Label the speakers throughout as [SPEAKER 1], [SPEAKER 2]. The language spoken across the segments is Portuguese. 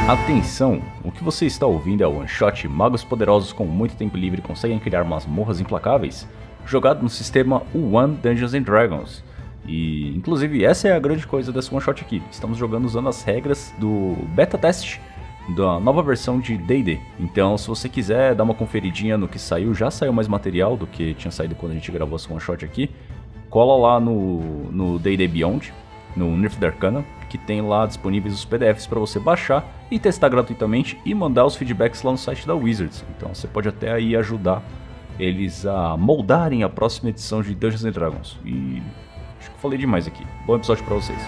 [SPEAKER 1] Atenção, o que você está ouvindo é o One Shot. Magos poderosos com muito tempo livre conseguem criar masmorras implacáveis, jogado no sistema One Dungeons & Dragons. E, inclusive, essa é a grande coisa desse One Shot aqui. Estamos jogando usando as regras do beta test da nova versão de D&D. Então, se você quiser dar uma conferidinha no que saiu, já saiu mais material do que tinha saído quando a gente gravou esse One Shot aqui. Cola lá no D&D Beyond, no Unearthed Arcana, que tem lá disponíveis os PDFs para você baixar e testar gratuitamente e mandar os feedbacks lá no site da Wizards. Então você pode até aí ajudar eles a moldarem a próxima edição de Dungeons & Dragons. E acho que eu falei demais aqui. Bom episódio para vocês.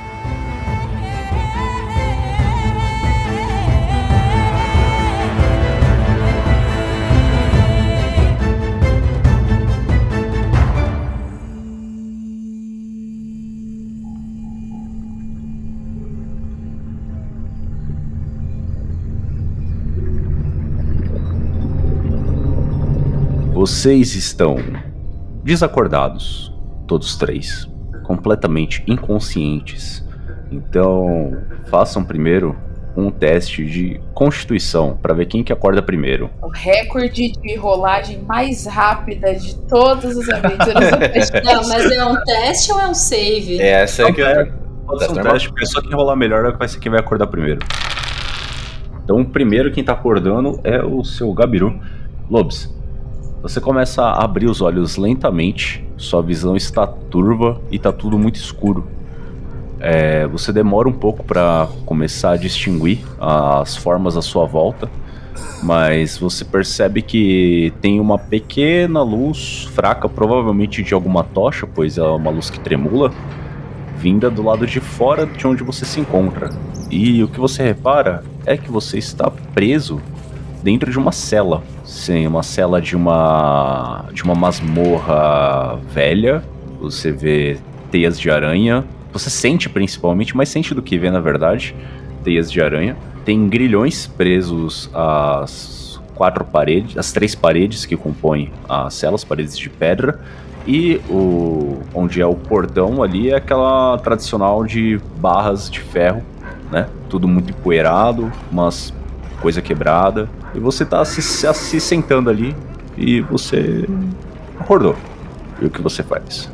[SPEAKER 1] Vocês estão desacordados, todos três, completamente inconscientes. Então, façam primeiro um teste de constituição para ver quem que acorda primeiro.
[SPEAKER 2] O recorde de rolagem mais rápida de todas as aventuras do festival.
[SPEAKER 3] Não, mas é um teste ou é um save?
[SPEAKER 4] Essa é que
[SPEAKER 1] pode ser um teste, porque só quem rolar melhor vai ser quem vai acordar primeiro. Então, o primeiro quem tá acordando é o seu Gabiru. Lobes, você começa a abrir os olhos lentamente, sua visão está turva e tá tudo muito escuro. Você demora um pouco para começar a distinguir as formas à sua volta, mas você percebe que tem uma pequena luz fraca, provavelmente de alguma tocha, pois é uma luz que tremula, vinda do lado de fora de onde você se encontra. E o que você repara é que você está preso dentro de uma cela. Sim, uma cela de uma masmorra velha. Você vê teias de aranha. Você sente principalmente, mais sente do que vê na verdade, teias de aranha. Tem grilhões presos às as 3 paredes que compõem a cela, as paredes de pedra. E onde é o portão ali é aquela tradicional de barras de ferro, né? Tudo muito empoeirado, umas coisa quebrada. E você tá se sentando ali e você acordou. E o que você faz?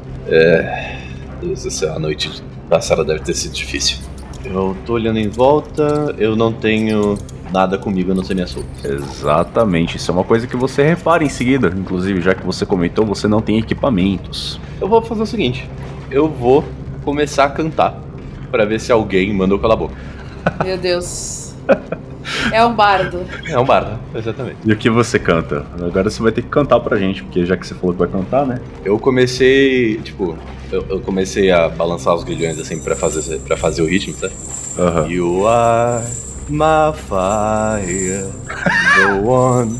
[SPEAKER 4] A noite passada deve ter sido difícil. Eu tô olhando em volta, eu não tenho nada comigo, eu não sei minhas roupas.
[SPEAKER 1] Exatamente, isso é uma coisa que você repara em seguida. Inclusive, já que você comentou, você não tem equipamentos.
[SPEAKER 4] Eu vou fazer o seguinte, eu vou começar a cantar pra ver se alguém mandou calar a boca.
[SPEAKER 2] Meu Deus. É um bardo.
[SPEAKER 4] É um bardo, exatamente.
[SPEAKER 1] E o que você canta? Agora você vai ter que cantar pra gente, porque já que você falou que vai cantar, né?
[SPEAKER 4] Eu comecei, eu comecei a balançar os grilhões assim pra fazer o ritmo, sabe?
[SPEAKER 1] Uhum.
[SPEAKER 4] You are my fire, the one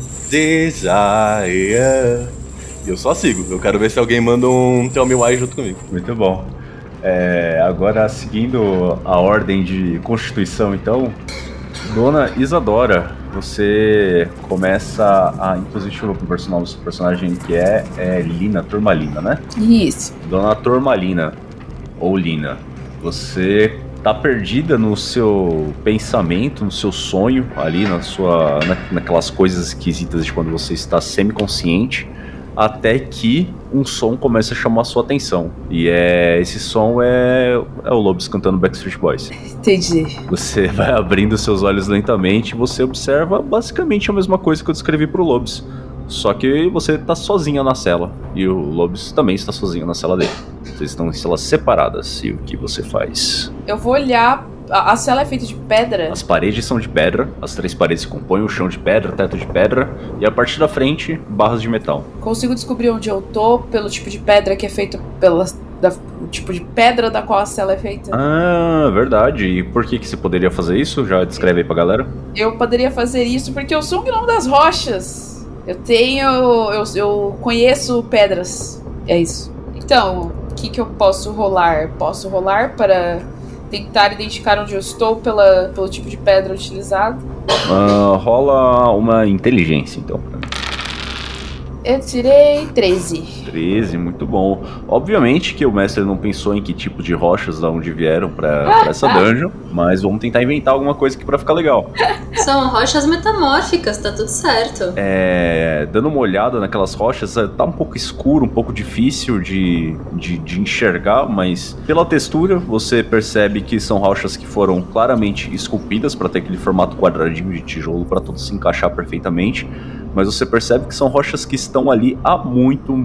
[SPEAKER 4] desire. E eu só sigo, eu quero ver se alguém manda um Tell Me Why junto comigo.
[SPEAKER 1] Muito bom. Agora, seguindo a ordem de constituição, então, Dona Isadora, você começa a... Inclusive, deixa eu ver o seu personagem que é Lina, Turmalina, né?
[SPEAKER 2] Isso.
[SPEAKER 1] Dona Turmalina, ou Lina, você tá perdida no seu pensamento, no seu sonho, ali naquelas coisas esquisitas de quando você está semi-consciente, até que um som começa a chamar a sua atenção. E esse som é o Lobes cantando Backstreet Boys.
[SPEAKER 2] Entendi.
[SPEAKER 1] Você vai abrindo seus olhos lentamente e você observa basicamente a mesma coisa que eu descrevi pro Lobes. Só que você tá sozinha na cela. E o Lobes também está sozinho na cela dele. Vocês estão em celas separadas. E o que você faz?
[SPEAKER 2] Eu vou olhar... A cela é feita de pedra?
[SPEAKER 1] As paredes são de pedra, as 3 paredes se compõem, o chão de pedra, teto de pedra, e a partir da frente, barras de metal.
[SPEAKER 2] Consigo descobrir onde eu tô pelo tipo de pedra que é feito o tipo de pedra da qual a cela é feita?
[SPEAKER 1] Ah, verdade. E por que você poderia fazer isso? Já descreve aí pra galera.
[SPEAKER 2] Eu poderia fazer isso porque eu sou um gnomo das rochas. Eu conheço pedras. É isso. Então, o que eu posso rolar? Posso rolar para tentar identificar onde eu estou pelo tipo de pedra utilizado?
[SPEAKER 1] Rola uma inteligência, então.
[SPEAKER 2] Eu tirei 13.
[SPEAKER 1] 13, muito bom. Obviamente que o mestre não pensou em que tipo de rochas da onde vieram pra essa dungeon, mas vamos tentar inventar alguma coisa aqui pra ficar legal.
[SPEAKER 3] São rochas metamórficas, tá tudo certo.
[SPEAKER 1] Dando uma olhada naquelas rochas, tá um pouco escuro, um pouco difícil de enxergar, mas pela textura você percebe que são rochas que foram claramente esculpidas para ter aquele formato quadradinho de tijolo para tudo se encaixar perfeitamente. Mas você percebe que são rochas que estão ali há muito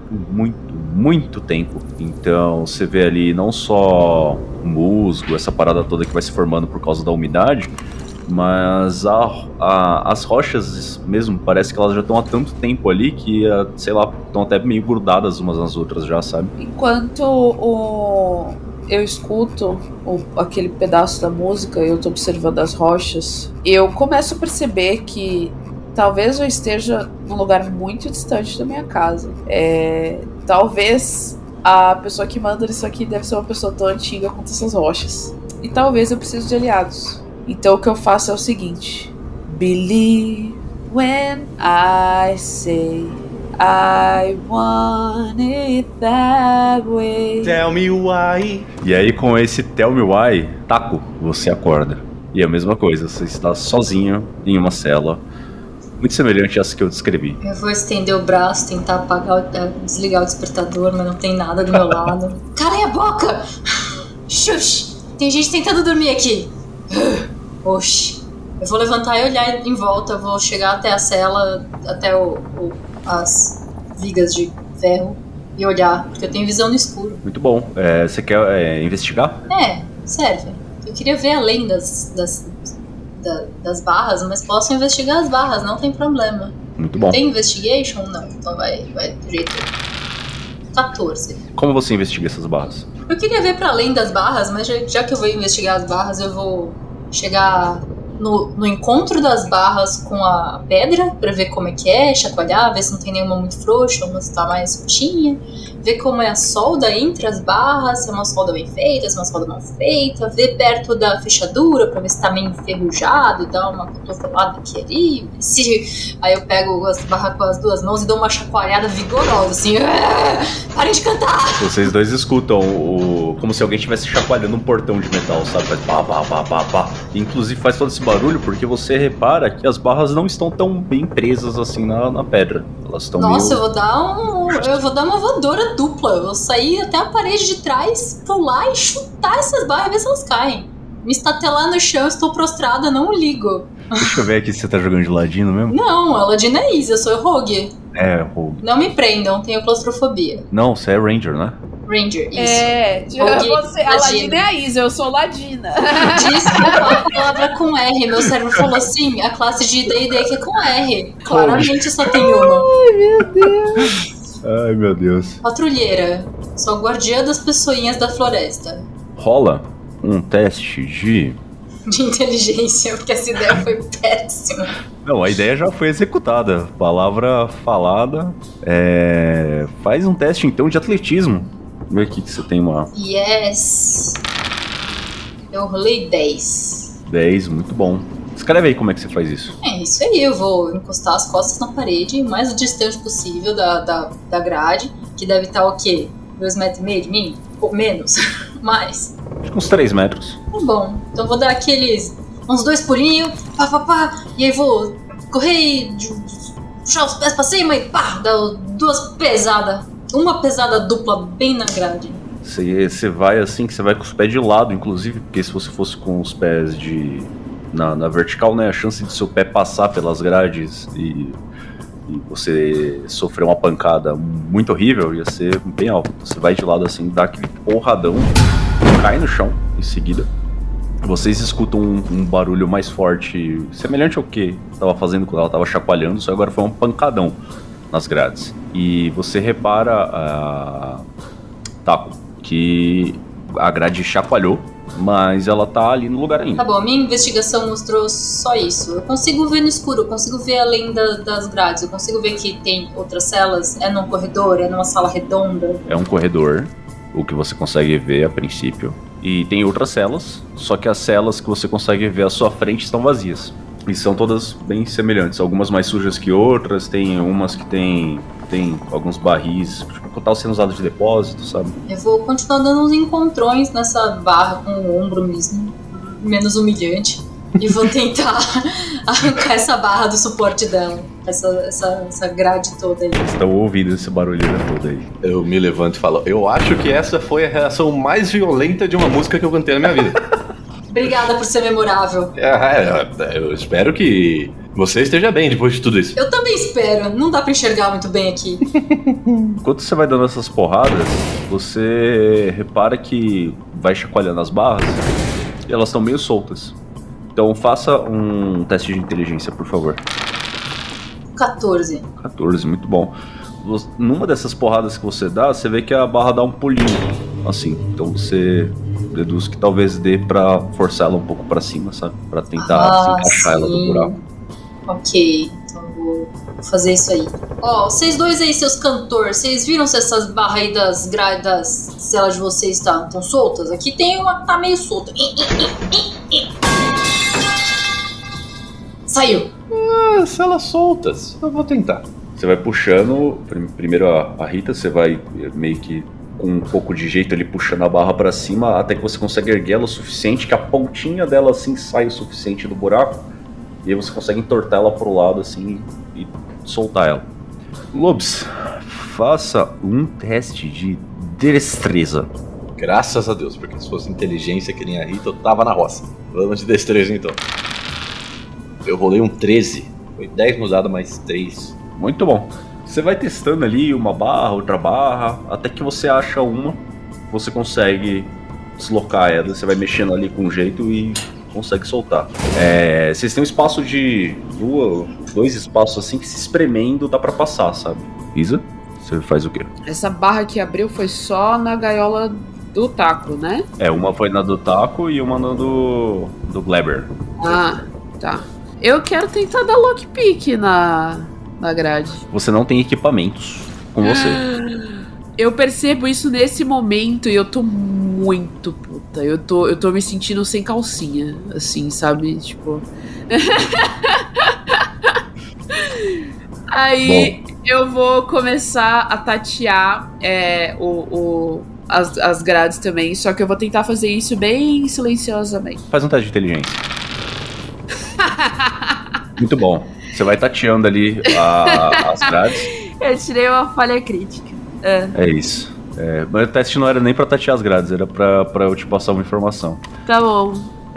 [SPEAKER 1] tempo. Então você vê ali não só musgo, essa parada toda que vai se formando por causa da umidade, mas as rochas mesmo, parece que elas já estão há tanto tempo ali que, sei lá, estão até meio grudadas umas nas outras já, sabe?
[SPEAKER 2] Enquanto eu escuto aquele pedaço da música, eu tô observando as rochas, eu começo a perceber que talvez eu esteja num lugar muito distante da minha casa. Talvez a pessoa que manda isso aqui deve ser uma pessoa tão antiga quanto essas rochas. E talvez eu precise de aliados. Então o que eu faço é o seguinte: Believe when I say I want it that way.
[SPEAKER 4] Tell me why.
[SPEAKER 1] E aí com esse Tell Me Why, Taco, você acorda. E é a mesma coisa, você está sozinho em uma cela, muito semelhante a essa que eu descrevi.
[SPEAKER 3] Eu vou estender o braço, tentar apagar, desligar o despertador, mas não tem nada do meu lado. Calem a boca! Xuxa! Tem gente tentando dormir aqui. Oxi. Eu vou levantar e olhar em volta, eu vou chegar até a cela, até as vigas de ferro e olhar, porque eu tenho visão no escuro.
[SPEAKER 1] Muito bom. Você quer investigar?
[SPEAKER 3] Serve. Eu queria ver além das barras, mas posso investigar as barras, não tem problema.
[SPEAKER 1] Muito bom.
[SPEAKER 3] Tem investigation? Não, então vai do jeito 14.
[SPEAKER 1] Como você investiga essas barras?
[SPEAKER 3] Eu queria ver pra além das barras, mas já que eu vou investigar as barras, eu vou chegar no encontro das barras com a pedra pra ver como é que é, chacoalhar, ver se não tem nenhuma muito frouxa, uma se tá mais soltinha, ver como é a solda entre as barras, se é uma solda bem feita, se é uma solda mal feita, ver perto da fechadura pra ver se tá meio enferrujado, dar uma cotovelada aqui e ali. Aí eu pego as barras com as duas mãos e dou uma chacoalhada vigorosa, assim, parem de cantar!
[SPEAKER 1] Vocês dois escutam como se alguém estivesse chacoalhando um portão de metal, sabe? Faz pá, pá, pá, pá, pá. Inclusive faz todo esse barulho porque você repara que as barras não estão tão bem presas assim na pedra. Elas estão
[SPEAKER 3] Nossa,
[SPEAKER 1] meio...
[SPEAKER 3] eu vou dar uma voadora dupla. Eu vou sair até a parede de trás, pular e chutar essas barras e ver se elas caem. Me estatelar no chão, estou prostrada, não ligo.
[SPEAKER 1] Deixa eu ver aqui se você tá jogando de ladino mesmo.
[SPEAKER 3] Não, a ladina é easy, eu sou rogue.
[SPEAKER 1] Rogue.
[SPEAKER 3] Não me prendam, tenho claustrofobia.
[SPEAKER 1] Não, você é ranger, né?
[SPEAKER 3] Ranger, isso.
[SPEAKER 2] A ladina é a Isa, eu sou ladina.
[SPEAKER 3] Desculpa a palavra com R. Meu cérebro falou assim, a classe de D&D que é com R. Claramente só tem uma.
[SPEAKER 1] Ai, meu Deus.
[SPEAKER 3] Patrulheira. Sou a guardiã das pessoinhas da floresta.
[SPEAKER 1] Rola um teste de
[SPEAKER 3] inteligência, porque essa ideia foi péssima.
[SPEAKER 1] Não, a ideia já foi executada. Palavra falada. Faz um teste então de atletismo. Vê aqui que você tem uma...
[SPEAKER 3] Yes. Eu rolei 10.
[SPEAKER 1] 10, muito bom. Escreve aí como é que você faz isso.
[SPEAKER 3] Isso aí, eu vou encostar as costas na parede, o mais distante possível da grade, que deve estar o quê? 2,5 metros de mim? Ou menos? Mais.
[SPEAKER 1] Acho que uns 3 metros.
[SPEAKER 3] Tá bom, então vou dar uns 2 pulinhos, pá, e aí vou correr e puxar os pés pra cima e pá, dar 2 pesadas. Uma pesada dupla bem na grade.
[SPEAKER 1] Você vai assim, que você vai com os pés de lado, inclusive, porque se você fosse com os pés na vertical, né, a chance de seu pé passar pelas grades e você sofrer uma pancada muito horrível ia ser bem alta. Então você vai de lado assim, dá aquele porradão, cai no chão em seguida. Vocês escutam um barulho mais forte, semelhante ao que estava fazendo quando ela estava chacoalhando, só agora foi um pancadão nas grades. E você repara, Taco, que a grade chacoalhou, mas ela tá ali no lugar ainda.
[SPEAKER 3] Tá bom, a minha investigação mostrou só isso. Eu consigo ver no escuro, eu consigo ver além das grades, eu consigo ver que tem outras celas, é num corredor, é numa sala redonda.
[SPEAKER 1] É um corredor, o que você consegue ver a princípio. E tem outras celas, só que as celas que você consegue ver à sua frente estão vazias. E são todas bem semelhantes, algumas mais sujas que outras, tem umas que tem alguns barris, tipo, que estavam sendo usados de depósito, sabe?
[SPEAKER 3] Eu vou continuar dando uns encontrões nessa barra com o ombro mesmo, menos humilhante. E vou tentar arrancar essa barra do suporte dela. Essa grade toda aí.
[SPEAKER 1] Vocês estão ouvindo esse barulheiro todo aí.
[SPEAKER 4] Eu me levanto e falo, eu acho que essa foi a reação mais violenta de uma música que eu cantei na minha vida.
[SPEAKER 3] Obrigada por ser memorável.
[SPEAKER 4] Eu espero que você esteja bem depois de tudo isso.
[SPEAKER 3] Eu também espero. Não dá pra enxergar muito bem aqui.
[SPEAKER 1] Enquanto você vai dando essas porradas, você repara que vai chacoalhando as barras e elas estão meio soltas. Então faça um teste de inteligência, por favor.
[SPEAKER 3] 14.
[SPEAKER 1] 14, muito bom. Numa dessas porradas que você dá, você vê que a barra dá um pulinho, assim. Então você deduz que talvez dê pra forçar ela um pouco pra cima, sabe? Pra tentar desencaixar ela do buraco.
[SPEAKER 3] Ok, então vou fazer isso aí. Ó, vocês dois aí, seus cantores, vocês viram se essas barras aí das grades das celas de vocês estão soltas? Aqui tem uma que tá meio solta. Saiu.
[SPEAKER 4] Celas soltas. Eu vou tentar.
[SPEAKER 1] Você vai puxando, primeiro a Rita, você vai meio que com um pouco de jeito ali puxando a barra pra cima, até que você consegue erguer ela o suficiente, que a pontinha dela assim sai o suficiente do buraco, e aí você consegue entortar ela pro lado assim e soltar ela. Lobos, faça um teste de destreza.
[SPEAKER 4] Graças a Deus, porque se fosse inteligência que nem a Rita, eu tava na roça. Vamos de destreza então. Eu rolei um 13. Foi 10 no dado mais 3.
[SPEAKER 1] Muito bom. Você vai testando ali uma barra, outra barra, até que você acha uma, você consegue deslocar ela, você vai mexendo ali com jeito e consegue soltar. Vocês têm um espaço de dois espaços assim que se espremendo dá pra passar, sabe? Isa, você faz o quê?
[SPEAKER 2] Essa barra que abriu foi só na gaiola do taco, né?
[SPEAKER 1] Uma foi na do taco e uma na do Gleber.
[SPEAKER 2] Ah, tá. Eu quero tentar dar lockpick na grade.
[SPEAKER 1] Você não tem equipamentos com você.
[SPEAKER 2] Eu percebo isso nesse momento e eu tô muito puta. Eu tô me sentindo sem calcinha, assim, sabe? Tipo... Aí eu vou começar a tatear as grades também, só que eu vou tentar fazer isso bem silenciosamente.
[SPEAKER 1] Faz um teste de inteligência. Muito bom. Você vai tateando ali as grades.
[SPEAKER 2] Eu tirei uma falha crítica.
[SPEAKER 1] É isso. Mas o teste não era nem pra tatear as grades, era pra eu te passar uma informação.
[SPEAKER 2] Tá bom.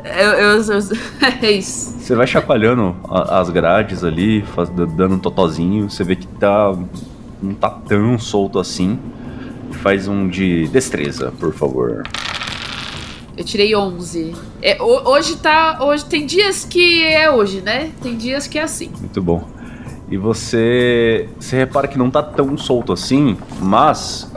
[SPEAKER 2] É isso.
[SPEAKER 1] Você vai chacoalhando as grades ali, dando um totozinho. Você vê que não tá tão solto assim. Faz um de destreza, por favor.
[SPEAKER 2] Eu tirei 11. Hoje tem dias que é hoje, né? Tem dias que é assim.
[SPEAKER 1] Muito bom. E você repara que não tá tão solto assim, mas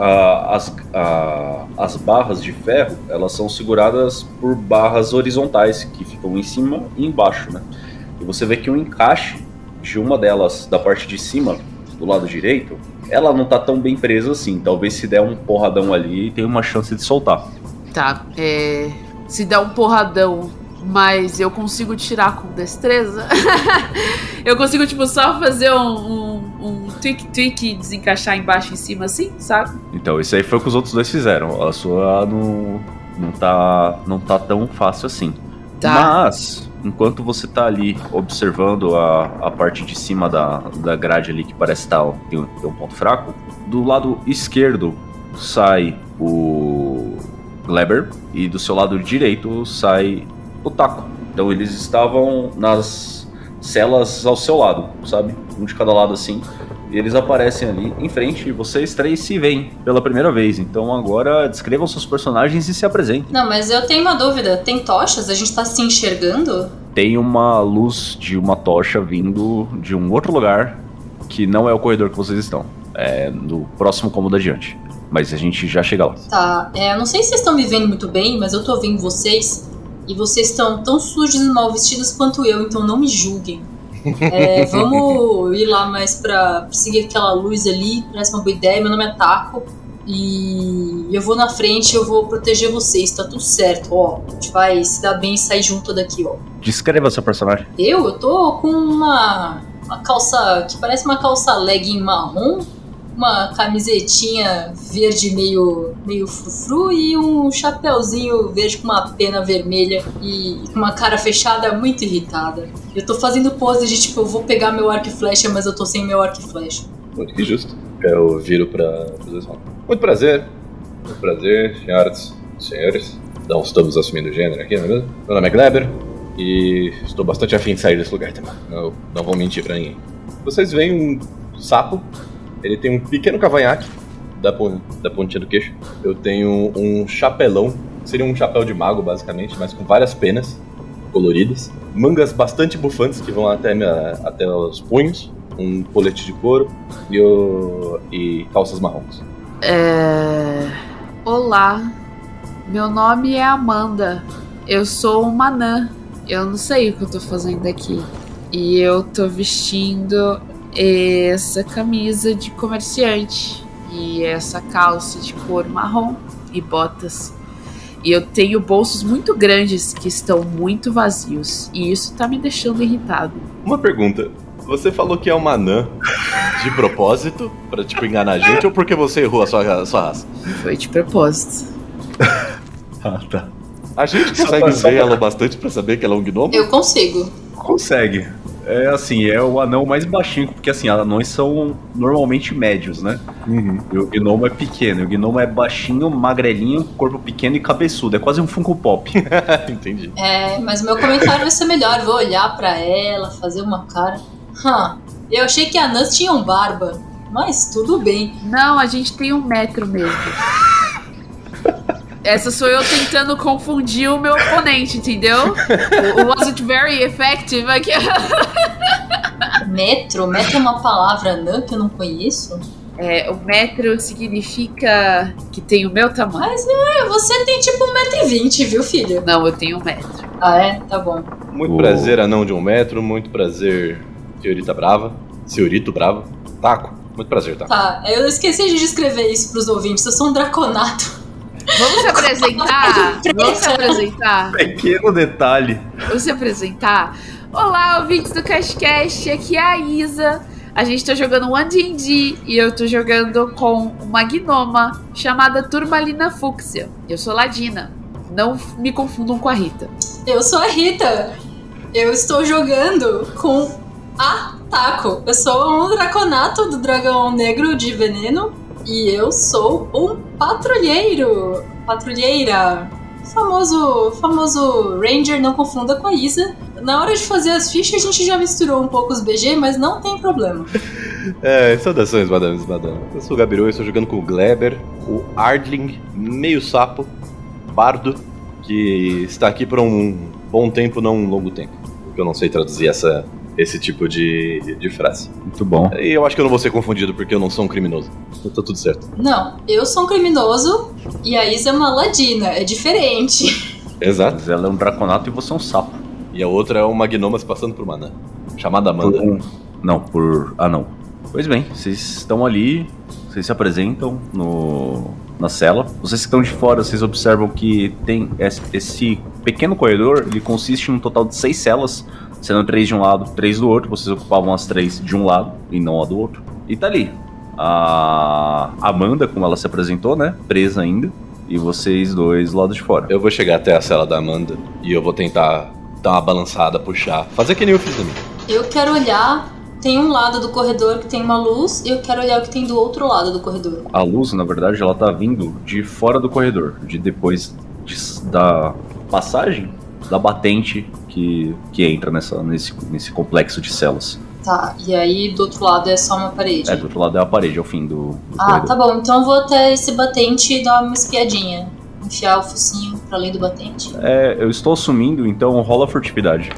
[SPEAKER 1] as barras de ferro, elas são seguradas por barras horizontais, que ficam em cima e embaixo, né? E você vê que o encaixe de uma delas, da parte de cima, do lado direito, ela não tá tão bem presa assim. Talvez se der um porradão ali, tenha uma chance de soltar.
[SPEAKER 2] Tá, se der um porradão, mas eu consigo tirar com destreza. Eu consigo, tipo, só fazer um tweak e desencaixar embaixo e em cima assim, sabe?
[SPEAKER 1] Então, isso aí foi o que os outros dois fizeram. A sua não tá tão fácil assim. Tá. Mas, enquanto você tá ali observando a parte de cima da grade ali, que parece ter um ponto fraco, do lado esquerdo sai o Gleber e do seu lado direito sai o Taco. Então eles estavam nas celas ao seu lado, sabe? Um de cada lado assim. E eles aparecem ali em frente e vocês três se veem pela primeira vez. Então agora descrevam seus personagens e se apresentem.
[SPEAKER 3] Não, mas eu tenho uma dúvida. Tem tochas? A gente tá se enxergando?
[SPEAKER 1] Tem uma luz de uma tocha vindo de um outro lugar que não é o corredor que vocês estão. É no próximo cômodo adiante. Mas a gente já chega lá.
[SPEAKER 3] Tá, eu não sei se vocês estão me vendo muito bem, mas eu tô vendo vocês. E vocês estão tão sujos e mal vestidos quanto eu, então não me julguem. Vamos ir lá mais pra seguir aquela luz ali, parece uma boa ideia. Meu nome é Taco. E eu vou na frente, eu vou proteger vocês, tá tudo certo, ó. A gente vai se dar bem e sair junto daqui, ó.
[SPEAKER 1] Descreva seu personagem.
[SPEAKER 3] Eu tô com uma calça que parece uma calça legging marrom, uma camisetinha verde meio frufru e um chapéuzinho verde com uma pena vermelha e com uma cara fechada muito irritada. Eu tô fazendo pose de tipo, eu vou pegar meu arco e flecha, mas eu tô sem meu arco e flecha.
[SPEAKER 4] Muito que justo. Eu viro pra posição. Muito prazer, senhoras e senhores. Não estamos assumindo o gênero aqui, não é mesmo? Meu nome é Gleber e estou bastante afim de sair desse lugar também. Não vou mentir pra ninguém. Vocês veem um sapo. Ele tem um pequeno cavanhaque da pontinha do queixo. Eu tenho um chapelão, seria um chapéu de mago basicamente, mas com várias penas coloridas. Mangas bastante bufantes que vão até os punhos. Um colete de couro e calças marrons.
[SPEAKER 2] Olá, meu nome é Amanda. Eu sou uma anã. Eu não sei o que eu tô fazendo aqui. E eu tô vestindo essa camisa de comerciante e essa calça de couro marrom e botas. E eu tenho bolsos muito grandes que estão muito vazios. E isso tá me deixando irritado.
[SPEAKER 4] Uma pergunta. Você falou que é uma anã de propósito pra, tipo, enganar a gente ou porque você errou a sua raça?
[SPEAKER 2] Foi de propósito.
[SPEAKER 1] Ah, tá.
[SPEAKER 4] A gente consegue ver ela bastante pra saber que ela é um gnomo?
[SPEAKER 3] Eu consigo.
[SPEAKER 1] Consegue. É assim, é o anão mais baixinho, porque assim, anões são normalmente médios, né?
[SPEAKER 4] Uhum.
[SPEAKER 1] E o gnomo é pequeno. O gnomo é baixinho, magrelinho, corpo pequeno e cabeçudo. É quase um Funko Pop.
[SPEAKER 4] Entendi.
[SPEAKER 3] Mas o meu comentário vai ser melhor. Vou olhar pra ela, fazer uma cara. Eu achei que anãs tinham barba, mas tudo bem.
[SPEAKER 2] Não, a gente tem 1 metro mesmo. Essa sou eu tentando confundir o meu oponente, entendeu? Was it very effective?
[SPEAKER 3] Metro é uma palavra anã que eu não conheço?
[SPEAKER 2] O metro significa que tem o meu tamanho.
[SPEAKER 3] Mas você tem tipo 1,20 m, viu, filha?
[SPEAKER 2] Não, eu tenho 1 metro.
[SPEAKER 3] Ah, é? Tá bom.
[SPEAKER 4] Muito prazer, anão de 1 metro. Muito prazer, senhorita brava. Senhorito bravo. Taco. Muito prazer, Taco.
[SPEAKER 3] Tá, eu esqueci de descrever isso pros ouvintes. Eu sou um draconato.
[SPEAKER 2] Vamos se apresentar? Vamos se apresentar?
[SPEAKER 1] Pequeno detalhe.
[SPEAKER 2] Vamos se apresentar? Olá, ouvintes do CashCast, aqui é a Isa. A gente tá jogando um D&D e eu tô jogando com uma gnoma chamada Turmalina Fúcsia. Eu sou Ladina. Não me confundam com a Rita.
[SPEAKER 3] Eu sou a Rita. Eu estou jogando com a Taco. Eu sou um draconato do dragão negro de veneno. E eu sou um patrulheiro. Patrulheira. Famoso Ranger, não confunda com a Isa. Na hora de fazer as fichas, a gente já misturou um pouco os BG, mas não tem problema.
[SPEAKER 4] Saudações, madames e madames. Eu sou o Gabiru e estou jogando com o Gleber, o Ardling, meio sapo, bardo, que está aqui por um bom tempo, não um longo tempo. Porque eu não sei traduzir esse tipo de frase.
[SPEAKER 1] Muito bom.
[SPEAKER 4] E eu acho que eu não vou ser confundido porque eu não sou um criminoso. Então tá tudo certo.
[SPEAKER 3] Não, eu sou um criminoso e a Isa é uma ladina. É diferente.
[SPEAKER 4] Exato.
[SPEAKER 1] Mas ela é um draconato e você é um sapo.
[SPEAKER 4] E a outra é uma gnoma se passando por uma anã, chamada Amanda.
[SPEAKER 1] Não. Pois bem, vocês estão ali, vocês se apresentam na cela. Vocês que estão de fora, vocês observam que tem esse pequeno corredor, ele consiste em um total de 6 celas, sendo 3 de um lado, 3 do outro. Vocês ocupavam as 3 de um lado e não a do outro. E tá ali a Amanda, como ela se apresentou, né, presa ainda, e vocês dois do lado de fora.
[SPEAKER 4] Eu vou chegar até a cela da Amanda e eu vou tentar dar uma balançada, puxar, fazer que nem eu fiz também.
[SPEAKER 3] Eu quero olhar, tem um lado do corredor que tem uma luz, e eu quero olhar o que tem do outro lado do corredor.
[SPEAKER 1] A luz, na verdade, ela tá vindo de fora do corredor, depois da passagem da batente que entra nesse complexo de celas.
[SPEAKER 3] Tá, e aí do outro lado é só uma parede.
[SPEAKER 1] Do outro lado é a parede, é o fim do corredor.
[SPEAKER 3] Tá bom, então eu vou até esse batente e dar uma espiadinha. Enfiar o focinho pra além do batente.
[SPEAKER 1] Eu estou assumindo, então rola a furtividade.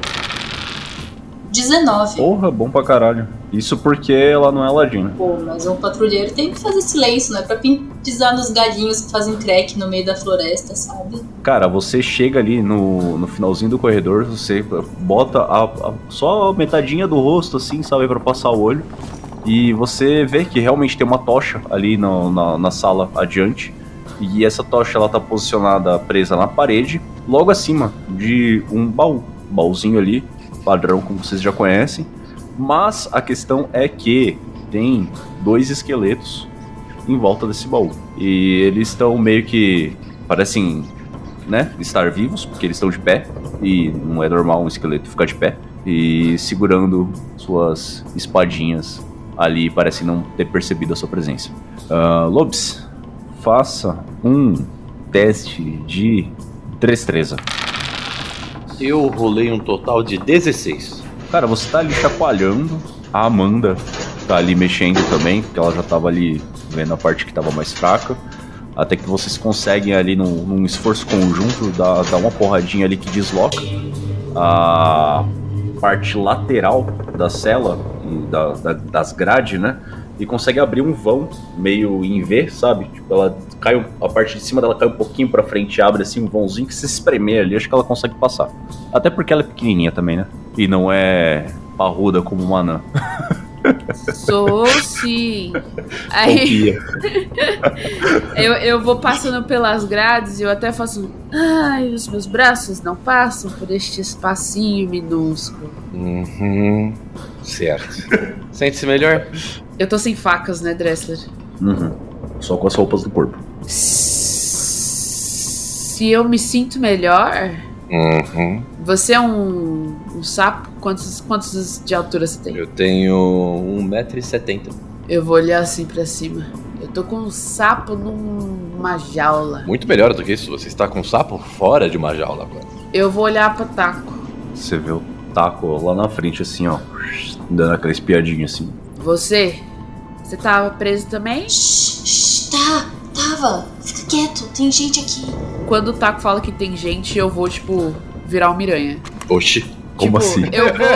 [SPEAKER 3] 19.
[SPEAKER 1] Porra, bom pra caralho. Isso porque ela não é ladina.
[SPEAKER 3] Pô, mas um patrulheiro tem que fazer silêncio, não é pra pisar nos galhinhos que fazem crack no meio da floresta, sabe?
[SPEAKER 1] Cara, você chega ali no finalzinho do corredor, você bota só a metadinha do rosto, assim, sabe, pra passar o olho. E você vê que realmente tem uma tocha ali na sala adiante. E essa tocha ela tá posicionada presa na parede, logo acima de um baú. Baúzinho ali, padrão como vocês já conhecem. Mas a questão é que tem 2 esqueletos em volta desse baú. E eles estão meio que... parecem, né, estar vivos, porque eles estão de pé. E não é normal um esqueleto ficar de pé. E segurando suas espadinhas ali, parecem não ter percebido a sua presença. Lobes, faça um teste de destreza.
[SPEAKER 5] Eu rolei um total de 16.
[SPEAKER 1] Cara, você tá ali chacoalhando. A Amanda tá ali mexendo também, porque ela já tava ali vendo a parte que tava mais fraca. Até que vocês conseguem ali num esforço conjunto dar uma porradinha ali que desloca a parte lateral da cela e das grades, né? E consegue abrir um vão meio em V, sabe? Tipo, ela cai, a parte de cima dela cai um pouquinho pra frente e abre assim um vãozinho que se espremer ali, acho que ela consegue passar. Até porque ela é pequenininha também, né? E não é parruda como uma anã.
[SPEAKER 2] Sou sim. Aí eu vou passando pelas grades e eu até faço... Ai, os meus braços não passam por este espacinho minúsculo.
[SPEAKER 5] Certo. Sente-se melhor?
[SPEAKER 2] Eu tô sem facas, né, Dressler?
[SPEAKER 1] Só com as roupas do corpo.
[SPEAKER 2] Se eu me sinto melhor... Você é um sapo? Quantos de altura você tem?
[SPEAKER 5] Eu tenho 1,70 m.
[SPEAKER 2] Eu vou olhar assim pra cima. Eu tô com um sapo numa jaula.
[SPEAKER 5] Muito melhor do que isso. Você está com um sapo fora de uma jaula agora.
[SPEAKER 2] Eu vou olhar pro Taco.
[SPEAKER 1] Você vê o Taco lá na frente, assim, ó, dando aquela espiadinha, assim.
[SPEAKER 2] Você tava preso também?
[SPEAKER 3] Tava. Fica quieto, tem gente aqui.
[SPEAKER 2] Quando o Taco fala que tem gente, eu vou, tipo, virar o Miranha.
[SPEAKER 5] Oxi.
[SPEAKER 1] Como assim?
[SPEAKER 2] Eu vou...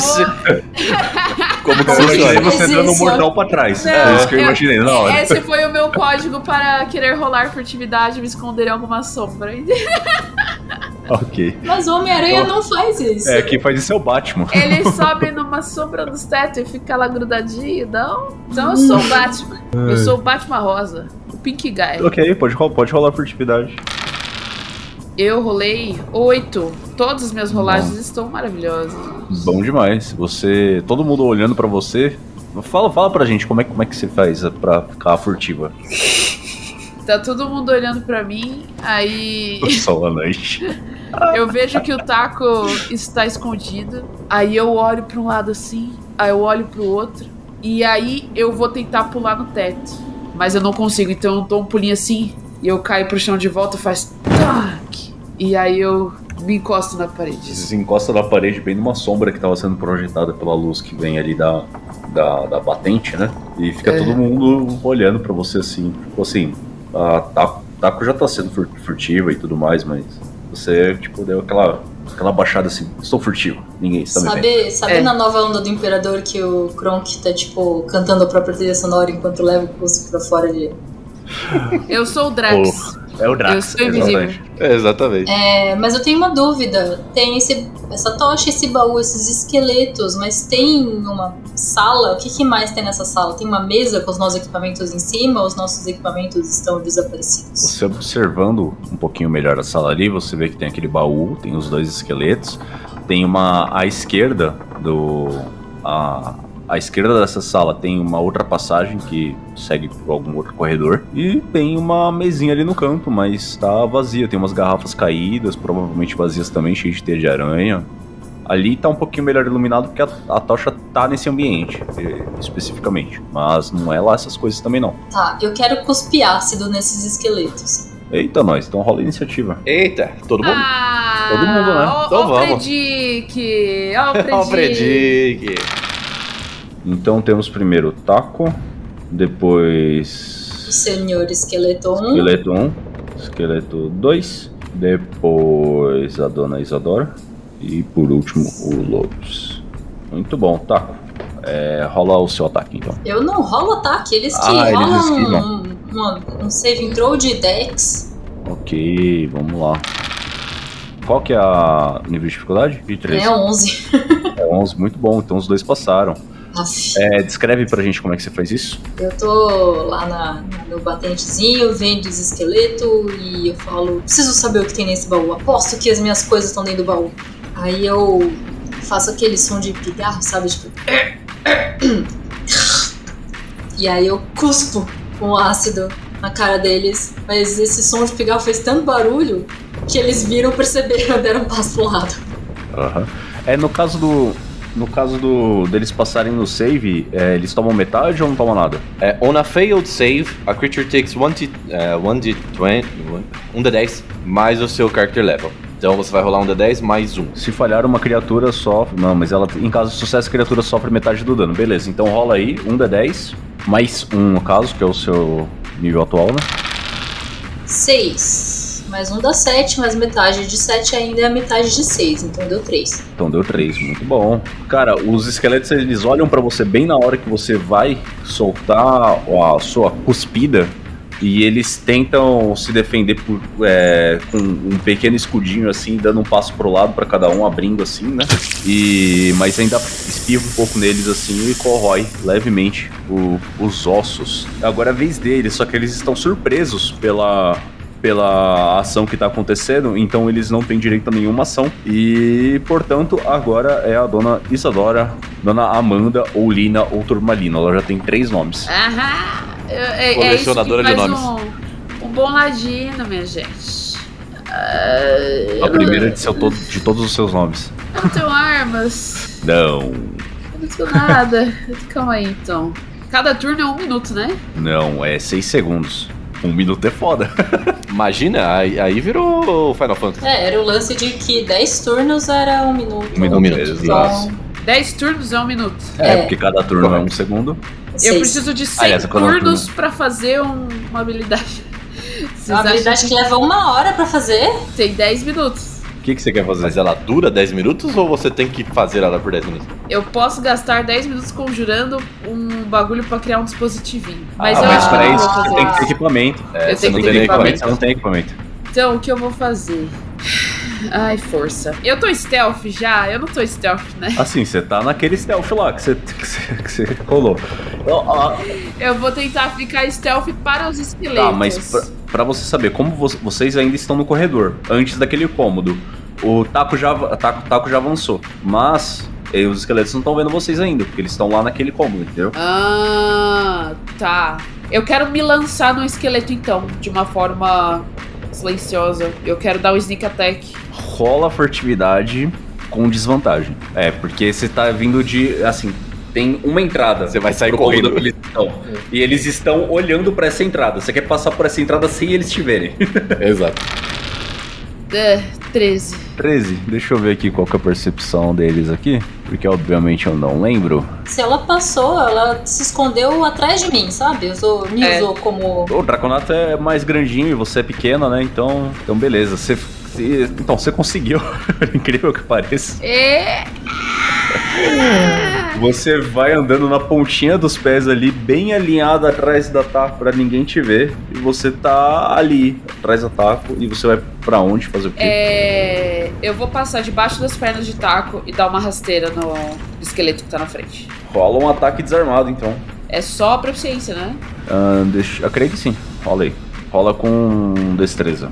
[SPEAKER 1] Como que você dando um mortal pra trás. É isso que eu imaginei na hora.
[SPEAKER 2] Esse foi o meu código para querer rolar furtividade e me esconder em alguma sombra.
[SPEAKER 1] Ok.
[SPEAKER 3] Mas o Homem-Aranha não faz isso.
[SPEAKER 1] É, quem faz isso é o Batman.
[SPEAKER 2] Ele sobe numa sombra dos tetos e fica lá grudadinho, não? Então eu sou o Batman. Eu sou o Batman Rosa. O Pink Guy.
[SPEAKER 1] Ok, pode rolar furtividade.
[SPEAKER 2] Eu rolei 8. Todas as minhas rolagens estão maravilhosas.
[SPEAKER 1] Bom demais. Todo mundo olhando pra você. Fala pra gente como é que você faz pra ficar furtiva.
[SPEAKER 2] Tá todo mundo olhando pra mim, aí...
[SPEAKER 1] Só a noite.
[SPEAKER 2] Eu vejo que o Taco está escondido. Aí eu olho pra um lado assim, aí eu olho pro outro. E aí eu vou tentar pular no teto. Mas eu não consigo, então eu dou um pulinho assim e eu caio pro chão de volta e faz... tac. E aí eu me encosto na parede.
[SPEAKER 1] Você se encosta na parede bem numa sombra que estava sendo projetada pela luz que vem ali da batente, né? E fica todo mundo olhando pra você assim. Tipo assim, a Taco já tá sendo furtiva e tudo mais, mas você, tipo, deu aquela baixada assim. Estou furtivo, ninguém está me vendo.
[SPEAKER 3] Sabe na nova onda do Imperador que o Kronk tá, tipo, cantando a própria trilha sonora enquanto leva o cuspe pra fora de...
[SPEAKER 2] Eu sou o Drax.
[SPEAKER 1] É o Drax.
[SPEAKER 2] Eu sou invisível.
[SPEAKER 5] Exatamente.
[SPEAKER 3] Mas eu tenho uma dúvida. Tem essa tocha, esse baú, esses esqueletos, mas tem uma sala? O que mais tem nessa sala? Tem uma mesa com os nossos equipamentos em cima ou os nossos equipamentos estão desaparecidos?
[SPEAKER 1] Você observando um pouquinho melhor a sala ali, você vê que tem aquele baú, tem os 2 esqueletos, tem à esquerda à esquerda dessa sala tem uma outra passagem que segue por algum outro corredor. E tem uma mesinha ali no canto, mas tá vazia. Tem umas garrafas caídas, provavelmente vazias também, cheias de teia de aranha. Ali tá um pouquinho melhor iluminado porque a tocha tá nesse ambiente, especificamente. Mas não é lá essas coisas também não.
[SPEAKER 3] Tá, eu quero cuspir ácido nesses esqueletos.
[SPEAKER 1] Eita, nós, então rola a iniciativa.
[SPEAKER 5] Eita, todo mundo?
[SPEAKER 1] Todo mundo, né?
[SPEAKER 5] Então vamos.
[SPEAKER 2] Ó o Predic.
[SPEAKER 1] Então temos primeiro o Taco, depois...
[SPEAKER 3] O senhor Esqueleto 1.
[SPEAKER 1] Esqueleto 1, Esqueleto 2, depois a Dona Isadora e por último o Lobos. Muito bom, Taco. Rola o seu ataque então.
[SPEAKER 3] Eu não rolo ataque, eles que rolam um saving throw de Dex.
[SPEAKER 1] Ok, vamos lá. Qual que é a nível de dificuldade? De 13.
[SPEAKER 3] É 11.
[SPEAKER 1] É 11, muito bom, então os 2 passaram. Descreve pra gente como é que você faz isso.
[SPEAKER 3] Eu tô lá no batentezinho, vendo os esqueletos e eu falo, preciso saber o que tem nesse baú. Aposto que as minhas coisas estão dentro do baú. Aí eu faço aquele som de pigarro, sabe? Tipo... E aí eu cuspo com ácido na cara deles. Mas esse som de pigarro fez tanto barulho que eles viram, perceberam e deram um passo pro lado.
[SPEAKER 1] No caso deles passarem no save, eles tomam metade ou não tomam nada?
[SPEAKER 5] On a failed save, a creature takes 1d10 mais o seu character level. Então você vai rolar um D10 mais 1.
[SPEAKER 1] Se falhar, uma criatura sofre... Não, mas ela, em caso de sucesso, a criatura sofre metade do dano. Beleza, então rola aí um D10 mais 1 no caso, que é o seu nível atual, né?
[SPEAKER 3] 6. Mais 1 dá 7, mas metade de 7 ainda é a metade de 6, então deu 3.
[SPEAKER 1] Então deu 3, muito bom. Cara, os esqueletos, eles olham pra você bem na hora que você vai soltar a sua cuspida e eles tentam se defender com um pequeno escudinho assim, dando um passo pro lado pra cada um, abrindo assim, né? Mas ainda espirra um pouco neles assim e corrói levemente os ossos. Agora é a vez deles, só que eles estão surpresos pela ação que tá acontecendo, então eles não têm direito a nenhuma ação e, portanto, agora é a Dona Isadora, Dona Amanda, ou Lina, ou Turmalina. Ela já tem 3 nomes.
[SPEAKER 5] Colecionadora de nomes.
[SPEAKER 2] Um bom ladino, minha gente.
[SPEAKER 1] A primeira de todos os seus nomes.
[SPEAKER 2] Eu não tenho armas.
[SPEAKER 1] Não.
[SPEAKER 2] Eu não tenho nada. Calma aí, então. Cada turno é 1 minuto, né?
[SPEAKER 1] Não, é 6 segundos. 1 minuto é foda.
[SPEAKER 5] Imagina, aí virou Final Fantasy.
[SPEAKER 3] Era o lance de que 10 turnos era 1 minuto.
[SPEAKER 1] 1 minuto, exato.
[SPEAKER 2] 10 turnos é 1 minuto.
[SPEAKER 1] Porque cada turno é 1 segundo.
[SPEAKER 2] Eu preciso de 100 turnos pra fazer uma habilidade.
[SPEAKER 3] Uma habilidade que leva 1 hora pra fazer?
[SPEAKER 2] Tem 10 minutos.
[SPEAKER 1] O que você quer fazer?
[SPEAKER 5] Mas ela dura 10 minutos ou você tem que fazer ela por 10 minutos?
[SPEAKER 2] Eu posso gastar 10 minutos conjurando um bagulho pra criar um dispositivinho. Mas eu
[SPEAKER 1] mas
[SPEAKER 2] acho que eu não vou fazer
[SPEAKER 1] você tem que ter
[SPEAKER 2] isso.
[SPEAKER 1] equipamento.
[SPEAKER 2] Você
[SPEAKER 1] não tem equipamento.
[SPEAKER 2] Então, o que eu vou fazer? Ai, força. Eu tô stealth já? Eu não tô stealth, né?
[SPEAKER 1] Assim, você tá naquele stealth lá que você rolou.
[SPEAKER 2] Eu vou tentar ficar stealth para os esqueletos.
[SPEAKER 1] Tá, mas pra você saber, como vocês ainda estão no corredor, antes daquele cômodo, o Taco já avançou, mas os esqueletos não estão vendo vocês ainda, porque eles estão lá naquele cômodo, entendeu?
[SPEAKER 2] Ah, tá. Eu quero me lançar no esqueleto então, de uma forma silenciosa. Eu quero dar o sneak attack.
[SPEAKER 1] Rola furtividade com desvantagem. Porque você tá vindo de, assim, tem uma entrada.
[SPEAKER 5] Você vai sair correndo.
[SPEAKER 1] Eles estão. E eles estão olhando pra essa entrada. Você quer passar por essa entrada sem eles te verem.
[SPEAKER 5] Exato.
[SPEAKER 2] 13.
[SPEAKER 1] 13? Deixa eu ver aqui qual que é a percepção deles aqui. Porque obviamente eu não lembro.
[SPEAKER 3] Se ela passou, ela se escondeu atrás de mim, sabe? Usou como...
[SPEAKER 1] O Draconato é mais grandinho e você é pequena, né? Então beleza. Você conseguiu. Incrível que pareça. Você vai andando na pontinha dos pés ali, bem alinhado atrás da Taco pra ninguém te ver. E você tá ali, atrás da Taco. E você vai pra onde fazer o quê?
[SPEAKER 2] Eu vou passar debaixo das pernas de Taco e dar uma rasteira no esqueleto que tá na frente.
[SPEAKER 1] Rola um ataque desarmado, então.
[SPEAKER 2] É só proficiência, né?
[SPEAKER 1] Eu creio que sim. Rola aí. Rola com destreza.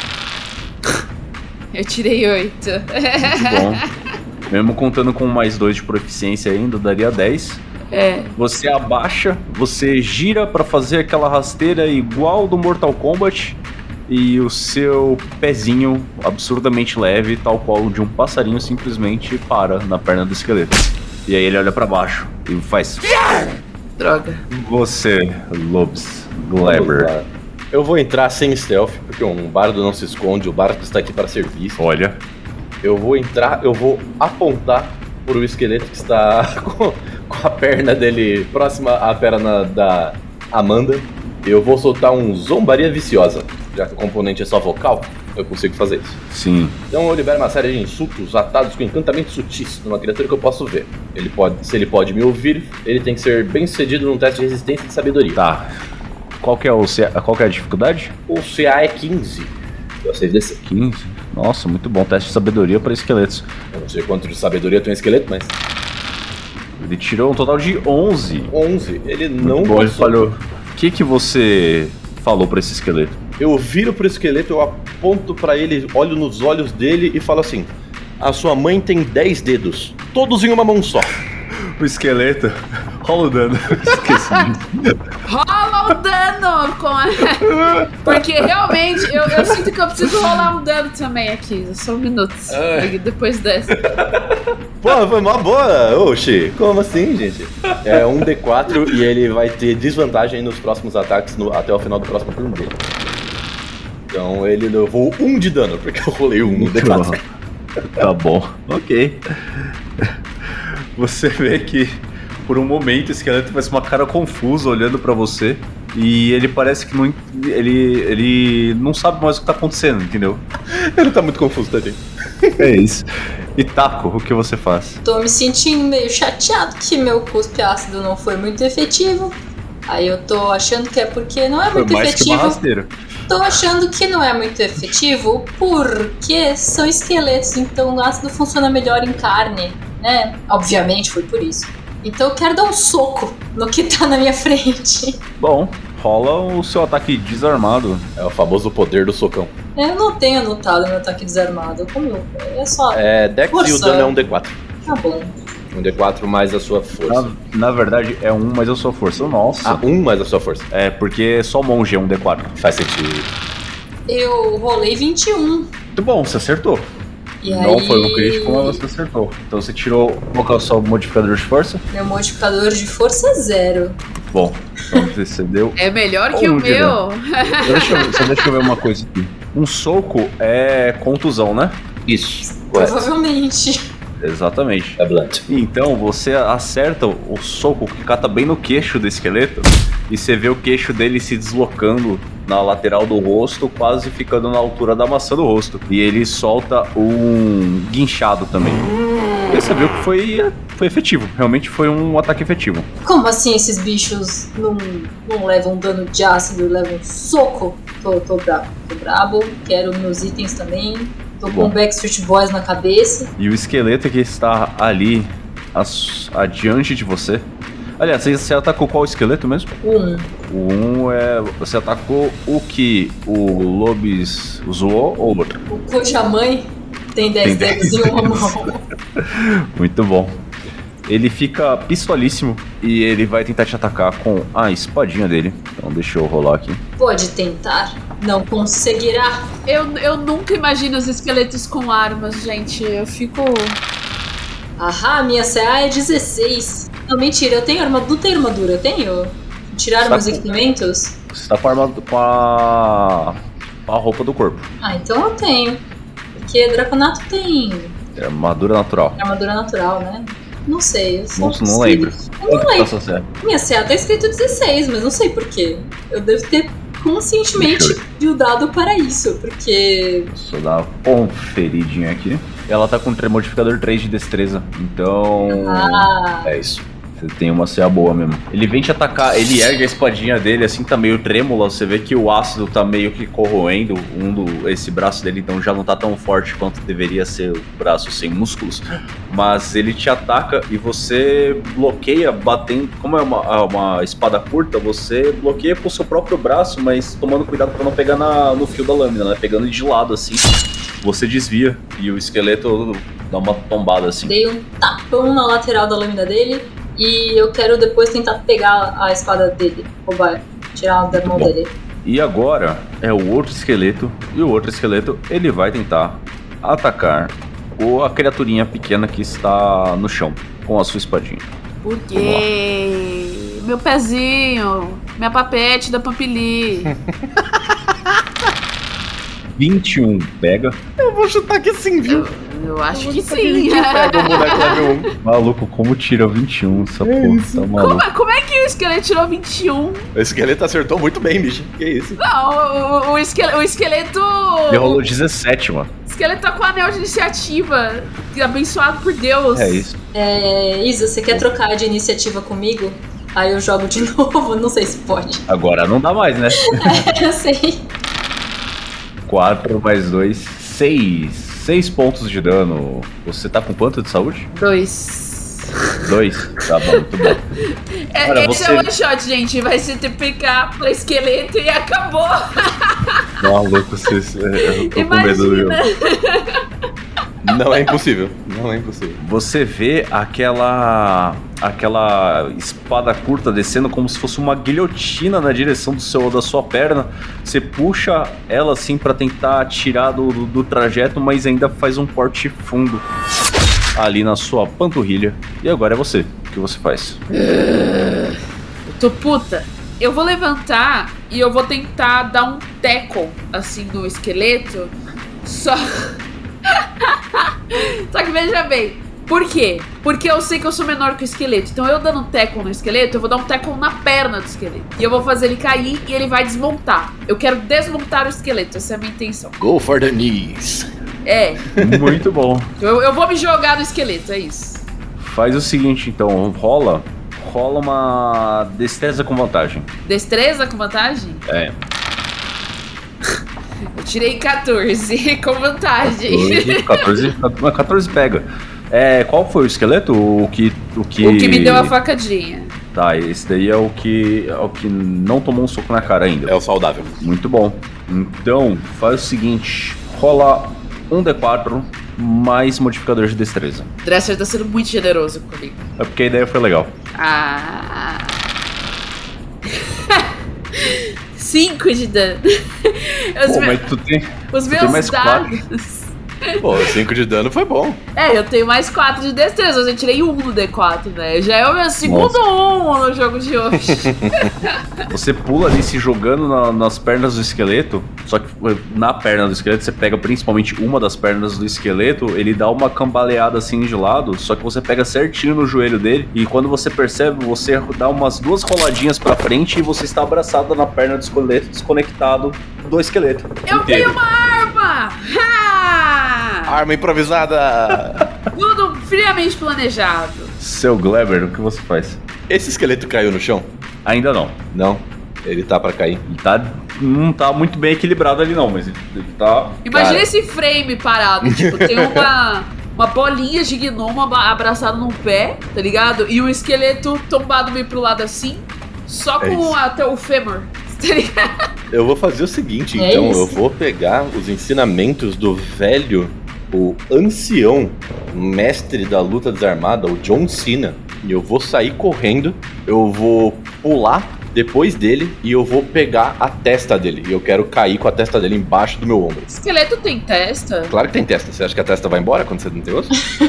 [SPEAKER 2] Eu tirei 8.
[SPEAKER 1] Muito bom. Mesmo contando com mais 2 de proficiência ainda, daria 10. Você abaixa, você gira pra fazer aquela rasteira igual do Mortal Kombat. E o seu pezinho, absurdamente leve, tal qual de um passarinho, simplesmente para na perna do esqueleto. E aí ele olha pra baixo e faz...
[SPEAKER 2] Droga.
[SPEAKER 1] Você, Lobs Gleber.
[SPEAKER 5] Eu vou entrar sem stealth, porque um bardo não se esconde, o bardo está aqui para ser visto.
[SPEAKER 1] Olha.
[SPEAKER 5] Eu vou entrar, eu vou apontar para o esqueleto que está com a perna dele próxima à perna da Amanda. Eu vou soltar um zombaria viciosa. Já que o componente é só vocal, eu consigo fazer isso.
[SPEAKER 1] Sim.
[SPEAKER 5] Então eu libero uma série de insultos atados com encantamentos sutis numa criatura que eu posso ver. Se ele pode me ouvir, ele tem que ser bem sucedido num teste de resistência e de sabedoria.
[SPEAKER 1] Tá. Qual que é a dificuldade?
[SPEAKER 5] O CA é 15. Eu sei descer.
[SPEAKER 1] 15? Nossa, muito bom. Teste de sabedoria para esqueletos.
[SPEAKER 5] Eu não sei quanto de sabedoria tem um esqueleto, mas...
[SPEAKER 1] Ele tirou um total de 11.
[SPEAKER 5] 11. Ele não
[SPEAKER 1] Muito bom, ele
[SPEAKER 5] passou.
[SPEAKER 1] falhou. O que você falou pra esse esqueleto?
[SPEAKER 5] Eu viro pro esqueleto, eu aponto pra ele, olho nos olhos dele e falo assim: a sua mãe tem 10 dedos, todos em uma mão só.
[SPEAKER 1] O esqueleto rola o dano. Esqueci disso.
[SPEAKER 2] Rola o dano com a... Porque realmente eu sinto que eu preciso rolar um dano também aqui. Só um minuto. Depois dessa.
[SPEAKER 5] Pô, foi uma boa. Oxi, como assim, gente? É um D4 e ele vai ter desvantagem nos próximos ataques até o final do próximo turno dele. Então ele levou 1 de dano, porque eu rolei 1 no D4.
[SPEAKER 1] Tá bom, ok. Você vê que por um momento o esqueleto faz uma cara confusa olhando pra você e ele parece que não, ele não sabe mais o que tá acontecendo, entendeu?
[SPEAKER 5] Ele tá muito confuso, tadinho.
[SPEAKER 1] É isso. E Taco, o que você faz?
[SPEAKER 3] Tô me sentindo meio chateado que meu cuspe ácido não foi muito efetivo. Aí eu tô achando que é porque não é muito efetivo. Tô achando que não é muito efetivo porque são esqueletos, então o ácido funciona melhor em carne, né? Obviamente foi por isso. Então eu quero dar um soco no que tá na minha frente.
[SPEAKER 1] Bom, rola o seu ataque desarmado.
[SPEAKER 5] É o famoso poder do socão.
[SPEAKER 3] Eu não tenho anotado meu ataque desarmado. Como é só.
[SPEAKER 5] Dex
[SPEAKER 3] força.
[SPEAKER 5] E o dano é um D4.
[SPEAKER 3] Tá bom.
[SPEAKER 5] Um D4 mais a sua força.
[SPEAKER 1] Na verdade é 1 mais a sua força. Nossa.
[SPEAKER 5] 1 mais a sua força.
[SPEAKER 1] É, porque só monge é um D4.
[SPEAKER 5] Faz sentido.
[SPEAKER 3] Eu rolei 21.
[SPEAKER 1] Muito bom, você acertou.
[SPEAKER 3] E
[SPEAKER 1] Não
[SPEAKER 3] aí...
[SPEAKER 1] foi um crítico, mas você acertou. Então você tirou. Qual que é o seu modificador de força?
[SPEAKER 3] Meu modificador de força é 0.
[SPEAKER 1] Bom, então você deu.
[SPEAKER 2] É melhor que o
[SPEAKER 1] Onde,
[SPEAKER 2] meu.
[SPEAKER 1] Deixa eu ver uma coisa aqui. Um soco é contusão, né?
[SPEAKER 5] Isso.
[SPEAKER 3] Provavelmente.
[SPEAKER 1] Exatamente.
[SPEAKER 5] É blunt.
[SPEAKER 1] Então você acerta o soco que cata bem no queixo do esqueleto e você vê o queixo dele se deslocando na lateral do rosto, quase ficando na altura da maçã do rosto. E ele solta um guinchado também. E você viu que foi efetivo. Realmente foi um ataque efetivo.
[SPEAKER 3] Como assim esses bichos não levam dano de ácido e levam soco? Tô brabo. Tô brabo. Quero meus itens também. Tô com Backstreet Boys na cabeça.
[SPEAKER 1] E o esqueleto que está ali adiante de você. Aliás, você atacou qual esqueleto mesmo? O é. Você atacou o que o Lobis zoou ou outro?
[SPEAKER 3] O cuja mãe tem 10 dedos em uma mão.
[SPEAKER 1] Muito bom. Ele fica pistolíssimo e ele vai tentar te atacar com a espadinha dele. Então deixa eu rolar aqui.
[SPEAKER 3] Pode tentar, não conseguirá.
[SPEAKER 2] Eu nunca imagino os esqueletos com armas, gente. Eu fico...
[SPEAKER 3] Ahá, minha CA é 16. Não, mentira, eu tenho armadura. Não tenho armadura, eu tenho? Tiraram meus equipamentos?
[SPEAKER 1] Você tá com a roupa do corpo.
[SPEAKER 3] Ah, então eu tenho. Porque Draconato tem
[SPEAKER 1] É armadura natural.
[SPEAKER 3] armadura natural, né? Não sei, eu sou
[SPEAKER 1] Não lembro.
[SPEAKER 3] Eu não lembro.
[SPEAKER 1] Tá.
[SPEAKER 3] Minha CA tá escrito 16, mas não sei porquê. Eu devo ter conscientemente buildado para isso, porque...
[SPEAKER 1] Deixa eu dar uma conferidinha aqui. Ela tá com modificador 3 de destreza, então...
[SPEAKER 5] É isso.
[SPEAKER 1] Você tem uma CA boa mesmo. Ele vem te atacar, ele ergue a espadinha dele, assim, tá meio trêmula. Você vê que o ácido tá meio que corroendo esse braço dele, então já não tá tão forte quanto deveria ser o braço sem músculos. Mas ele te ataca e você bloqueia, batendo. Como é uma espada curta, você bloqueia com o seu próprio braço, mas tomando cuidado pra não pegar no fio da lâmina, né? Pegando de lado, assim. Você desvia e o esqueleto dá uma tombada, assim.
[SPEAKER 3] Dei um tapão na lateral da lâmina dele. E eu quero depois tentar pegar a espada dele, roubar, tirar da mão dele.
[SPEAKER 1] E agora é o outro esqueleto, e o outro esqueleto ele vai tentar atacar a criaturinha pequena que está no chão, com a sua espadinha.
[SPEAKER 2] Por quê? Meu pezinho, minha papete da Pampili.
[SPEAKER 1] 21 pega.
[SPEAKER 5] Eu vou chutar que sim, viu?
[SPEAKER 2] Eu acho que sim.
[SPEAKER 5] Pega o boneco level 1.
[SPEAKER 1] Maluco, como tira 21 essa porra? Tá maluco.
[SPEAKER 2] Como é que o esqueleto tirou 21?
[SPEAKER 5] O esqueleto acertou muito bem, bicho. Que isso?
[SPEAKER 2] Não, o esqueleto...
[SPEAKER 1] Ele rolou 17, mano.
[SPEAKER 2] O esqueleto tá com anel de iniciativa. Abençoado por Deus.
[SPEAKER 1] É isso.
[SPEAKER 3] Isa, você quer trocar de iniciativa comigo? Aí eu jogo de novo, não sei se pode.
[SPEAKER 1] Agora não dá mais, né?
[SPEAKER 3] Eu sei.
[SPEAKER 1] 4 mais 2, 6. 6 pontos de dano. Você tá com quanto de saúde?
[SPEAKER 2] 2.
[SPEAKER 1] 2? Tá bom, muito bom. Olha,
[SPEAKER 2] esse é o one shot, gente. Vai se TPK pra esqueleto e acabou.
[SPEAKER 1] Não, louco, eu tô com medo.
[SPEAKER 5] Não é impossível. Não é impossível.
[SPEAKER 1] Você vê aquela espada curta descendo como se fosse uma guilhotina na direção da sua perna. Você puxa ela assim pra tentar tirar do trajeto, mas ainda faz um corte fundo ali na sua panturrilha. E agora é você. O que você faz?
[SPEAKER 2] Eu tô puta. Eu vou levantar e eu vou tentar dar um tackle assim no esqueleto. Só que veja bem, por quê? Porque eu sei que eu sou menor que o esqueleto. Então eu dando um tackle no esqueleto, eu vou dar um tackle na perna do esqueleto. E eu vou fazer ele cair e ele vai desmontar. Eu quero desmontar o esqueleto, essa é a minha intenção.
[SPEAKER 5] Go for the knees.
[SPEAKER 2] É.
[SPEAKER 1] Muito bom.
[SPEAKER 2] Eu vou me jogar no esqueleto, é isso.
[SPEAKER 1] Faz o seguinte, então, rola uma destreza com vantagem.
[SPEAKER 2] Destreza com vantagem?
[SPEAKER 1] É.
[SPEAKER 2] Eu tirei 14 com vantagem.
[SPEAKER 1] 14 pega. Qual foi o esqueleto? O que
[SPEAKER 2] me deu a facadinha.
[SPEAKER 1] Tá, esse daí é o que não tomou um soco na cara ainda.
[SPEAKER 5] É o saudável.
[SPEAKER 1] Muito bom. Então, faz o seguinte, rola um D4 mais modificador de destreza.
[SPEAKER 2] O Dresser tá sendo muito generoso comigo.
[SPEAKER 1] É porque a ideia foi legal.
[SPEAKER 2] 5 de dano.
[SPEAKER 1] Mas tu tem mais
[SPEAKER 2] dados.
[SPEAKER 5] Pô, 5 de dano foi bom.
[SPEAKER 2] Eu tenho mais 4 de destreza. Eu tirei 1 no D4, né? Já é o meu segundo 1 no jogo de hoje.
[SPEAKER 1] Você pula ali se jogando nas pernas do esqueleto. Só que na perna do esqueleto você pega principalmente uma das pernas do esqueleto. Ele dá uma cambaleada assim de lado. Só que você pega certinho no joelho dele. E quando você percebe, você dá umas 2 roladinhas pra frente. E você está abraçado na perna do esqueleto, desconectado do esqueleto.
[SPEAKER 2] Eu tenho uma arma!
[SPEAKER 5] Arma improvisada!
[SPEAKER 2] Tudo friamente planejado.
[SPEAKER 1] Seu Gleber, o que você faz?
[SPEAKER 5] Esse esqueleto caiu no chão?
[SPEAKER 1] Ainda não.
[SPEAKER 5] Não, ele tá pra cair.
[SPEAKER 1] Não tá muito bem equilibrado ali não, mas ele tá...
[SPEAKER 2] Imagina esse frame parado, tipo, tem uma bolinha de gnomo abraçado num pé, tá ligado? E um esqueleto tombado meio pro lado assim, só com até o fêmur, tá ligado?
[SPEAKER 5] Eu vou fazer o seguinte, então, eu vou pegar os ensinamentos do velho, o ancião mestre da luta desarmada, o John Cena, e eu vou sair correndo, eu vou pular depois dele e eu vou pegar a testa dele. E eu quero cair com a testa dele embaixo do meu ombro.
[SPEAKER 2] Esqueleto tem testa?
[SPEAKER 5] Claro que tem testa. Você acha que a testa vai embora quando você não tem osso?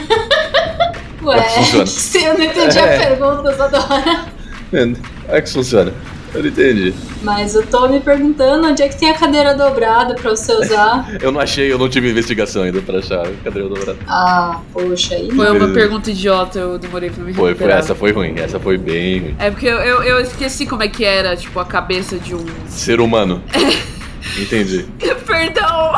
[SPEAKER 3] Ué, eu não entendi a pergunta, Zadora.
[SPEAKER 5] É que funciona. Eu não entendi.
[SPEAKER 3] Mas eu tô me perguntando onde é que tem a cadeira dobrada pra você usar.
[SPEAKER 5] Eu não tive investigação ainda pra achar a cadeira dobrada.
[SPEAKER 3] Poxa, aí.
[SPEAKER 2] Foi uma pergunta idiota, eu demorei pra me recuperar.
[SPEAKER 5] Essa foi ruim, essa foi bem ruim.
[SPEAKER 2] É porque eu esqueci como é que era, tipo, a cabeça de um...
[SPEAKER 5] ser humano. Entendi.
[SPEAKER 2] Perdão!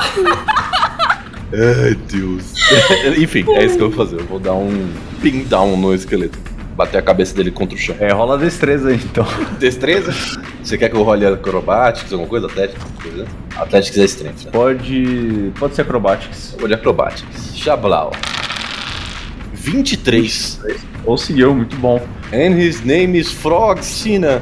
[SPEAKER 5] Ai, Deus. Enfim, é isso que eu vou fazer. Eu vou dar um pin down no esqueleto. Bater a cabeça dele contra o chão.
[SPEAKER 1] Rola destreza aí, então.
[SPEAKER 5] Destreza? Você quer que eu role acrobatics, alguma coisa? Atlético? Atlétics é strength, né?
[SPEAKER 1] Pode ser acrobatics.
[SPEAKER 5] Eu vou de acrobatics. Xablau. 23.
[SPEAKER 1] Conseguiu, muito bom.
[SPEAKER 5] And his name is Frog Cena.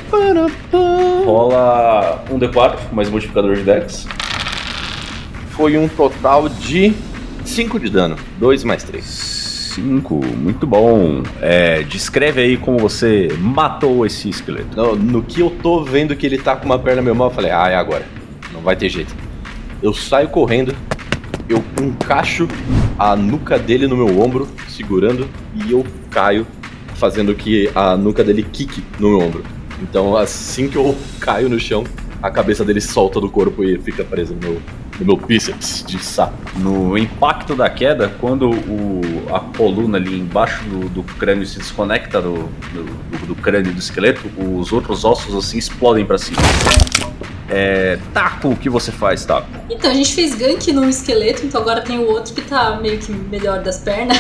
[SPEAKER 1] Rola um D4, mais modificador de Dex.
[SPEAKER 5] Foi um total de 5 de dano. 2 mais 3.
[SPEAKER 1] 5, muito bom. Descreve aí como você matou esse esqueleto.
[SPEAKER 5] No que eu tô vendo que ele tá com uma perna meio mal, eu falei, é agora. Não vai ter jeito. Eu saio correndo, eu encaixo a nuca dele no meu ombro, segurando, e eu caio, fazendo que a nuca dele quique no meu ombro. Então assim que eu caio no chão, a cabeça dele solta do corpo e fica presa no meu bíceps de sapo.
[SPEAKER 1] No impacto da queda, quando a coluna ali embaixo do crânio se desconecta do crânio do esqueleto, os outros ossos assim explodem pra cima. Taco, o que você faz, Taco?
[SPEAKER 3] Então, a gente fez gank no esqueleto, então agora tem o outro que tá meio que melhor das pernas.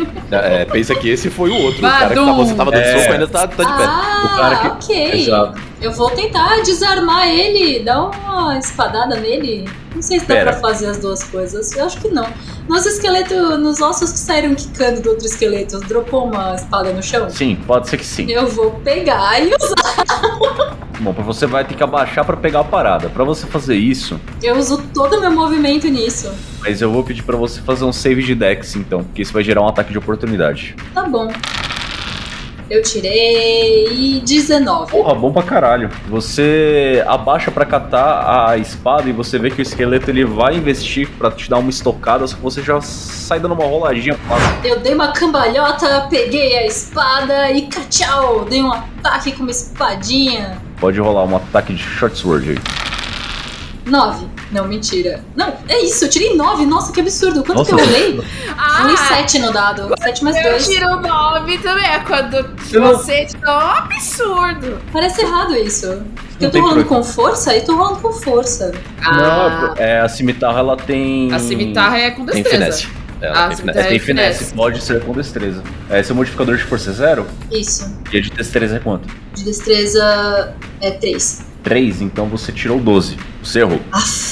[SPEAKER 5] Pensa que esse foi o outro. O cara que você tava dando soco ainda tá de pé.
[SPEAKER 3] Ok.
[SPEAKER 1] Exato.
[SPEAKER 3] Eu vou tentar desarmar ele, dar uma espadada nele. Não sei se dá pra fazer as duas coisas. Eu acho que não. Nos esqueletos, nos ossos que saíram quicando do outro esqueleto, dropou uma espada no chão?
[SPEAKER 1] Sim, pode ser que sim.
[SPEAKER 3] Eu vou pegar e usar.
[SPEAKER 1] Bom, você vai ter que abaixar pra pegar a parada. Pra você fazer isso...
[SPEAKER 3] Eu uso todo o meu movimento nisso.
[SPEAKER 1] Mas eu vou pedir pra você fazer um save de Dex, então. Porque isso vai gerar um ataque de oportunidade.
[SPEAKER 3] Tá bom. Eu tirei 19.
[SPEAKER 1] Porra, bom pra caralho. Você abaixa pra catar a espada e você vê que o esqueleto ele vai investir pra te dar uma estocada, só que você já sai dando uma roladinha.
[SPEAKER 3] Eu dei uma cambalhota, peguei a espada e tchau! Dei um ataque com uma espadinha.
[SPEAKER 1] Pode rolar um ataque de short sword aí.
[SPEAKER 3] 9. Não, mentira. Não, é isso, eu tirei 9. Nossa, que absurdo. Quanto
[SPEAKER 1] Nossa,
[SPEAKER 3] que eu rolei?
[SPEAKER 2] Ah,
[SPEAKER 3] Rolei 7 no dado. 7 mais 2.
[SPEAKER 2] Eu tiro 9 também. É quando você tirou um absurdo.
[SPEAKER 3] Parece errado isso. Porque eu tô
[SPEAKER 1] tem
[SPEAKER 3] rolando com força e tô rolando com força.
[SPEAKER 1] Não, a cimitarra ela tem...
[SPEAKER 2] A cimitarra é com
[SPEAKER 5] Tem
[SPEAKER 2] destreza.
[SPEAKER 5] finesse. Ela tem finesse.
[SPEAKER 1] Tem finesse, pode ser com destreza. Seu modificador de força é 0?
[SPEAKER 3] Isso.
[SPEAKER 1] E a de destreza é quanto?
[SPEAKER 3] De destreza é 3.
[SPEAKER 1] 3, então você tirou 12. Você errou.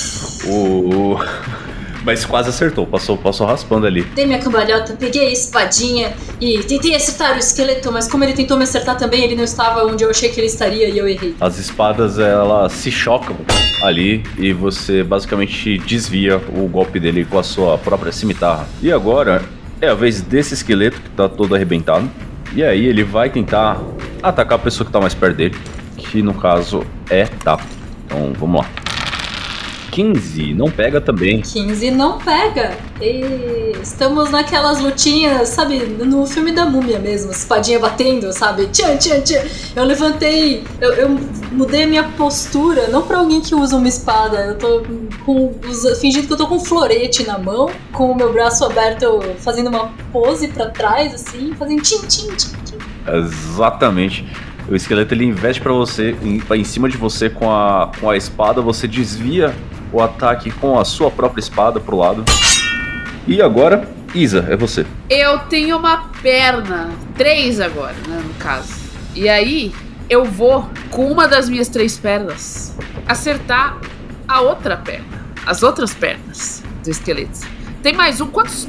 [SPEAKER 1] Mas quase acertou, passou raspando ali.
[SPEAKER 3] Dei minha cambalhota, peguei a espadinha e tentei acertar o esqueleto, mas como ele tentou me acertar também, ele não estava onde eu achei que ele estaria e eu errei.
[SPEAKER 1] As espadas, elas se chocam ali e você basicamente desvia o golpe dele com a sua própria cimitarra. E agora é a vez desse esqueleto que tá todo arrebentado. E aí ele vai tentar atacar a pessoa que tá mais perto dele, que no caso é Taco. Então vamos lá. 15, não pega também.
[SPEAKER 3] 15 não pega. E estamos naquelas lutinhas, sabe, no filme da Múmia mesmo, espadinha batendo, sabe? Tchan, tchan, tchan. Eu levantei, eu mudei a minha postura, não pra alguém que usa uma espada. Eu tô fingindo que eu tô com um florete na mão, com o meu braço aberto, fazendo uma pose pra trás, assim, fazendo tchim, tchim, tchim, tchim.
[SPEAKER 1] Exatamente. O esqueleto ele investe pra você, em cima de você com a espada, você desvia o ataque com a sua própria espada pro lado. E agora, Isa, é você.
[SPEAKER 2] Eu tenho uma perna, 3 agora, né, no caso. E aí, eu vou, com uma das minhas 3 pernas, acertar a outra perna. As outras pernas do esqueleto. Tem mais um? Quantos?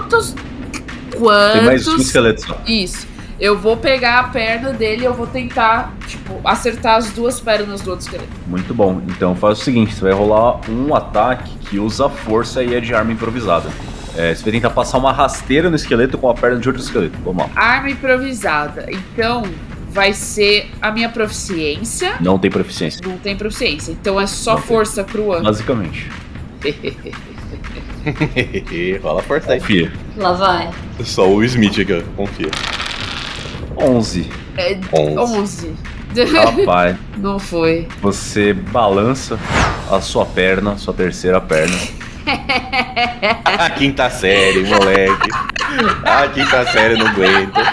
[SPEAKER 1] Tem mais um esqueleto só.
[SPEAKER 2] Isso. Eu vou pegar a perna dele e eu vou tentar, acertar as 2 pernas do outro esqueleto.
[SPEAKER 1] Muito bom. Então faz o seguinte, você vai rolar um ataque que usa força e é de arma improvisada. Você vai tentar passar uma rasteira no esqueleto com a perna de outro esqueleto. Vamos lá.
[SPEAKER 2] Arma improvisada. Então vai ser a minha proficiência.
[SPEAKER 1] Não tem proficiência.
[SPEAKER 2] Não tem proficiência. Então é só não força crua.
[SPEAKER 1] Basicamente.
[SPEAKER 5] Rola força aí.
[SPEAKER 1] Confia.
[SPEAKER 3] Lá vai.
[SPEAKER 5] Só o Smith aqui, ó. Confia.
[SPEAKER 1] 11.
[SPEAKER 2] 11.
[SPEAKER 1] Rapaz.
[SPEAKER 2] Não foi.
[SPEAKER 1] Você balança a sua perna, sua terceira perna.
[SPEAKER 5] A quinta série, moleque. A quinta série não aguenta.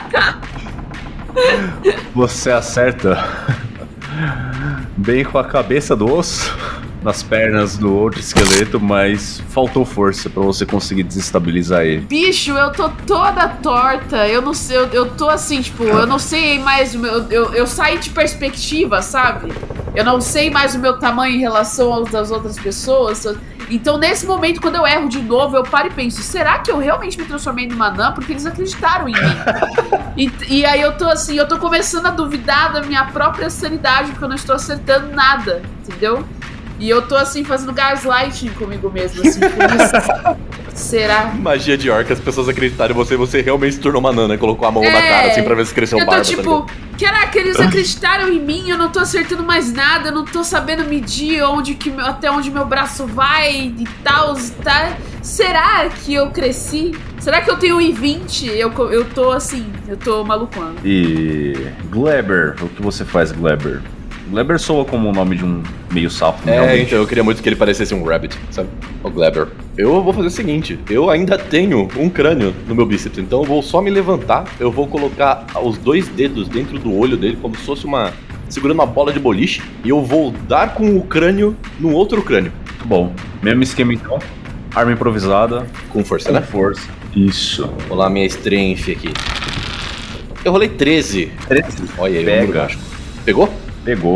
[SPEAKER 1] Você acerta bem com a cabeça do osso nas pernas do outro esqueleto, mas faltou força pra você conseguir desestabilizar ele.
[SPEAKER 2] Bicho, eu tô toda torta. Eu não sei, eu tô assim, eu não sei mais o meu. Eu saí de perspectiva, sabe? Eu não sei mais o meu tamanho em relação aos das outras pessoas. Então, nesse momento, quando eu erro de novo, eu paro e penso, será que eu realmente me transformei numa anã? Porque eles acreditaram em mim. E aí eu tô assim, eu tô começando a duvidar da minha própria sanidade, porque eu não estou acertando nada, entendeu? E eu tô assim, fazendo gaslighting comigo mesmo, assim, por isso. Será?
[SPEAKER 5] Magia de orca, as pessoas acreditaram em você, você realmente se tornou uma nana, colocou a mão na cara, assim, pra ver se cresceu barba.
[SPEAKER 2] Eu tô caraca, eles acreditaram em mim, eu não tô acertando mais nada, eu não tô sabendo medir até onde meu braço vai e tal, tá? Será que eu cresci? Será que eu tenho 1,20? Eu tô assim, eu tô malucando.
[SPEAKER 1] E Gleber, o que você faz, Gleber? Gleber soa como o nome de um meio sapo.
[SPEAKER 5] Então eu queria muito que ele parecesse um rabbit, sabe? O Gleber. Eu vou fazer o seguinte, eu ainda tenho um crânio no meu bíceps, então eu vou só me levantar, eu vou colocar os 2 dedos dentro do olho dele, como se fosse segurando uma bola de boliche, e eu vou dar com o crânio no outro crânio.
[SPEAKER 1] Muito bom. Mesmo esquema então. Arma improvisada.
[SPEAKER 5] Com força, né?
[SPEAKER 1] Força. Isso.
[SPEAKER 5] Vou lá minha strength aqui. Eu rolei 13.
[SPEAKER 1] 13?
[SPEAKER 5] Olha aí,
[SPEAKER 1] pega.
[SPEAKER 5] Pegou?
[SPEAKER 1] Pegou.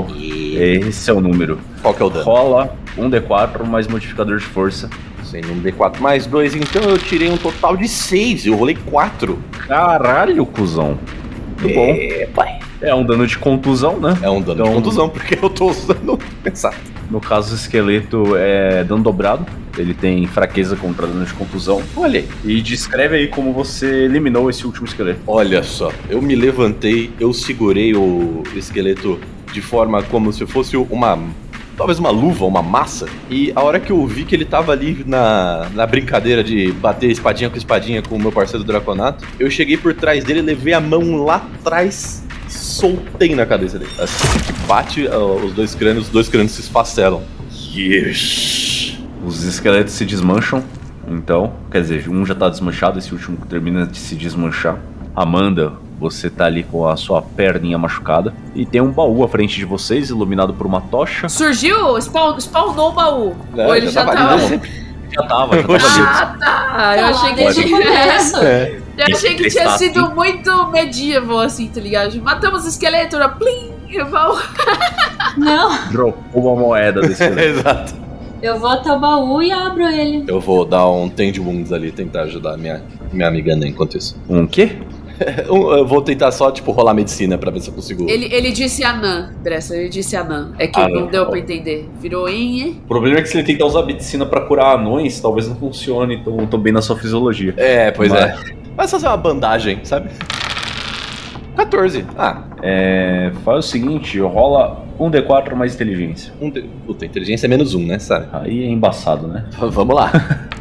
[SPEAKER 1] Esse é o número.
[SPEAKER 5] Qual que é o dano?
[SPEAKER 1] Rola 1d4 mais modificador de força.
[SPEAKER 5] Sendo um D4 mais 2, então eu tirei um total de 6. Eu rolei 4.
[SPEAKER 1] Caralho, cuzão. Muito bom.
[SPEAKER 5] Pai.
[SPEAKER 1] É um dano de contusão, né?
[SPEAKER 5] É um dano de contusão, porque eu tô usando. Exato.
[SPEAKER 1] No caso, o esqueleto é dano dobrado. Ele tem fraqueza contra dano de contusão.
[SPEAKER 5] Olha aí.
[SPEAKER 1] E descreve aí como você eliminou esse último esqueleto.
[SPEAKER 5] Olha só, eu me levantei, eu segurei o esqueleto de forma como se fosse talvez uma luva, uma massa. E a hora que eu vi que ele tava ali na brincadeira de bater espadinha com espadinha com o meu parceiro do Draconato, eu cheguei por trás dele, levei a mão lá atrás e soltei na cabeça dele. Assim que bate os dois crânios se esfacelam. Yes!
[SPEAKER 1] Os esqueletos se desmancham, então, quer dizer, um já tá desmanchado, esse último termina de se desmanchar. Amanda, você tá ali com a sua perninha machucada. E tem um baú à frente de vocês, iluminado por uma tocha.
[SPEAKER 2] Surgiu? Spawnou o baú.
[SPEAKER 5] Não,
[SPEAKER 2] Ou ele já tava
[SPEAKER 5] ali,
[SPEAKER 1] Já tava ali.
[SPEAKER 2] Ah, tá. Eu achei que
[SPEAKER 3] desde o começo.
[SPEAKER 2] Eu achei que tinha sido muito medieval, assim, tá ligado? Matamos o esqueleto, era plim, e o baú.
[SPEAKER 3] Não,
[SPEAKER 1] Dropou uma moeda desse esqueleto.
[SPEAKER 5] Exato.
[SPEAKER 3] eu vou até o baú e abro ele.
[SPEAKER 5] Eu vou dar um Tend Wounds ali, tentar ajudar minha amiga Ana enquanto isso.
[SPEAKER 1] Um quê?
[SPEAKER 5] Eu vou tentar só, tipo, rolar medicina pra ver se eu consigo.
[SPEAKER 2] Ele disse Anã, Dressa, ele disse Anã. É que não deu pra entender. Virou em.
[SPEAKER 1] O problema é que se ele tentar usar medicina pra curar anões, talvez não funcione tão bem na sua fisiologia.
[SPEAKER 5] É, pois é. Vai fazer uma bandagem, sabe? 14.
[SPEAKER 1] Faz o seguinte, rola 1d4 mais inteligência.
[SPEAKER 5] Puta, inteligência é -1, né, sabe?
[SPEAKER 1] Aí é embaçado, né?
[SPEAKER 5] Vamos lá.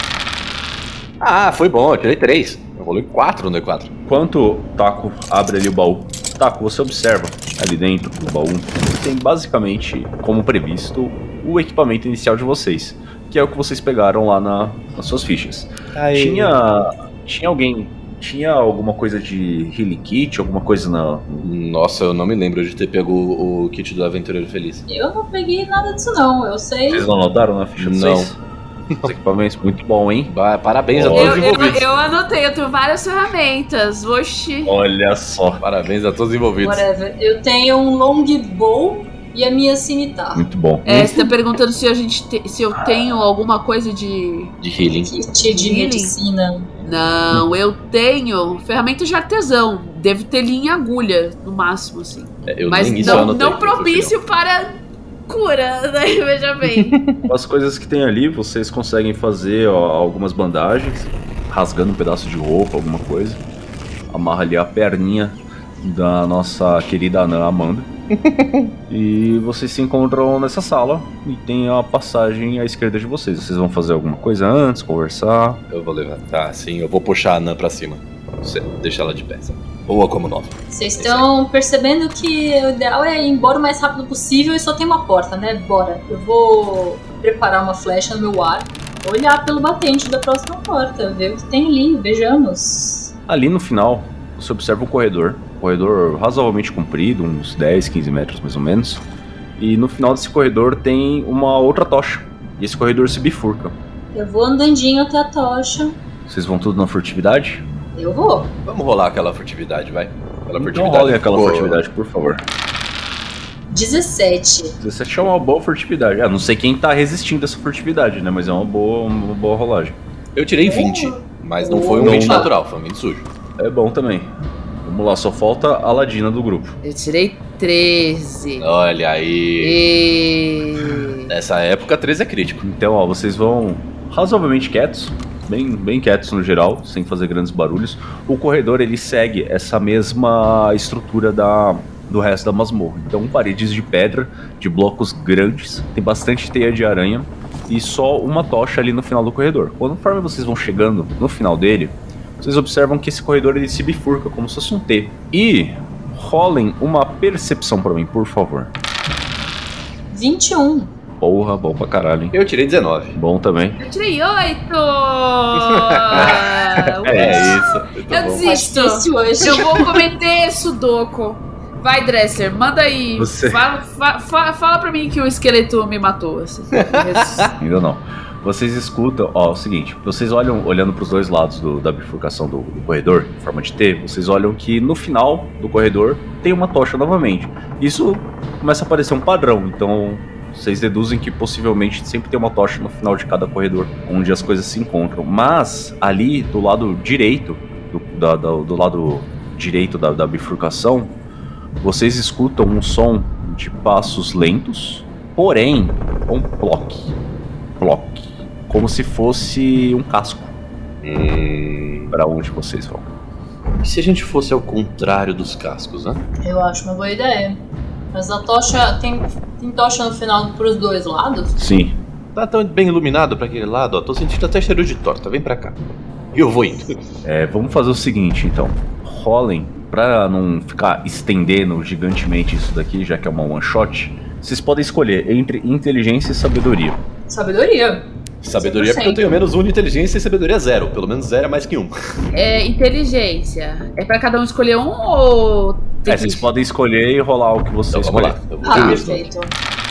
[SPEAKER 5] Foi bom, eu tirei 3. Eu rolei 4 no D4.
[SPEAKER 1] Enquanto Taco abre ali o baú, Taco, você observa ali dentro do baú, tem basicamente, como previsto, o equipamento inicial de vocês, que é o que vocês pegaram lá nas suas fichas. Tinha alguma coisa de healing kit, alguma coisa na...
[SPEAKER 5] Nossa, eu não me lembro de ter pego o kit do Aventureiro Feliz.
[SPEAKER 3] Eu não peguei nada disso não, eu sei.
[SPEAKER 1] Vocês não anotaram na ficha de vocês? Os equipamentos, muito bom, hein?
[SPEAKER 5] Parabéns a todos os envolvidos.
[SPEAKER 2] Eu anotei, eu tenho várias ferramentas. Oxi.
[SPEAKER 1] Olha só.
[SPEAKER 5] Parabéns a todos os envolvidos.
[SPEAKER 3] Whatever. Eu tenho um longbow e a minha cimitarra.
[SPEAKER 1] Muito bom.
[SPEAKER 2] Você tá perguntando se eu tenho alguma coisa de
[SPEAKER 5] healing.
[SPEAKER 3] Kit de
[SPEAKER 2] Healing?
[SPEAKER 3] medicina.
[SPEAKER 2] Não, eu tenho ferramenta de artesão. Devo ter linha e agulha, no máximo, assim. Mas não propício para cura, né? Veja bem.
[SPEAKER 1] As coisas que tem ali, vocês conseguem fazer algumas bandagens, rasgando um pedaço de roupa, alguma coisa. Amarra ali a perninha da nossa querida Anã Amanda. E vocês se encontram nessa sala e tem a passagem à esquerda de vocês. Vocês vão fazer alguma coisa antes, conversar?
[SPEAKER 5] Eu vou levantar, sim, eu vou puxar a Anã pra cima. Você deixa ela de pé, sabe? Boa como nova.
[SPEAKER 3] Vocês estão percebendo que o ideal é ir embora o mais rápido possível e só tem uma porta, né? Bora. Eu vou preparar uma flecha no meu ar, olhar pelo batente da próxima porta, ver o que tem ali, vejamos.
[SPEAKER 1] Ali no final, você observa um corredor razoavelmente comprido, uns 10, 15 metros mais ou menos. E no final desse corredor tem uma outra tocha. E esse corredor se bifurca.
[SPEAKER 3] Eu vou andandinho até a tocha.
[SPEAKER 1] Vocês vão tudo na furtividade?
[SPEAKER 3] Eu vou.
[SPEAKER 5] Vamos rolar aquela furtividade, vai.
[SPEAKER 1] Então rolem aquela furtividade, por favor.
[SPEAKER 3] 17.
[SPEAKER 1] 17 é uma boa furtividade. Não sei quem tá resistindo a essa furtividade, né? Mas é uma boa rolagem.
[SPEAKER 5] Eu tirei 20, mas não foi um 20 natural, foi um 20 sujo.
[SPEAKER 1] É bom também. Vamos lá, só falta a Ladina do grupo.
[SPEAKER 2] Eu tirei 13.
[SPEAKER 5] Olha aí. Nessa época, 13 é crítico.
[SPEAKER 1] Então, vocês vão razoavelmente quietos. Bem quietos no geral, sem fazer grandes barulhos. O corredor, ele segue essa mesma estrutura do resto da masmorra. Então, paredes de pedra, de blocos grandes, tem bastante teia de aranha e só uma tocha ali no final do corredor. Conforme vocês vão chegando no final dele, vocês observam que esse corredor ele se bifurca como se fosse um T. E rolem uma percepção pra mim, por favor.
[SPEAKER 3] 21.
[SPEAKER 1] Porra, bom pra caralho, hein?
[SPEAKER 5] Eu tirei 19.
[SPEAKER 1] Bom também.
[SPEAKER 2] Eu tirei 8!
[SPEAKER 5] Isso.
[SPEAKER 2] Eu desisto.
[SPEAKER 3] Hoje.
[SPEAKER 2] Eu vou cometer sudoku. Vai, Dresser, manda aí.
[SPEAKER 1] Você...
[SPEAKER 2] Fala pra mim que o esqueleto me matou. Assim.
[SPEAKER 1] Ainda não. Vocês escutam, é o seguinte, vocês olhando pros dois lados da bifurcação do corredor, em forma de T, vocês olham que no final do corredor tem uma tocha novamente. Isso começa a aparecer um padrão. Então vocês deduzem que possivelmente sempre tem uma tocha no final de cada corredor, onde as coisas se encontram. Mas ali do lado direito, do lado direito da bifurcação, vocês escutam um som de passos lentos, porém um ploc, como se fosse um casco. Para onde vocês vão?
[SPEAKER 5] E se a gente fosse ao contrário dos cascos, né?
[SPEAKER 3] Eu acho uma boa ideia. Mas a tocha tem tocha no final pros dois lados?
[SPEAKER 1] Sim.
[SPEAKER 5] Tá tão bem iluminado pra aquele lado, ó. Tô sentindo até cheiro de torta. Vem pra cá. E eu vou indo.
[SPEAKER 1] Vamos fazer o seguinte, então. Rolem, pra não ficar estendendo gigantemente isso daqui, já que é uma one shot, vocês podem escolher entre inteligência e sabedoria.
[SPEAKER 3] Sabedoria.
[SPEAKER 5] Sabedoria 100%. Porque eu tenho menos 1 de inteligência e sabedoria 0. Pelo menos 0 é mais que 1.
[SPEAKER 2] Inteligência. É pra cada um escolher um ou...
[SPEAKER 1] Vocês podem escolher e rolar o que vocês escolher.
[SPEAKER 3] Perfeito.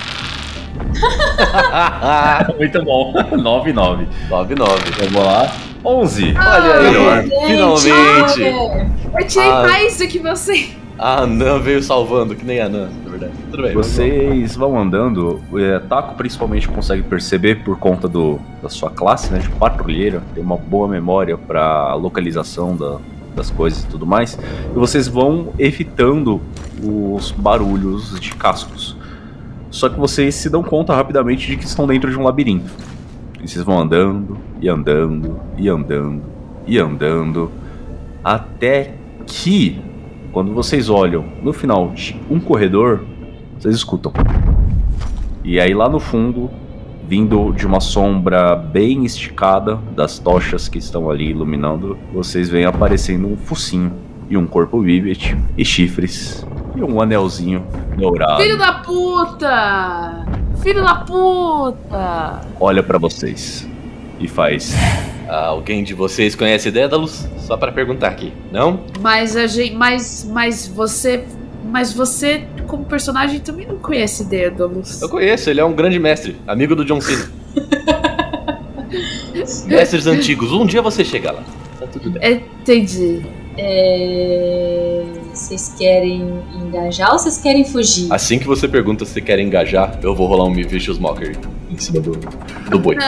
[SPEAKER 1] Muito bom. 9-9.
[SPEAKER 5] 9-9.
[SPEAKER 1] Vamos lá. 11.
[SPEAKER 5] Olha aí, finalmente.
[SPEAKER 2] Eu tirei mais do que você.
[SPEAKER 5] A Anã veio salvando, que nem a Anã, na verdade. Tudo bem.
[SPEAKER 1] Vocês vão andando. Taco principalmente consegue perceber por conta da sua classe, né, de patrulheiro. Tem uma boa memória para localização das coisas e tudo mais. E vocês vão evitando os barulhos de cascos. Só que vocês se dão conta rapidamente de que estão dentro de um labirinto. E vocês vão andando, e andando, e andando, e andando, até que, quando vocês olham no final de um corredor, vocês escutam. E aí lá no fundo, vindo de uma sombra bem esticada das tochas que estão ali iluminando, vocês veem aparecendo um focinho e um corpo vivet e chifres e um anelzinho dourado.
[SPEAKER 2] Filho da puta! Filho da puta!
[SPEAKER 1] Olha pra vocês e faz...
[SPEAKER 5] Alguém de vocês conhece Dédalus? Só pra perguntar aqui, não?
[SPEAKER 2] Mas você, como personagem, também não conhece Dédalus.
[SPEAKER 5] Eu conheço, ele é um grande mestre, amigo do John Cena. Mestres antigos, um dia você chega lá. Tá tudo bem.
[SPEAKER 2] Entendi.
[SPEAKER 3] Vocês querem engajar ou vocês querem fugir?
[SPEAKER 5] Assim que você pergunta se quer engajar, eu vou rolar um Vicious Mockery em cima do boi.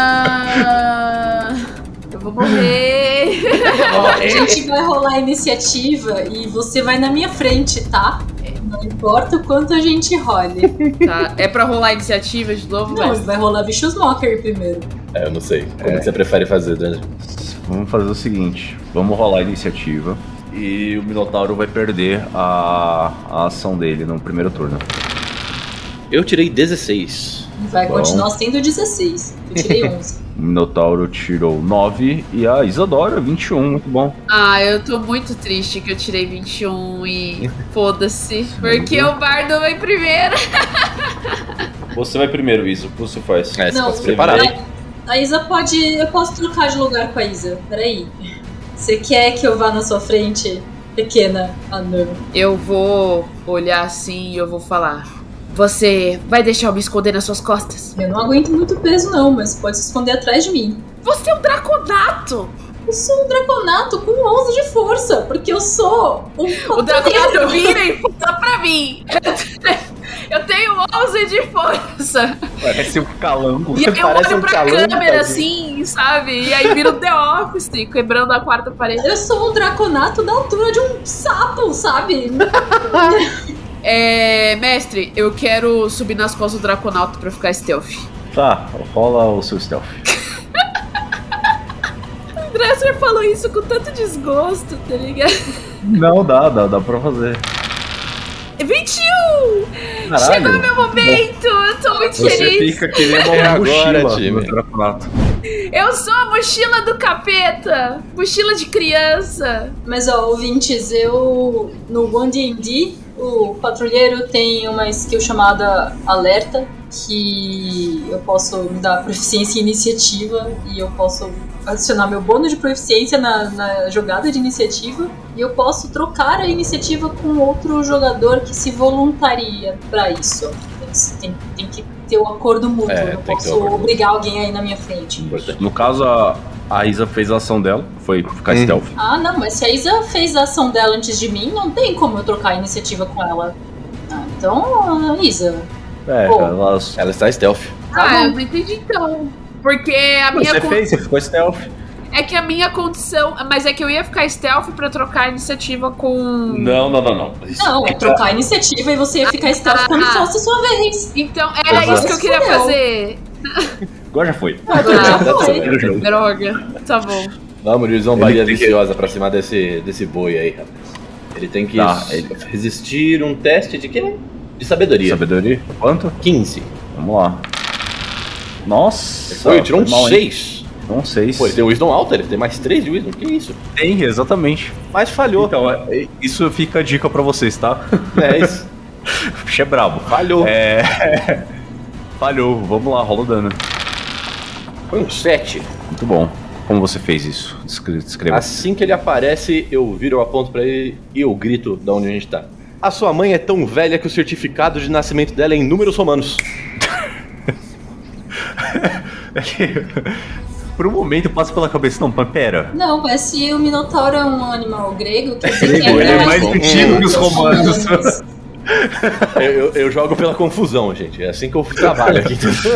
[SPEAKER 2] Eu vou morrer.
[SPEAKER 3] A gente vai rolar a iniciativa e você vai na minha frente, tá? Não importa o quanto a gente role.
[SPEAKER 2] Tá, é pra rolar a iniciativa de novo?
[SPEAKER 3] Não, vai rolar Vicious Mockery primeiro.
[SPEAKER 5] Eu não sei. Como que você prefere fazer, Dani?
[SPEAKER 1] Vamos fazer o seguinte, vamos rolar a iniciativa e o Minotauro vai perder a ação dele no primeiro turno.
[SPEAKER 5] Eu tirei 16.
[SPEAKER 3] Vai continuar sendo 16. Eu tirei 11.
[SPEAKER 1] O Minotauro tirou 9 e a Isadora 21, muito bom.
[SPEAKER 2] Eu tô muito triste que eu tirei 21 e foda-se, porque o Bardo vai primeiro.
[SPEAKER 1] Você vai primeiro, Isa, o que você faz?
[SPEAKER 5] Você pode se preparar.
[SPEAKER 3] A Isa pode... Eu posso trocar de lugar com a Isa. Peraí. Você quer que eu vá na sua frente, pequena anã?
[SPEAKER 2] Eu vou olhar assim e eu vou falar: você vai deixar eu me esconder nas suas costas?
[SPEAKER 3] Eu não aguento muito peso não, mas pode se esconder atrás de mim.
[SPEAKER 2] Você é um draconato!
[SPEAKER 3] Eu sou um draconato com 11 de força, porque eu sou um patrulheiro.
[SPEAKER 2] O draconato vira e puta pra mim! Eu tenho 11 de força!
[SPEAKER 1] Parece um calango.
[SPEAKER 2] E eu
[SPEAKER 5] Parece
[SPEAKER 2] olho
[SPEAKER 5] um
[SPEAKER 2] pra
[SPEAKER 5] calango,
[SPEAKER 2] câmera
[SPEAKER 5] tadinho.
[SPEAKER 2] assim, sabe? E aí vira o The Office, quebrando a quarta parede.
[SPEAKER 3] Eu sou um draconato da altura de um sapo, sabe?
[SPEAKER 2] Mestre, eu quero subir nas costas do draconauta pra ficar stealth.
[SPEAKER 1] Tá, rola o seu stealth.
[SPEAKER 2] O Dresser falou isso com tanto desgosto, tá ligado?
[SPEAKER 1] Não, dá pra fazer.
[SPEAKER 2] 21!
[SPEAKER 1] Caralho.
[SPEAKER 2] Chegou meu momento! Eu tô muito
[SPEAKER 1] Você
[SPEAKER 2] feliz!
[SPEAKER 1] fica querendo
[SPEAKER 5] É
[SPEAKER 1] uma
[SPEAKER 5] agora,
[SPEAKER 1] mochila
[SPEAKER 5] time.
[SPEAKER 1] no draconato.
[SPEAKER 2] Eu sou a mochila do capeta! Mochila de criança!
[SPEAKER 3] Mas ó, ouvintes, eu no 1D&D, o patrulheiro tem uma skill chamada alerta, que eu posso me dar proficiência em iniciativa e eu posso adicionar meu bônus de proficiência na jogada de iniciativa e eu posso trocar a iniciativa com outro jogador que se voluntaria pra isso. Tem que ter um acordo mútuo, eu não
[SPEAKER 5] tem que ter um
[SPEAKER 3] posso
[SPEAKER 5] acordo
[SPEAKER 3] obrigar alguém aí na minha frente.
[SPEAKER 1] No caso, a Isa fez a ação dela, foi ficar stealth.
[SPEAKER 3] Ah, não, mas se a Isa fez a ação dela antes de mim, não tem como eu trocar a iniciativa com ela. Então, Isa.
[SPEAKER 1] Pô.
[SPEAKER 5] Ela está stealth.
[SPEAKER 2] Eu não entendi então. Porque a minha...
[SPEAKER 1] Você ficou stealth.
[SPEAKER 2] É que a minha condição... Mas é que eu ia ficar stealth pra trocar a iniciativa com...
[SPEAKER 1] Não.
[SPEAKER 3] Não, é trocar a iniciativa e você ia ficar stealth quando fosse a sua vez.
[SPEAKER 2] Então, era isso que eu queria fazer.
[SPEAKER 1] Agora já foi.
[SPEAKER 3] Agora já foi.
[SPEAKER 2] Droga. Tá bom.
[SPEAKER 5] Vamos de zombaria viciosa pra cima desse boi aí, rapaz. Ele tem que resistir um teste de quê? De sabedoria.
[SPEAKER 1] Sabedoria? Quanto?
[SPEAKER 5] 15.
[SPEAKER 1] Vamos lá. Nossa.
[SPEAKER 5] Foi, tirou um 6.
[SPEAKER 1] Um 6.
[SPEAKER 5] Pô, ele tem o Wisdom alto, ele tem mais 3 de Wisdom, que isso?
[SPEAKER 1] Tem, exatamente.
[SPEAKER 5] Mas falhou.
[SPEAKER 1] Então, isso fica a dica pra vocês, tá?
[SPEAKER 5] É isso.
[SPEAKER 1] O bicho é brabo.
[SPEAKER 5] Falhou.
[SPEAKER 1] Falhou, vamos lá, rola o dano.
[SPEAKER 5] Foi um 7.
[SPEAKER 1] Muito bom. Como você fez isso? Descreva.
[SPEAKER 5] Assim que ele aparece, eu viro a ponto pra ele e eu grito de onde a gente tá. A sua mãe é tão velha que o certificado de nascimento dela é em números romanos.
[SPEAKER 1] Por um momento passa pela cabeça, não, mas pera.
[SPEAKER 3] Não, mas se o Minotauro é um animal grego, quer dizer que
[SPEAKER 1] Ele é mais antigo que os romanos.
[SPEAKER 5] Eu jogo pela confusão, gente. É assim que eu trabalho aqui.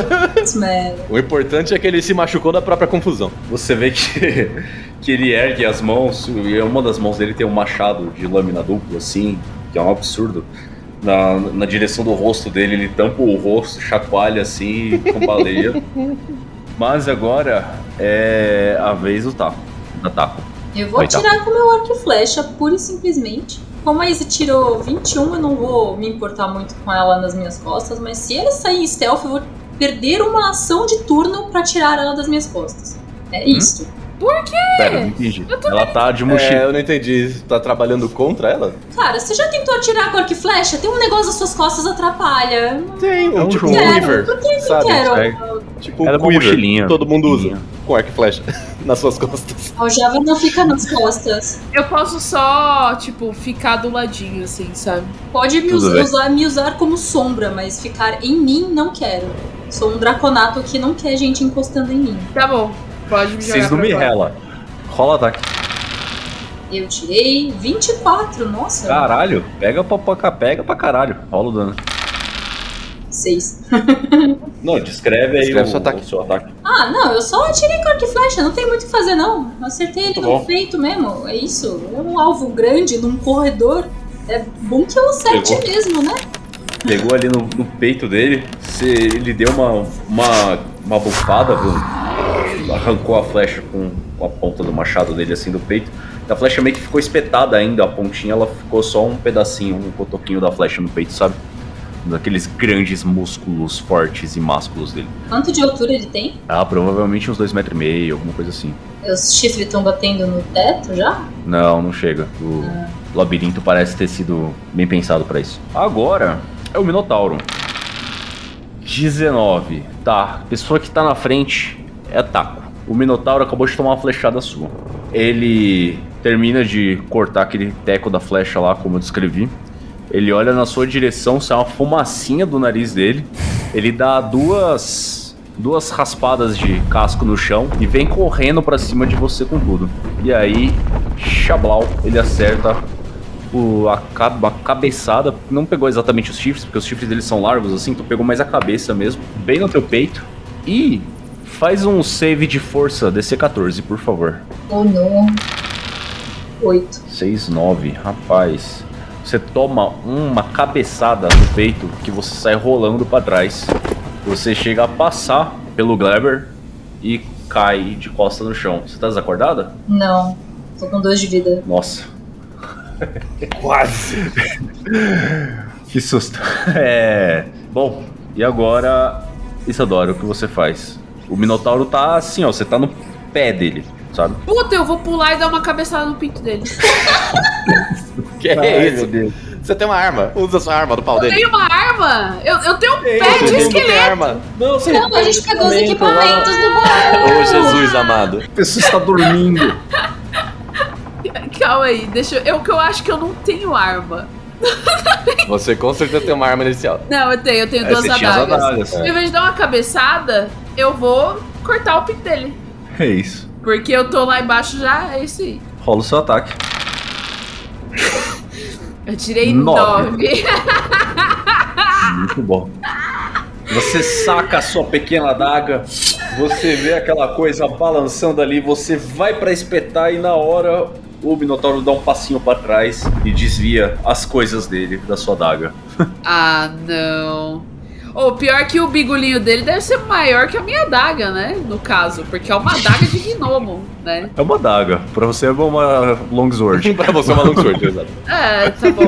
[SPEAKER 5] O importante é que ele se machucou da própria confusão.
[SPEAKER 1] Você vê que ele ergue as mãos, e uma das mãos dele tem um machado de lâmina dupla, assim, que é um absurdo. Na direção do rosto dele, ele tampa o rosto, chacoalha assim, com baleia. Mas agora é a vez do taco.
[SPEAKER 3] Eu vou atirar com o meu arco e flecha, pura e simplesmente. Como a Izzy tirou 21, eu não vou me importar muito com ela nas minhas costas, mas se ele sair em stealth, eu vou perder uma ação de turno pra tirar ela das minhas costas. É isso.
[SPEAKER 2] Por quê?
[SPEAKER 1] Pera, não entendi. Ela tá de mochila.
[SPEAKER 5] Eu não entendi. Você tá trabalhando contra ela?
[SPEAKER 3] Cara, você já tentou atirar com arco e flecha? Tem um negócio das suas costas atrapalha.
[SPEAKER 5] Tem, tipo
[SPEAKER 3] um
[SPEAKER 5] quiver.
[SPEAKER 3] Por que
[SPEAKER 5] sabe?
[SPEAKER 3] quero?
[SPEAKER 5] Tipo
[SPEAKER 1] Era
[SPEAKER 5] um
[SPEAKER 1] uma
[SPEAKER 5] quiver.
[SPEAKER 1] mochilinha.
[SPEAKER 5] Todo mundo usa. Com arco e flecha. Nas suas costas.
[SPEAKER 3] A aljava não fica nas costas.
[SPEAKER 2] Eu posso só, tipo, ficar do ladinho, assim, sabe?
[SPEAKER 3] Pode me usar como sombra, mas ficar em mim não quero. Sou um draconato que não quer gente encostando em mim.
[SPEAKER 2] Tá bom, pode me jogar.
[SPEAKER 1] Vocês não me rela. Rola ataque.
[SPEAKER 3] Eu tirei 24, nossa.
[SPEAKER 1] Caralho, pega pra caralho. Rola o dano.
[SPEAKER 3] 6.
[SPEAKER 1] Não, descreve aí o seu ataque.
[SPEAKER 3] Ah, não, eu só atirei com arco e flecha, não tem muito o que fazer não. Eu acertei ele no peito mesmo, é isso. É um alvo grande num corredor. É bom que eu acerte mesmo, né?
[SPEAKER 1] Pegou ali no peito dele, ele deu uma bufada, arrancou a flecha com a ponta do machado dele assim do peito. A flecha meio que ficou espetada ainda, a pontinha ela ficou só um pedacinho, um cotoquinho da flecha no peito, sabe? Daqueles grandes músculos fortes e másculos dele.
[SPEAKER 3] Quanto de altura ele tem?
[SPEAKER 1] Provavelmente uns 2,5 metros, alguma coisa assim.
[SPEAKER 3] Os chifres estão batendo no teto já?
[SPEAKER 1] Não chega. O labirinto parece ter sido bem pensado pra isso. Agora é o Minotauro. 19. Tá, a pessoa que tá na frente é Taco. O Minotauro acabou de tomar uma flechada sua. Ele termina de cortar aquele teco da flecha lá, como eu descrevi. Ele olha na sua direção, sai uma fumacinha do nariz dele. Ele dá duas raspadas de casco no chão e vem correndo pra cima de você com tudo. E aí, Xablau, ele acerta uma cabeçada. Não pegou exatamente os chifres, porque os chifres deles são largos assim, então pegou mais a cabeça mesmo, bem no teu peito. E faz um save de força DC14, por favor.
[SPEAKER 3] Oh não. 8.
[SPEAKER 1] 6, 9, rapaz. Você toma uma cabeçada no peito que você sai rolando pra trás. Você chega a passar pelo Gleber e cai de costa no chão. Você tá desacordada?
[SPEAKER 3] Não, tô com 2 de vida.
[SPEAKER 1] Nossa.
[SPEAKER 5] Quase.
[SPEAKER 1] Que susto. Bom, e agora, Isadora, o que você faz? O Minotauro tá assim, ó, você tá no pé dele, sabe?
[SPEAKER 2] Puta, eu vou pular e dar uma cabeçada no pinto dele.
[SPEAKER 5] Que é isso? Você tem uma arma, usa sua arma do pau dele.
[SPEAKER 2] Eu tenho uma arma? Eu tenho um pé de esqueleto.
[SPEAKER 5] Arma.
[SPEAKER 3] Não, a gente pegou os equipamentos do baú.
[SPEAKER 5] Ô Jesus amado.
[SPEAKER 1] A pessoa está dormindo.
[SPEAKER 2] Calma aí, que eu acho que eu não tenho arma.
[SPEAKER 5] Você com certeza tem uma arma inicial.
[SPEAKER 2] Não, eu tenho 2 adagas.
[SPEAKER 1] É.
[SPEAKER 2] Ao invés de dar uma cabeçada, eu vou cortar o pinto dele.
[SPEAKER 1] É isso.
[SPEAKER 2] Porque eu tô lá embaixo já, é isso aí.
[SPEAKER 1] Rola o seu ataque.
[SPEAKER 2] Eu tirei 9.
[SPEAKER 1] Muito bom. Você saca a sua pequena adaga, você vê aquela coisa balançando ali, você vai pra espetar e na hora o Minotauro dá um passinho pra trás e desvia as coisas dele, da sua adaga.
[SPEAKER 2] Ah, não. O pior que o bigolinho dele deve ser maior que a minha adaga, né? No caso, porque é uma adaga de gnomo, né?
[SPEAKER 1] É uma adaga, pra você é uma longsword.
[SPEAKER 5] Pra você é uma longsword, exato.
[SPEAKER 2] É, tá bom.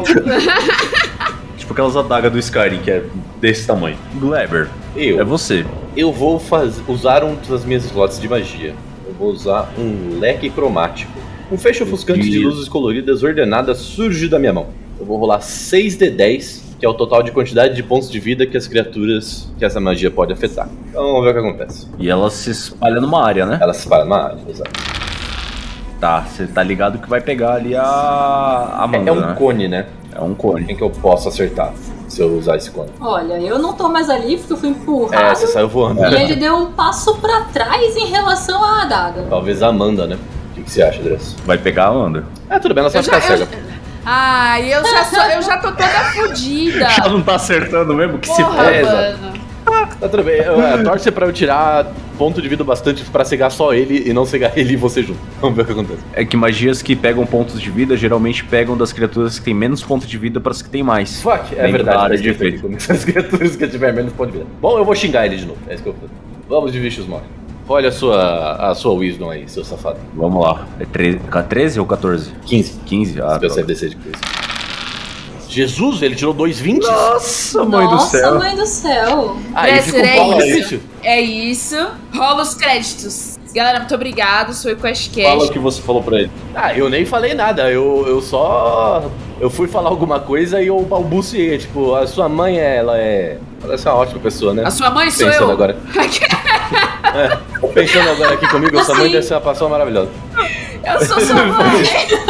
[SPEAKER 1] Tipo aquelas adagas do Skyrim, que é desse tamanho. Gleber, é você.
[SPEAKER 5] Eu vou usar um das minhas slots de magia. Eu vou usar um leque cromático. Um feixe ofuscante de luzes coloridas ordenadas surge da minha mão. Eu vou rolar 6d10, que é o total de quantidade de pontos de vida que as criaturas que essa magia pode afetar. Então vamos ver o que acontece.
[SPEAKER 1] E ela se espalha numa área, né?
[SPEAKER 5] Ela se espalha numa área, exato.
[SPEAKER 1] Tá, você tá ligado que vai pegar ali a Amanda,
[SPEAKER 5] É um
[SPEAKER 1] né?
[SPEAKER 5] cone, né?
[SPEAKER 1] É um cone.
[SPEAKER 5] Quem que eu posso acertar se eu usar esse cone?
[SPEAKER 3] Olha, eu não tô mais ali porque eu fui empurrado.
[SPEAKER 5] É, você saiu voando.
[SPEAKER 3] E ele deu um passo pra trás em relação à adaga.
[SPEAKER 5] Talvez a Amanda, né? O que você acha, Dress?
[SPEAKER 1] Vai pegar a Amanda.
[SPEAKER 5] É, tudo bem, ela só ficar cega.
[SPEAKER 2] Ai, eu já tô toda fodida.
[SPEAKER 1] Já não tá acertando mesmo? Que se
[SPEAKER 2] Porra,
[SPEAKER 1] foda.
[SPEAKER 2] mano.
[SPEAKER 5] Tá tudo bem. Torce pra eu tirar ponto de vida bastante pra cegar só ele e não cegar ele e você junto. Vamos ver o que acontece.
[SPEAKER 1] É que magias que pegam pontos de vida geralmente pegam das criaturas que têm menos pontos de vida para as que têm mais.
[SPEAKER 5] Fuck, é
[SPEAKER 1] Dentro
[SPEAKER 5] verdade.
[SPEAKER 1] da área de
[SPEAKER 5] efeito. As criaturas que tiver menos ponto de vida. Bom, eu vou xingar ele de novo. É isso que eu vou fazer. Vamos de bichos mortos. Olha a sua wisdom aí, seu safado.
[SPEAKER 1] Vamos lá. É 13 ou 14?
[SPEAKER 5] 15.
[SPEAKER 1] 15? Ah,
[SPEAKER 5] Seu CDC de coisa. Jesus, ele tirou 2,20?
[SPEAKER 1] Nossa, mãe do céu.
[SPEAKER 3] Nossa, mãe do céu.
[SPEAKER 5] Aí fica um pau difícil.
[SPEAKER 2] É isso. Rola os créditos. Galera, muito obrigado. Foi o QuestCast.
[SPEAKER 1] Fala o que você falou pra ele.
[SPEAKER 5] Ah, eu nem falei nada. Eu só... Eu fui falar alguma coisa e eu balbuciei. Tipo, a sua mãe, ela é uma ótima pessoa, né?
[SPEAKER 2] A sua mãe sou
[SPEAKER 5] Pensando
[SPEAKER 2] eu.
[SPEAKER 5] agora. Pensando agora aqui comigo, a sua mãe deve ser uma pessoa maravilhosa.
[SPEAKER 2] Eu sou sua mãe.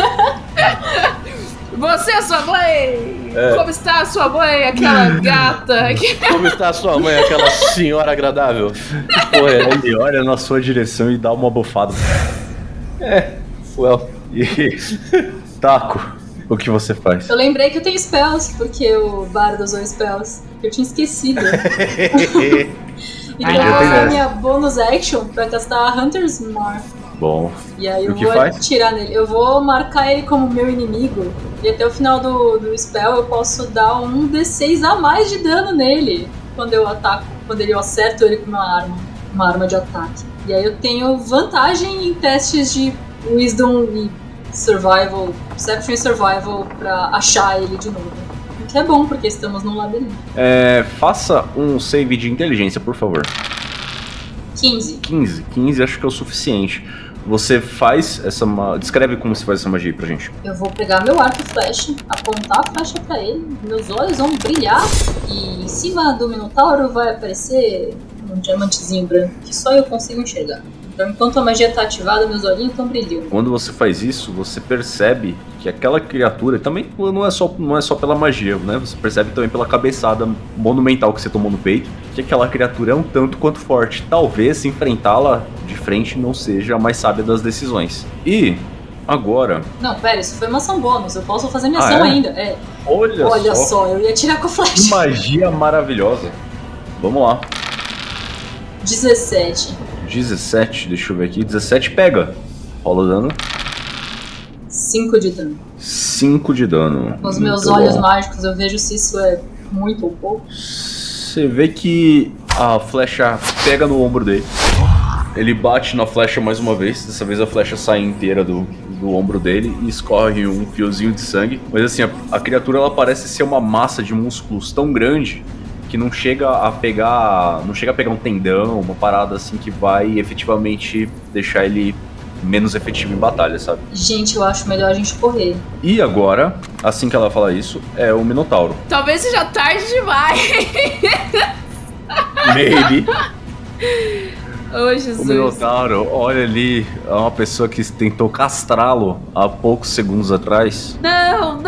[SPEAKER 2] Você é sua mãe. Como está a sua mãe, aquela gata?
[SPEAKER 5] Como está a sua mãe, aquela senhora agradável?
[SPEAKER 1] Pô, ele olha na sua direção e dá uma bufada.
[SPEAKER 5] Well.
[SPEAKER 1] E... Taco, o que você faz?
[SPEAKER 3] Eu lembrei que eu tenho spells, porque o Bardo usou spells. Eu tinha esquecido. Então eu vou usar minha bonus action pra castar Hunter's Mark.
[SPEAKER 1] Bom.
[SPEAKER 3] E aí eu
[SPEAKER 1] o que
[SPEAKER 3] vou
[SPEAKER 1] faz?
[SPEAKER 3] atirar nele. Eu vou marcar ele como meu inimigo. E até o final do spell eu posso dar um D6 a mais de dano nele. Quando eu ataco. Quando eu acerto ele com uma arma de ataque. E aí eu tenho vantagem em testes de Wisdom e Survival, Perception e Survival pra achar ele de novo. O que é bom, porque estamos num labirinto.
[SPEAKER 1] Faça um save de inteligência, por favor.
[SPEAKER 3] 15.
[SPEAKER 1] 15 acho que é o suficiente. Você faz essa... Descreve como você faz essa magia aí pra gente.
[SPEAKER 3] Eu vou pegar meu arco e flecha, apontar a flecha pra ele, meus olhos vão brilhar e em cima do Minotauro vai aparecer um diamantezinho branco que só eu consigo enxergar. Então enquanto a magia tá ativada, meus olhinhos estão brilhando.
[SPEAKER 1] Quando você faz isso, você percebe que aquela criatura, também não é só pela magia, né? Você percebe também pela cabeçada monumental que você tomou no peito, que aquela criatura é um tanto quanto forte. Talvez enfrentá-la de frente não seja a mais sábia das decisões. E agora...
[SPEAKER 3] Não, pera, isso foi uma ação bônus, eu posso fazer minha ação ainda. Olha só, eu ia tirar com a flecha.
[SPEAKER 1] Que magia maravilhosa. Vamos lá.
[SPEAKER 3] 17,
[SPEAKER 1] deixa eu ver aqui. 17 pega. Rola o dano.
[SPEAKER 3] 5 de dano.
[SPEAKER 1] 5 de dano.
[SPEAKER 3] Com os meus olhos mágicos eu vejo se isso é muito ou pouco.
[SPEAKER 1] Você vê que a flecha pega no ombro dele. Ele bate na flecha mais uma vez. Dessa vez a flecha sai inteira do ombro dele e escorre um fiozinho de sangue. Mas assim, a criatura ela parece ser uma massa de músculos tão grande que não chega a pegar um tendão, uma parada assim que vai efetivamente deixar ele menos efetivo em batalha, sabe?
[SPEAKER 3] Gente, eu acho melhor a gente correr.
[SPEAKER 1] E agora, assim que ela fala isso, é o Minotauro.
[SPEAKER 2] Talvez seja tarde demais.
[SPEAKER 1] Maybe.
[SPEAKER 2] Oh, Jesus.
[SPEAKER 1] O Minotauro, olha ali, é uma pessoa que tentou castrá-lo há poucos segundos atrás.
[SPEAKER 2] Não,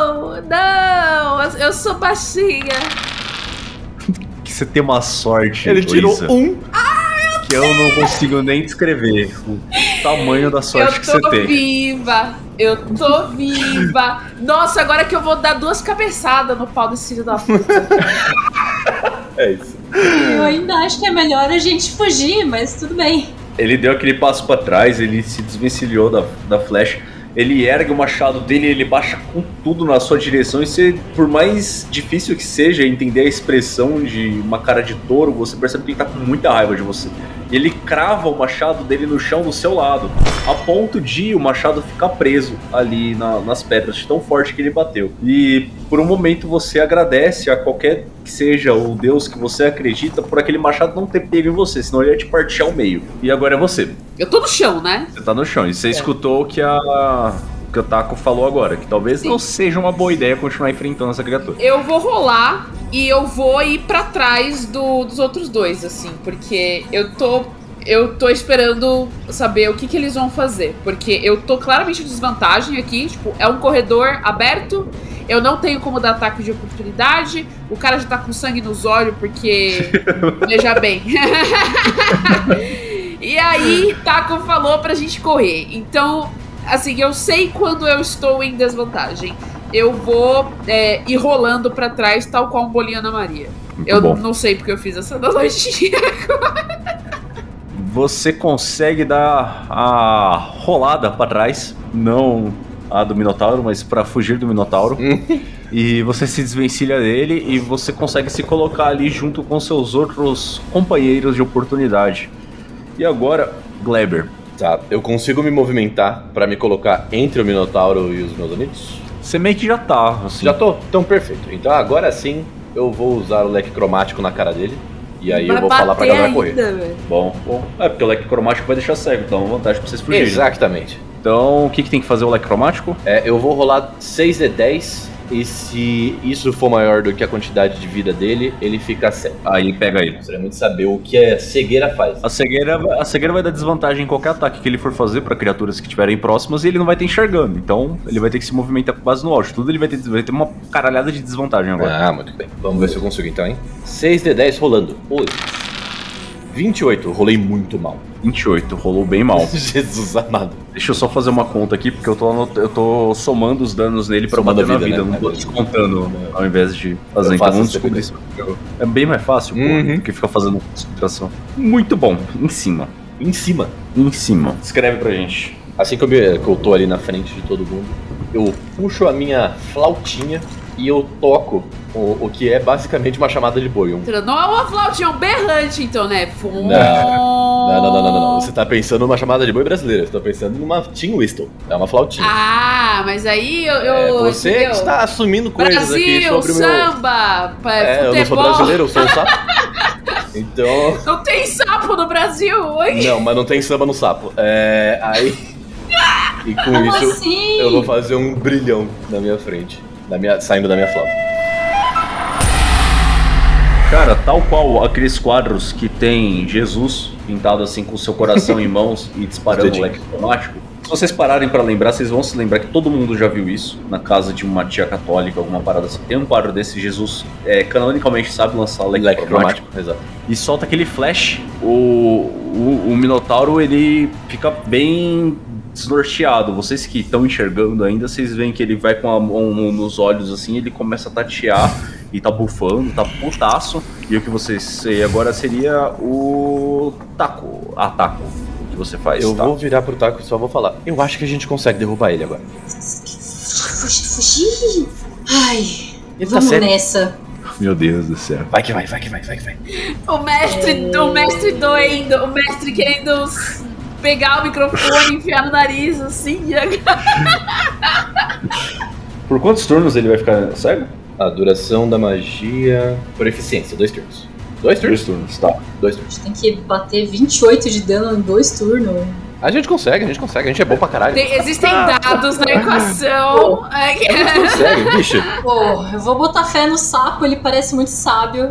[SPEAKER 2] eu sou baixinha.
[SPEAKER 1] Que você tem uma sorte.
[SPEAKER 5] Ele tirou
[SPEAKER 1] Luísa,
[SPEAKER 5] 1.
[SPEAKER 1] que eu não consigo nem descrever. tamanho da sorte que você tem.
[SPEAKER 2] Eu tô viva. Nossa, agora que eu vou dar 2 cabeçadas no pau desse filho da puta.
[SPEAKER 5] É isso.
[SPEAKER 3] Eu ainda acho que é melhor a gente fugir, mas tudo bem.
[SPEAKER 1] Ele deu aquele passo pra trás, ele se desvencilhou da flecha. Ele ergue o machado dele, ele baixa com tudo na sua direção. E você, por mais difícil que seja entender a expressão de uma cara de touro, você percebe que ele tá com muita raiva de você. Ele crava o machado dele no chão do seu lado, a ponto de o machado ficar preso ali nas pedras, de tão forte que ele bateu. E por um momento você agradece a qualquer que seja o deus que você acredita por aquele machado não ter pego em você, senão ele ia te partir ao meio. E agora é você.
[SPEAKER 2] Eu tô no chão, né?
[SPEAKER 1] Você tá no chão e você escutou o que o Taco falou agora, que talvez não seja uma boa ideia continuar enfrentando essa criatura.
[SPEAKER 2] Eu vou rolar e eu vou ir pra trás dos outros dois, assim, porque eu tô esperando saber o que eles vão fazer, porque eu tô claramente em desvantagem aqui, tipo, é um corredor aberto, eu não tenho como dar ataque de oportunidade, o cara já tá com sangue nos olhos, porque, veja bem. E aí, Taco falou pra gente correr, então, assim, eu sei quando eu estou em desvantagem. Eu vou ir rolando pra trás, tal qual um bolinho Ana Maria. Eu não sei porque eu fiz essa analogia agora.
[SPEAKER 1] Você consegue dar a rolada pra trás, não a do Minotauro, mas pra fugir do Minotauro. E você se desvencilha dele e você consegue se colocar ali junto com seus outros companheiros de oportunidade. E agora, Gleber.
[SPEAKER 5] Tá, eu consigo me movimentar pra me colocar entre o Minotauro e os meus amigos?
[SPEAKER 1] Você meio que já tá, assim.
[SPEAKER 5] Já tô? Então perfeito. Então agora sim eu vou usar o leque cromático na cara dele. E aí eu vou falar pra galera correr.
[SPEAKER 1] Bom. É, porque o leque cromático vai deixar cego, então é uma vantagem pra vocês fugirem.
[SPEAKER 5] Exatamente.
[SPEAKER 1] Então, o que tem que fazer o leque cromático?
[SPEAKER 5] Eu vou rolar 6d10 e se isso for maior do que a quantidade de vida dele, ele fica cego.
[SPEAKER 1] Aí pega ele.
[SPEAKER 5] Gostaria muito de saber o que a cegueira faz.
[SPEAKER 1] A cegueira vai dar desvantagem em qualquer ataque que ele for fazer pra criaturas que estiverem próximas e ele não vai ter enxergando. Então, ele vai ter que se movimentar com base no áudio. Tudo ele vai ter uma caralhada de desvantagem agora.
[SPEAKER 5] Ah, muito bem. Vamos ver se eu consigo então, hein? 6d10 rolando. 28, rolei muito mal.
[SPEAKER 1] 28, rolou bem mal.
[SPEAKER 5] Jesus amado.
[SPEAKER 1] Deixa eu só fazer uma conta aqui, porque eu tô somando os danos nele pra
[SPEAKER 5] somando
[SPEAKER 1] bater na vida.
[SPEAKER 5] Né?
[SPEAKER 1] Não tô descontando ao invés de fazer. Então vamos descobrir isso. É bem mais fácil, do que ficar fazendo concentração. Muito bom. Em cima.
[SPEAKER 5] Em cima?
[SPEAKER 1] Em cima. Escreve pra gente.
[SPEAKER 5] Assim que eu tô ali na frente de todo mundo, eu puxo a minha flautinha e eu toco o que é basicamente uma chamada de boi.
[SPEAKER 2] Não é uma flautinha, é um berrante, então, né?
[SPEAKER 5] Não. Você tá pensando numa chamada de boi brasileira. Você tá pensando numa Tin Whistle. É uma flautinha.
[SPEAKER 2] Ah, mas aí
[SPEAKER 5] você
[SPEAKER 2] entendeu?
[SPEAKER 5] Que está assumindo coisas
[SPEAKER 2] Brasil,
[SPEAKER 5] aqui sobre o meu...
[SPEAKER 2] samba, futebol.
[SPEAKER 5] Eu não sou brasileiro, eu sou um sapo. Então...
[SPEAKER 2] Não tem sapo no Brasil, oi?
[SPEAKER 5] Não, mas não tem samba no sapo. Aí... E com
[SPEAKER 3] Como
[SPEAKER 5] isso,
[SPEAKER 3] assim?
[SPEAKER 5] eu vou fazer um brilhão na minha frente. Saindo da minha flauta.
[SPEAKER 1] Cara, tal qual aqueles quadros que tem Jesus pintado assim com o seu coração em mãos e disparando o leque automático. Se vocês pararem pra lembrar, vocês vão se lembrar que todo mundo já viu isso na casa de uma tia católica, alguma parada assim. Tem um quadro desse, Jesus canonicamente sabe lançar o leque automático.
[SPEAKER 5] Exato.
[SPEAKER 1] E solta aquele flash. O Minotauro, ele fica bem desnorteado. Vocês que estão enxergando ainda, vocês veem que ele vai com a mão nos olhos assim, ele começa a tatear e tá bufando, tá putaço. E o que vocês sei agora seria o Taco. Taco. O que você faz?
[SPEAKER 5] Eu vou virar pro Taco e só vou falar. Eu acho que a gente consegue derrubar ele agora.
[SPEAKER 3] Fugir? Ai,
[SPEAKER 5] ele
[SPEAKER 3] vamos
[SPEAKER 5] tá
[SPEAKER 3] nessa.
[SPEAKER 1] Meu Deus do céu.
[SPEAKER 5] Vai que vai.
[SPEAKER 2] O mestre doendo, o mestre querendo pegar o microfone, enfiar no nariz, assim.
[SPEAKER 1] Por quantos turnos ele vai ficar cego?
[SPEAKER 5] A duração da magia... Por eficiência, 2 turnos. 2 turnos?
[SPEAKER 1] 2 turnos, tá. 2 turnos.
[SPEAKER 3] A gente tem que bater 28 de dano em 2 turnos.
[SPEAKER 5] A gente consegue, a gente é bom pra caralho.
[SPEAKER 2] Existem dados na equação.
[SPEAKER 5] Consegue, bicho.
[SPEAKER 3] Pô, eu vou botar fé no sapo, ele parece muito sábio.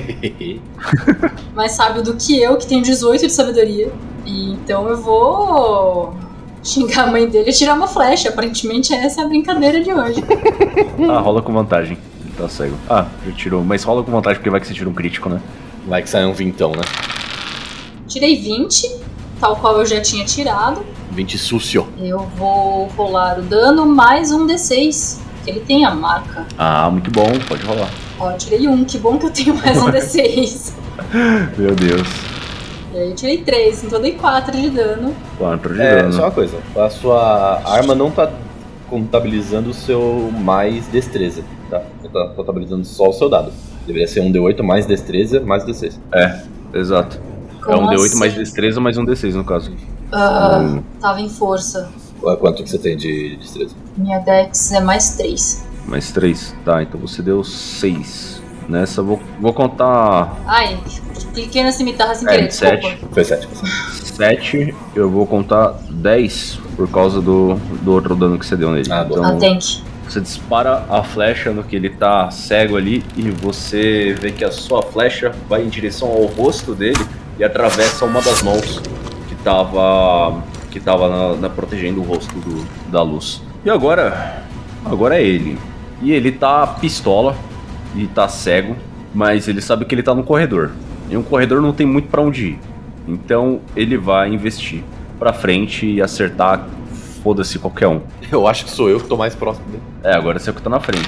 [SPEAKER 3] Mais sábio do que eu, que tenho 18 de sabedoria. E então eu vou xingar a mãe dele e tirar uma flecha. Aparentemente essa é a brincadeira de hoje.
[SPEAKER 1] Rola com vantagem. Ele tá cego. Já tirou. Mas rola com vantagem porque vai que você tira um crítico, né?
[SPEAKER 5] Vai que sai um vintão, né?
[SPEAKER 3] Tirei 20, tal qual eu já tinha tirado.
[SPEAKER 5] 20 sucio.
[SPEAKER 3] Eu vou rolar o dano mais um D6, que ele tem a marca.
[SPEAKER 1] Ah, muito bom, pode rolar.
[SPEAKER 3] Ó, eu tirei 1, que bom que eu tenho mais um D6.
[SPEAKER 1] Meu Deus.
[SPEAKER 3] E aí eu tirei 3, então eu dei 4 de dano.
[SPEAKER 1] 4 de dano.
[SPEAKER 5] Só uma coisa, a sua arma não tá contabilizando o seu mais destreza, tá? Tá contabilizando só o seu dado. Deveria ser um D8 mais destreza, mais D6.
[SPEAKER 1] Exato.
[SPEAKER 3] Como
[SPEAKER 1] é um D8
[SPEAKER 3] assim?
[SPEAKER 1] mais destreza, mais um D6 no caso.
[SPEAKER 3] Tava em força.
[SPEAKER 5] Quanto que você tem de destreza?
[SPEAKER 3] Minha Dex é mais 3.
[SPEAKER 1] Mais 3. Tá, então você deu 6. Nessa eu vou contar
[SPEAKER 3] Ai, cliquei na cimitarra sem querer, desculpa.
[SPEAKER 1] 7.
[SPEAKER 5] Foi 7.
[SPEAKER 1] 7, eu vou contar 10 por causa do outro dano que você deu nele.
[SPEAKER 5] Ah, bom.
[SPEAKER 1] Então,
[SPEAKER 3] Tank.
[SPEAKER 1] você dispara a flecha no que ele tá cego ali e você vê que a sua flecha vai em direção ao rosto dele e atravessa uma das mãos que tava protegendo o rosto da luz. E agora é ele. E ele tá pistola e tá cego, mas ele sabe que ele tá no corredor. E um corredor não tem muito pra onde ir. Então ele vai investir pra frente e acertar, foda-se qualquer um.
[SPEAKER 5] Eu acho que sou eu que tô mais próximo dele.
[SPEAKER 1] Agora você é o que tá na frente.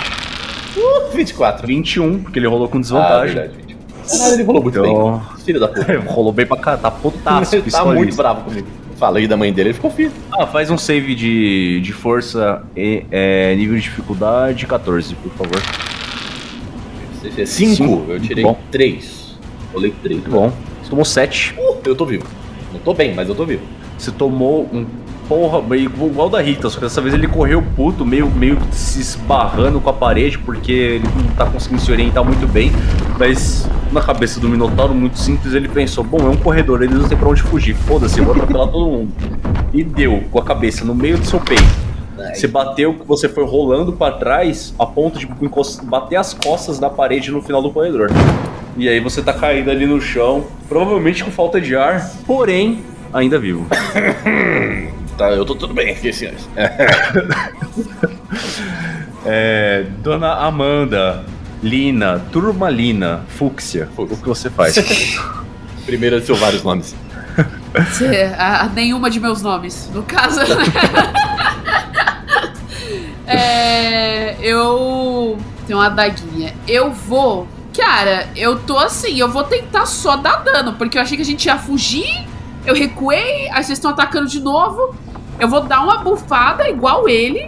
[SPEAKER 5] 24.
[SPEAKER 1] 21, porque ele rolou com desvantagem.
[SPEAKER 5] Verdade, 20. Caralho, ele rolou muito
[SPEAKER 1] Então-
[SPEAKER 5] bem. Filho da puta.
[SPEAKER 1] Rolou bem pra cá, tá putaço.
[SPEAKER 5] Ele tá
[SPEAKER 1] pistolista.
[SPEAKER 5] muito bravo comigo. Falei da mãe dele, ele ficou filho.
[SPEAKER 1] Faz um save de força e nível de dificuldade 14, por favor.
[SPEAKER 5] 5,
[SPEAKER 1] Cinco.
[SPEAKER 5] eu tirei
[SPEAKER 1] Bom.
[SPEAKER 5] 3. Rolei 3.
[SPEAKER 1] Muito bom. Você tomou 7.
[SPEAKER 5] Eu tô vivo. Não tô bem, mas eu tô vivo.
[SPEAKER 1] Você tomou um porra, meio igual da Rita, só que dessa vez ele correu puto, meio se esbarrando com a parede, porque ele não tá conseguindo se orientar muito bem. Mas na cabeça do Minotauro, muito simples, ele pensou: bom, é um corredor, ele não tem pra onde fugir, foda-se, eu vou atropelar todo mundo. E deu com a cabeça no meio do seu peito. Você bateu, você foi rolando pra trás a ponto de bater as costas da parede no final do corredor. E aí você tá caído ali no chão, provavelmente com falta de ar, porém ainda vivo.
[SPEAKER 5] Tá, eu tô tudo bem aqui, senhores.
[SPEAKER 1] Dona Amanda, Lina, Turmalina, Fúcsia, o que você faz?
[SPEAKER 5] Primeiro de seus vários nomes.
[SPEAKER 2] Nenhuma de meus nomes. No caso, eu tenho uma adaguinha. Eu vou. Cara, eu tô assim, eu vou tentar só dar dano, porque eu achei que a gente ia fugir. Eu recuei, aí vocês estão atacando de novo. Eu vou dar uma bufada igual ele.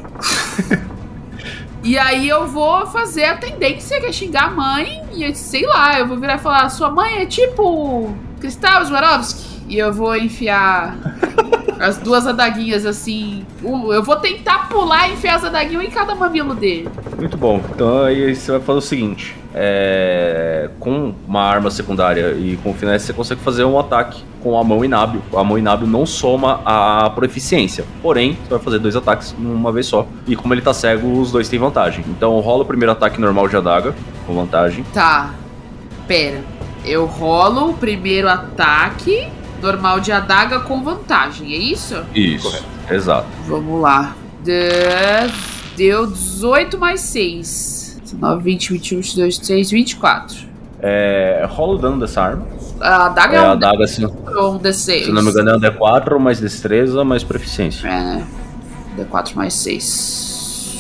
[SPEAKER 2] E aí eu vou fazer a tendência, que é xingar a mãe. E sei lá, eu vou virar e falar: sua mãe é tipo Cristal Swarovski. E eu vou enfiar as duas adaguinhas assim. Eu vou tentar pular e enfiar as adaguinhas em cada mamilo dele.
[SPEAKER 1] Muito bom. Então aí você vai fazer o seguinte: com uma arma secundária e com finesse, você consegue fazer um ataque com a mão inábil. A mão inábil não soma a proficiência. Porém, você vai fazer 2 ataques uma vez só. E como ele tá cego, os 2 têm vantagem. Então rola o primeiro ataque normal de adaga, com vantagem.
[SPEAKER 2] Tá, pera. Eu rolo o primeiro ataque normal de adaga com vantagem, é isso?
[SPEAKER 1] Isso,
[SPEAKER 5] correto.
[SPEAKER 1] Exato.
[SPEAKER 2] Vamos lá. Deu 18 mais 6. 19, 20, 21, 22, 23, 24.
[SPEAKER 1] Rola o dano dessa arma.
[SPEAKER 2] A adaga
[SPEAKER 1] A adaga, assim,
[SPEAKER 2] um D6.
[SPEAKER 1] se não me engano, é um D4, mais destreza, mais proficiência.
[SPEAKER 2] Né? D4 mais 6.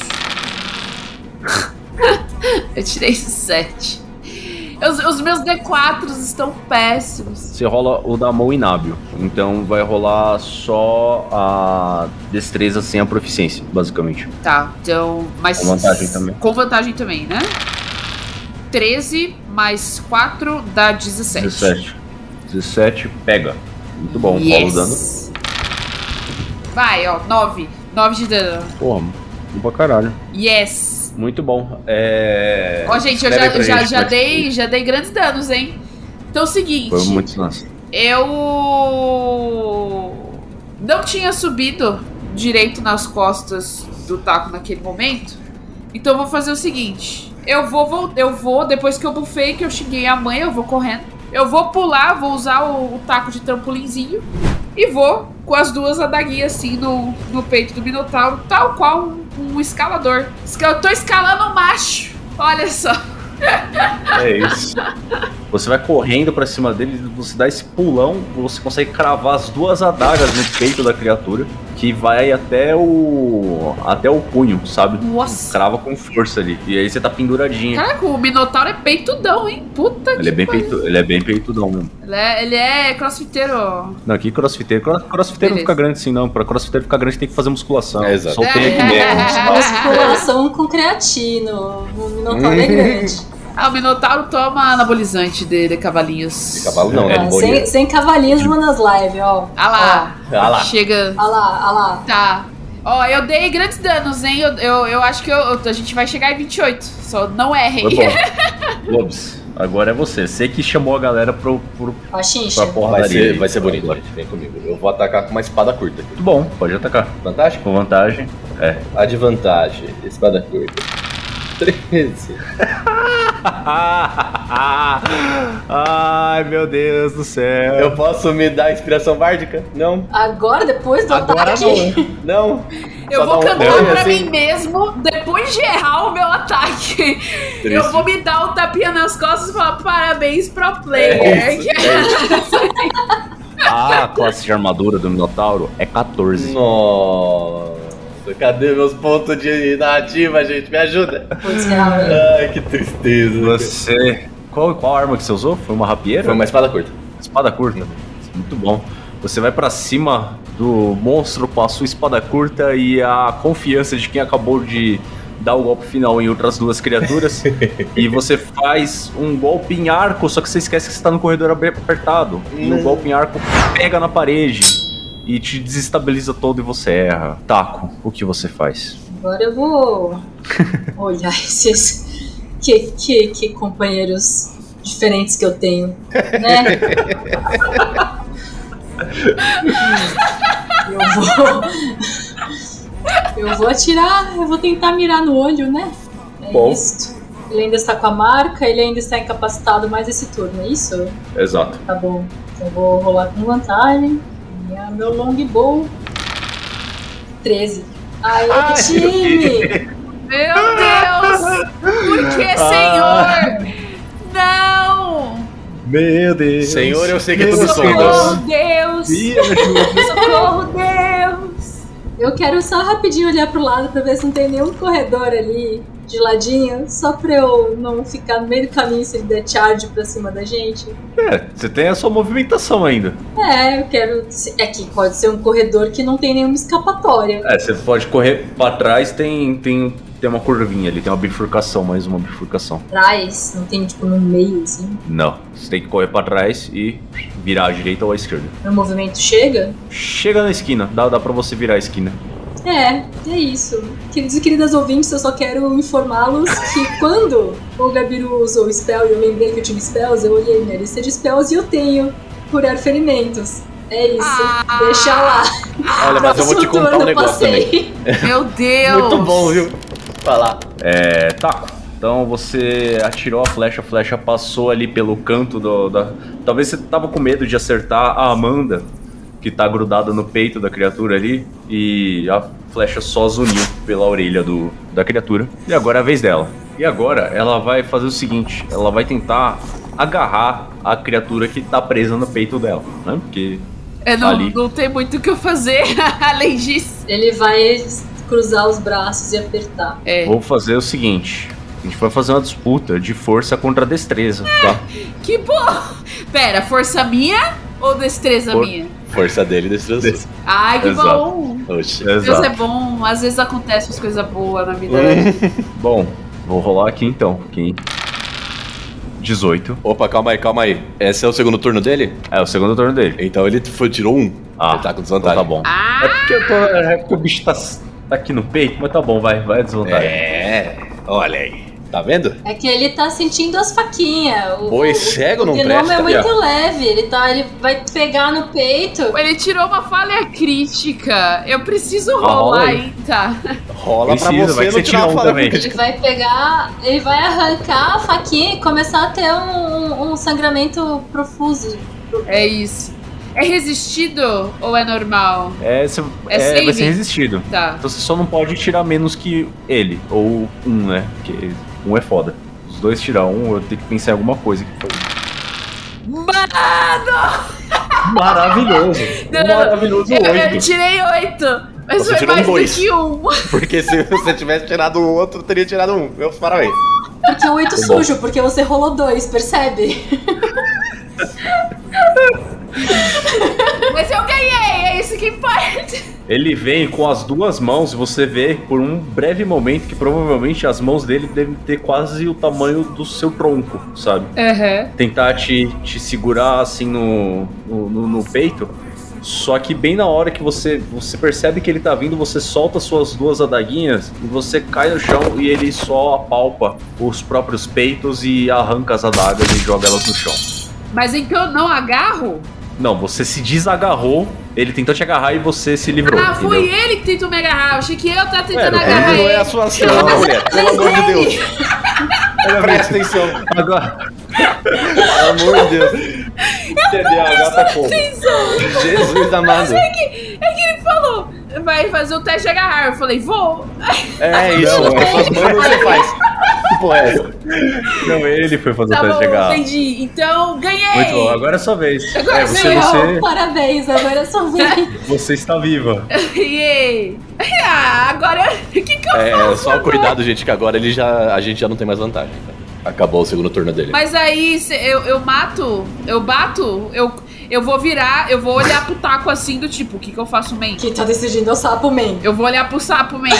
[SPEAKER 2] Eu tirei 7. Os meus D4s estão péssimos.
[SPEAKER 1] Você rola o da mão inábil. Então vai rolar só a destreza sem a proficiência, basicamente.
[SPEAKER 2] Tá, então. Mas
[SPEAKER 1] Com vantagem também.
[SPEAKER 2] Com vantagem também, né? 13 mais 4 dá 17.
[SPEAKER 1] 17 pega. Muito bom, rola o dano.
[SPEAKER 2] Vai, ó, 9. 9 de dano.
[SPEAKER 1] Porra, bom pra caralho.
[SPEAKER 2] Yes.
[SPEAKER 1] Muito bom.
[SPEAKER 2] Ó, gente, eu
[SPEAKER 1] Escreve pra gente,
[SPEAKER 2] já
[SPEAKER 1] mas-
[SPEAKER 2] dei grandes danos, hein? Então é o seguinte.
[SPEAKER 1] Foi muito lance.
[SPEAKER 2] Eu não tinha subido direito nas costas do taco naquele momento. Então eu vou fazer o seguinte. Eu vou, depois que eu bufei, que eu xinguei a mãe, eu vou correndo. Eu vou pular, vou usar o taco de trampolinzinho. E vou com as duas adaguinhas assim no peito do Minotauro, tal qual um escalador. Eu tô escalando um macho. Olha só.
[SPEAKER 1] É isso. Você vai correndo pra cima dele, você dá esse pulão, você consegue cravar as 2 adagas no peito da criatura, que vai até o punho, sabe?
[SPEAKER 2] Nossa.
[SPEAKER 1] Crava com força ali. E aí você tá penduradinha.
[SPEAKER 2] Caraca, o Minotauro é peitudão, hein? Puta
[SPEAKER 1] Ele
[SPEAKER 2] que
[SPEAKER 1] é bem peitudão mesmo.
[SPEAKER 2] Ele é crossfiteiro.
[SPEAKER 1] Não, aqui crossfiteiro. Crossfiteiro não fica grande assim, não. Pra crossfiteiro ficar grande tem que fazer musculação.
[SPEAKER 5] É, exato.
[SPEAKER 1] Soltei aqui mesmo.
[SPEAKER 3] Musculação com creatino. O Minotauro é grande.
[SPEAKER 2] Ah, o Minotauro toma anabolizante de cavalinhos.
[SPEAKER 5] De cavalo não, é de boi.
[SPEAKER 3] Sem cavalinhos nas lives, ó.
[SPEAKER 2] Ah lá.
[SPEAKER 5] Ah lá.
[SPEAKER 2] Chega.
[SPEAKER 3] Ah lá.
[SPEAKER 2] Tá. Ó, eu dei grandes danos, hein? Eu acho que a gente vai chegar em 28. Só não errem.
[SPEAKER 1] Foi bom. Lobos, agora é você. Você que chamou a galera pra
[SPEAKER 3] Pachincha.
[SPEAKER 1] porradaria.
[SPEAKER 5] Vai ser bonito, gente. Vem comigo. Eu vou atacar com uma espada curta.
[SPEAKER 1] Muito bom, pode atacar.
[SPEAKER 5] Vantagem?
[SPEAKER 1] Com vantagem. É.
[SPEAKER 5] A de vantagem, espada curta. 13.
[SPEAKER 1] Ai, meu Deus do céu.
[SPEAKER 5] Eu posso me dar inspiração bárdica? Não.
[SPEAKER 3] Agora, depois do
[SPEAKER 5] Agora
[SPEAKER 3] ataque?
[SPEAKER 5] não.
[SPEAKER 2] Eu
[SPEAKER 5] Só
[SPEAKER 2] vou
[SPEAKER 5] dá um
[SPEAKER 2] cantar
[SPEAKER 5] oi,
[SPEAKER 2] pra
[SPEAKER 5] assim.
[SPEAKER 2] mim mesmo, depois de errar o meu ataque. Eu vou me dar um tapinha nas costas e falar parabéns pro player.
[SPEAKER 5] É isso.
[SPEAKER 1] A classe de armadura do Minotauro é 14.
[SPEAKER 5] Nossa, cadê meus pontos de narrativa, gente? Me ajuda.
[SPEAKER 3] Pois real.
[SPEAKER 5] Ai, que tristeza.
[SPEAKER 1] Você... Qual arma que você usou? Foi uma rapieira?
[SPEAKER 5] Foi uma espada curta.
[SPEAKER 1] Espada curta. Muito bom. Você vai pra cima do monstro com a sua espada curta e a confiança de quem acabou de dar o golpe final em outras 2 criaturas. E você faz um golpe em arco, só que você esquece que você tá no corredor apertado. E o golpe em arco pega na parede e te desestabiliza todo e você erra. Taco, o que você faz?
[SPEAKER 3] Agora eu vou olhar esses... Que companheiros diferentes que eu tenho, né? Eu vou atirar, eu vou tentar mirar no olho, né? É
[SPEAKER 5] Bom.
[SPEAKER 3] isso. Ele ainda está com a marca, ele ainda está incapacitado mais esse turno, é isso?
[SPEAKER 1] Exato.
[SPEAKER 3] Tá bom. Então eu vou rolar com vantagem. E meu longbow. 13. Ai, time!
[SPEAKER 2] Meu Deus! Por que, Senhor? Não!
[SPEAKER 1] Meu Deus.
[SPEAKER 5] Senhor, eu sei que tudo são
[SPEAKER 2] Socorro,
[SPEAKER 5] Deus.
[SPEAKER 2] Deus! Socorro, Deus!
[SPEAKER 3] Eu quero só rapidinho olhar pro lado pra ver se não tem nenhum corredor ali de ladinho, só pra eu não ficar no meio do caminho se ele der charge pra cima da gente.
[SPEAKER 1] Você tem a sua movimentação ainda.
[SPEAKER 3] É, eu quero... É que pode ser um corredor que não tem nenhuma escapatória.
[SPEAKER 1] Você pode correr pra trás, tem uma curvinha ali, tem uma bifurcação, mais uma bifurcação.
[SPEAKER 3] Atrás, não tem tipo no meio, assim.
[SPEAKER 1] Não, você tem que correr pra trás e virar à direita ou à esquerda.
[SPEAKER 3] Meu movimento chega?
[SPEAKER 1] Chega na esquina, dá pra você virar a esquina.
[SPEAKER 3] É isso. Queridos e queridas ouvintes, eu só quero informá-los que quando o Gabiru usou o spell e eu lembrei que eu tive spells, eu olhei minha lista de spells e eu tenho curar ferimentos. É isso, deixa lá.
[SPEAKER 5] Olha, mas eu vou te contar um negócio também.
[SPEAKER 2] Meu Deus!
[SPEAKER 5] Muito bom, viu? Falar.
[SPEAKER 1] Taco. Então você atirou a flecha passou ali pelo canto Talvez você tava com medo de acertar a Amanda, que tá grudada no peito da criatura ali, e a flecha só zuniu pela orelha da criatura. E agora é a vez dela. E agora ela vai fazer o seguinte, ela vai tentar agarrar a criatura que tá presa no peito dela, né? Porque
[SPEAKER 2] não tem muito o que eu fazer além disso.
[SPEAKER 3] Ele vai cruzar os braços e apertar.
[SPEAKER 1] Vou fazer o seguinte, a gente vai fazer uma disputa de força contra destreza, tá?
[SPEAKER 2] Que bom! Pera, força minha ou destreza minha?
[SPEAKER 5] Força dele e destreza.
[SPEAKER 2] Ai, que
[SPEAKER 1] Exato.
[SPEAKER 2] bom!
[SPEAKER 5] Oxi.
[SPEAKER 2] Deus é bom, às vezes acontecem umas coisas boas na vida.
[SPEAKER 1] Bom, vou rolar aqui então. 18.
[SPEAKER 5] Opa, calma aí. Esse é o segundo turno dele?
[SPEAKER 1] É o segundo turno dele.
[SPEAKER 5] Então ele tirou 1. Ele tá com desvantagem.
[SPEAKER 1] Então tá bom. É porque o bicho tá aqui no peito, mas tá bom, vai desvantagem.
[SPEAKER 5] Olha aí. Tá vendo?
[SPEAKER 3] É que ele tá sentindo as faquinhas.
[SPEAKER 5] Boi cego não
[SPEAKER 3] presta. O gnomo é muito
[SPEAKER 5] ó.
[SPEAKER 3] leve, ele vai pegar no peito.
[SPEAKER 2] Ele tirou uma falha crítica. Eu preciso rolar aí, tá?
[SPEAKER 5] Rola pra você não tirar uma falha crítica.
[SPEAKER 3] Ele vai pegar, ele vai arrancar a faquinha e começar a ter um sangramento profuso.
[SPEAKER 2] É isso. É resistido ou é normal?
[SPEAKER 1] Vai ser resistido.
[SPEAKER 2] Tá.
[SPEAKER 1] Então você só não pode tirar menos que ele. Ou 1, né? Porque 1 é foda. Os dois tirar 1, eu tenho que pensar em alguma coisa que fazer.
[SPEAKER 2] Mano!
[SPEAKER 1] Maravilhoso. Maravilhoso
[SPEAKER 2] Eu tirei 8. Mas
[SPEAKER 5] Você
[SPEAKER 2] foi
[SPEAKER 5] tirou
[SPEAKER 2] mais
[SPEAKER 5] 2.
[SPEAKER 2] do que 1.
[SPEAKER 5] Porque se você tivesse tirado o outro, eu teria tirado 1. Meus parabéns.
[SPEAKER 3] Porque é 8 sujo, porque você rolou 2, percebe?
[SPEAKER 2] Mas eu ganhei, é isso que importa.
[SPEAKER 1] Ele vem com as duas mãos e você vê por um breve momento que provavelmente as mãos dele devem ter quase o tamanho do seu tronco, sabe? Tentar te segurar assim no peito. Só que bem na hora que você percebe que ele tá vindo, você solta suas duas adaguinhas e você cai no chão e ele só apalpa os próprios peitos e arranca as adagas e joga elas no chão.
[SPEAKER 2] Mas então eu não agarro?
[SPEAKER 1] Não, você se desagarrou, ele tentou te agarrar e você se livrou.
[SPEAKER 2] Ah, foi
[SPEAKER 1] entendeu?
[SPEAKER 2] ele que tentou me agarrar. Eu achei que eu tava tentando agarrar
[SPEAKER 5] Não
[SPEAKER 2] ele.
[SPEAKER 5] é a sua ação, mulher. Pelo amor de Deus. Presta atenção.
[SPEAKER 1] Agora,
[SPEAKER 5] Pelo amor de Deus. TDAH tá como? Jesus amado.
[SPEAKER 2] É que ele falou, vai fazer o teste de agarrar. Eu falei, vou.
[SPEAKER 5] É isso,
[SPEAKER 1] Não,
[SPEAKER 5] as pessoas mandam e você faz. Que porra é essa?
[SPEAKER 1] não, ele foi fazer
[SPEAKER 2] Tá
[SPEAKER 1] o teste
[SPEAKER 2] bom,
[SPEAKER 1] de agarrar.
[SPEAKER 2] entendi. Então, ganhei.
[SPEAKER 1] Muito bom, agora é sua vez.
[SPEAKER 2] Agora sou
[SPEAKER 3] Não, parabéns, agora é sua vez.
[SPEAKER 1] Você está viva.
[SPEAKER 2] Yay. Ah, agora, o que eu faço
[SPEAKER 5] Só
[SPEAKER 2] agora?
[SPEAKER 5] cuidado, gente, que agora a gente já não tem mais vantagem. Tá? Acabou o segundo turno dele.
[SPEAKER 2] Mas aí, eu mato, eu bato, eu vou virar, eu vou olhar pro taco assim do tipo, o que eu faço, man?
[SPEAKER 3] Quem tá decidindo é o sapo, man.
[SPEAKER 2] Eu vou olhar pro sapo, man.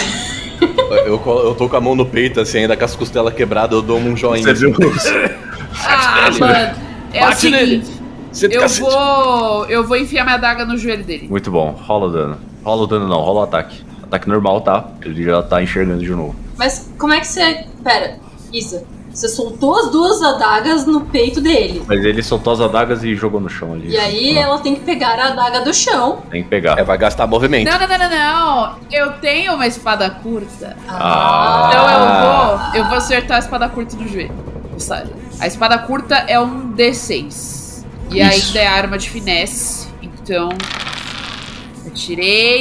[SPEAKER 5] Eu tô com a mão no peito, assim, ainda com as costelas quebradas, eu dou um joinha.
[SPEAKER 1] Você viu?
[SPEAKER 2] Ah, mano, é o
[SPEAKER 5] Bate nele.
[SPEAKER 2] seguinte,
[SPEAKER 5] Senta o cacete.
[SPEAKER 2] eu vou enfiar minha adaga no joelho dele.
[SPEAKER 1] Muito bom, rola o dano. Rola o dano não, rola o ataque. Ataque normal, tá? Ele já tá enxergando de novo.
[SPEAKER 3] Mas como é que você... Pera, Isa, você soltou as duas adagas no peito dele.
[SPEAKER 1] Mas ele soltou as adagas e jogou no chão ali.
[SPEAKER 3] E aí ela tem que pegar a adaga do chão.
[SPEAKER 1] Tem que pegar.
[SPEAKER 5] Vai gastar movimento.
[SPEAKER 2] Não. Eu tenho uma espada curta.
[SPEAKER 1] Ah.
[SPEAKER 2] Então eu vou acertar a espada curta no joelho. Sabe? A espada curta é um D6. E
[SPEAKER 1] Isso.
[SPEAKER 2] ainda é arma de finesse. Então, eu tirei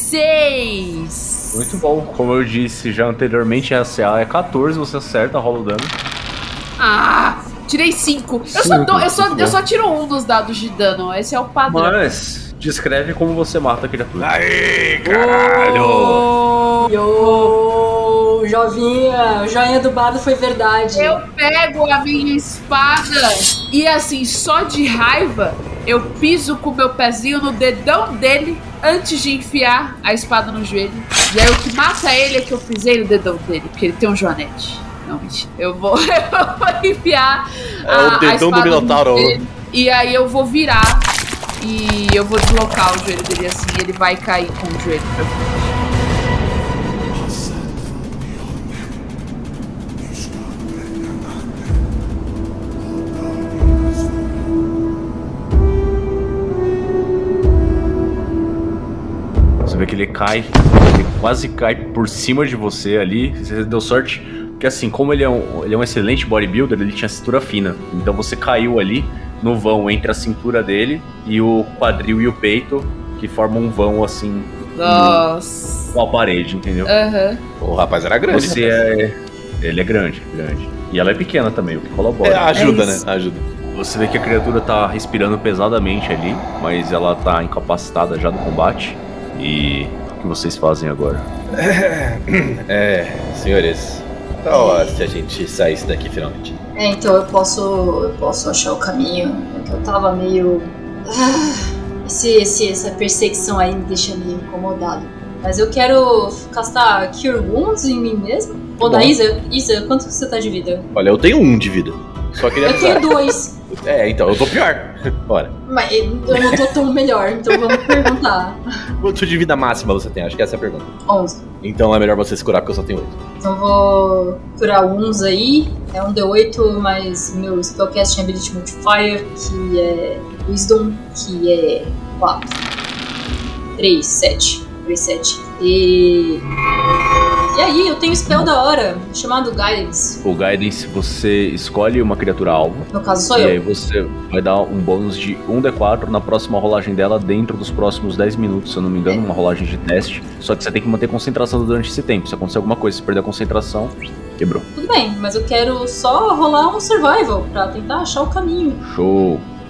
[SPEAKER 2] 16.
[SPEAKER 1] Muito bom. Como eu disse já anteriormente, a CA é 14, você acerta, rola o dano.
[SPEAKER 2] Ah, tirei 5. Eu só tiro um dos dados de dano. Esse é o padrão.
[SPEAKER 1] Mas, descreve como você mata a criatura.
[SPEAKER 5] Aê, caralho!
[SPEAKER 3] Yo, jovinha, o joinha do Bado foi verdade.
[SPEAKER 2] Eu pego a minha espada e assim, só de raiva, eu piso com o meu pezinho no dedão dele antes de enfiar a espada no joelho. E aí o que mata ele é que eu pisei no dedão dele, porque ele tem um joanete. Não, mentira. Eu vou enfiar
[SPEAKER 5] o dedão
[SPEAKER 2] a espada
[SPEAKER 5] do Minotauro.
[SPEAKER 2] no joelho, e aí eu vou virar e eu vou deslocar o joelho dele assim, e ele vai cair com o joelho pra frente.
[SPEAKER 1] Você vê que ele quase cai por cima de você ali. Você deu sorte, porque assim, como ele é um excelente bodybuilder, ele tinha cintura fina. Então você caiu ali no vão entre a cintura dele e o quadril e o peito, que formam um vão assim.
[SPEAKER 2] Nossa.
[SPEAKER 1] Com a parede, entendeu?
[SPEAKER 2] Aham.
[SPEAKER 5] O rapaz era grande.
[SPEAKER 1] Ele é grande. E ela é pequena também, o que colabora.
[SPEAKER 5] Ajuda,
[SPEAKER 2] É
[SPEAKER 5] né?
[SPEAKER 2] isso.
[SPEAKER 5] Ajuda.
[SPEAKER 1] Você vê que a criatura tá respirando pesadamente ali, mas ela tá incapacitada já do combate. E o que vocês fazem agora?
[SPEAKER 5] Senhores, tá hora se a gente saísse daqui finalmente.
[SPEAKER 3] Então eu posso achar o caminho. É que eu tava meio... essa perseguição aí me deixa meio incomodado. Mas eu quero castar Cure Wounds em mim mesmo. Ou da Isa. Isa, quanto você tá de vida?
[SPEAKER 5] Olha, eu tenho 1 de vida. Só queria
[SPEAKER 3] Eu
[SPEAKER 5] avisar.
[SPEAKER 3] tenho 2.
[SPEAKER 5] Então, eu tô pior. Bora.
[SPEAKER 3] Mas eu não tô tão melhor, então vamos perguntar.
[SPEAKER 5] Quanto de vida máxima você tem? Acho que essa é a pergunta.
[SPEAKER 3] 11.
[SPEAKER 5] Então é melhor você se curar porque eu só tenho 8.
[SPEAKER 3] Então vou curar uns aí. É um D8 mais meu Spellcasting Ability Modifier, que é Wisdom, que é 4. 3, 7. 3, 7. E aí, eu tenho spell da hora, chamado Guidance.
[SPEAKER 1] O Guidance, você escolhe uma criatura alvo.
[SPEAKER 3] No caso sou
[SPEAKER 1] E aí
[SPEAKER 3] eu.
[SPEAKER 1] você vai dar um bônus de 1d4 na próxima rolagem dela dentro dos próximos 10 minutos, se eu não me engano, uma rolagem de teste. Só que você tem que manter concentração durante esse tempo. Se acontecer alguma coisa, se perder a concentração, quebrou.
[SPEAKER 3] Tudo bem, mas eu quero só rolar um Survival pra tentar achar o caminho.
[SPEAKER 1] Show!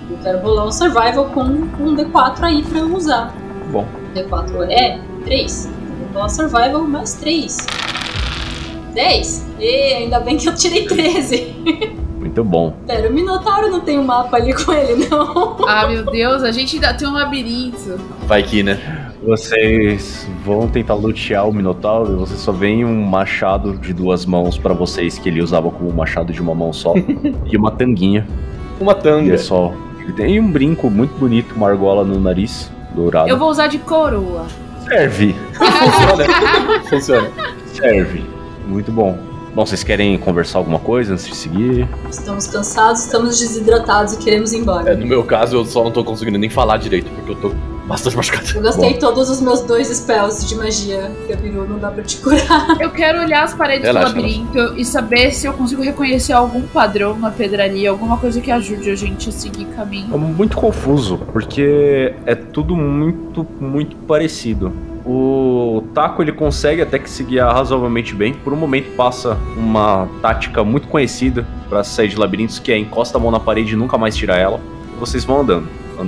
[SPEAKER 3] Eu quero rolar um survival com um D4 aí pra eu usar.
[SPEAKER 1] Bom.
[SPEAKER 3] D4 é 3. Vou rolar survival mais 3. 10. E ainda bem que eu tirei 13.
[SPEAKER 1] Muito bom.
[SPEAKER 3] Pera, o Minotauro não tem um mapa ali com ele, não.
[SPEAKER 2] Ah, meu Deus, a gente ainda tem um labirinto.
[SPEAKER 5] Vai que, né?
[SPEAKER 1] Vocês vão tentar lutear o Minotauro e você só vem um machado de 2 mãos pra vocês, que ele usava como machado de uma mão só. E uma tanguinha.
[SPEAKER 5] Uma
[SPEAKER 1] E
[SPEAKER 5] tanga.
[SPEAKER 1] é só. Ele tem um brinco muito bonito, uma argola no nariz, dourado.
[SPEAKER 2] Eu vou usar de coroa.
[SPEAKER 1] Serve.
[SPEAKER 5] Funciona.
[SPEAKER 1] Serve. Muito bom. Bom, vocês querem conversar alguma coisa antes de seguir?
[SPEAKER 3] Estamos cansados, estamos desidratados e queremos ir embora.
[SPEAKER 5] No meu caso, eu só não tô conseguindo nem falar direito, porque eu tô bastante machucado.
[SPEAKER 3] Eu gastei todos os meus 2 spells de magia. Gabiru, não dá pra te curar.
[SPEAKER 2] Eu quero olhar as paredes
[SPEAKER 5] Relaxa,
[SPEAKER 2] do labirinto e saber se eu consigo reconhecer algum padrão na pedraria, alguma coisa que ajude a gente a seguir caminho.
[SPEAKER 1] É muito confuso, porque é tudo muito parecido. O Taco ele consegue até que se guiar razoavelmente bem. Por um momento passa uma tática muito conhecida para sair de labirintos, que é encosta a mão na parede e nunca mais tira ela. E vocês vão andando.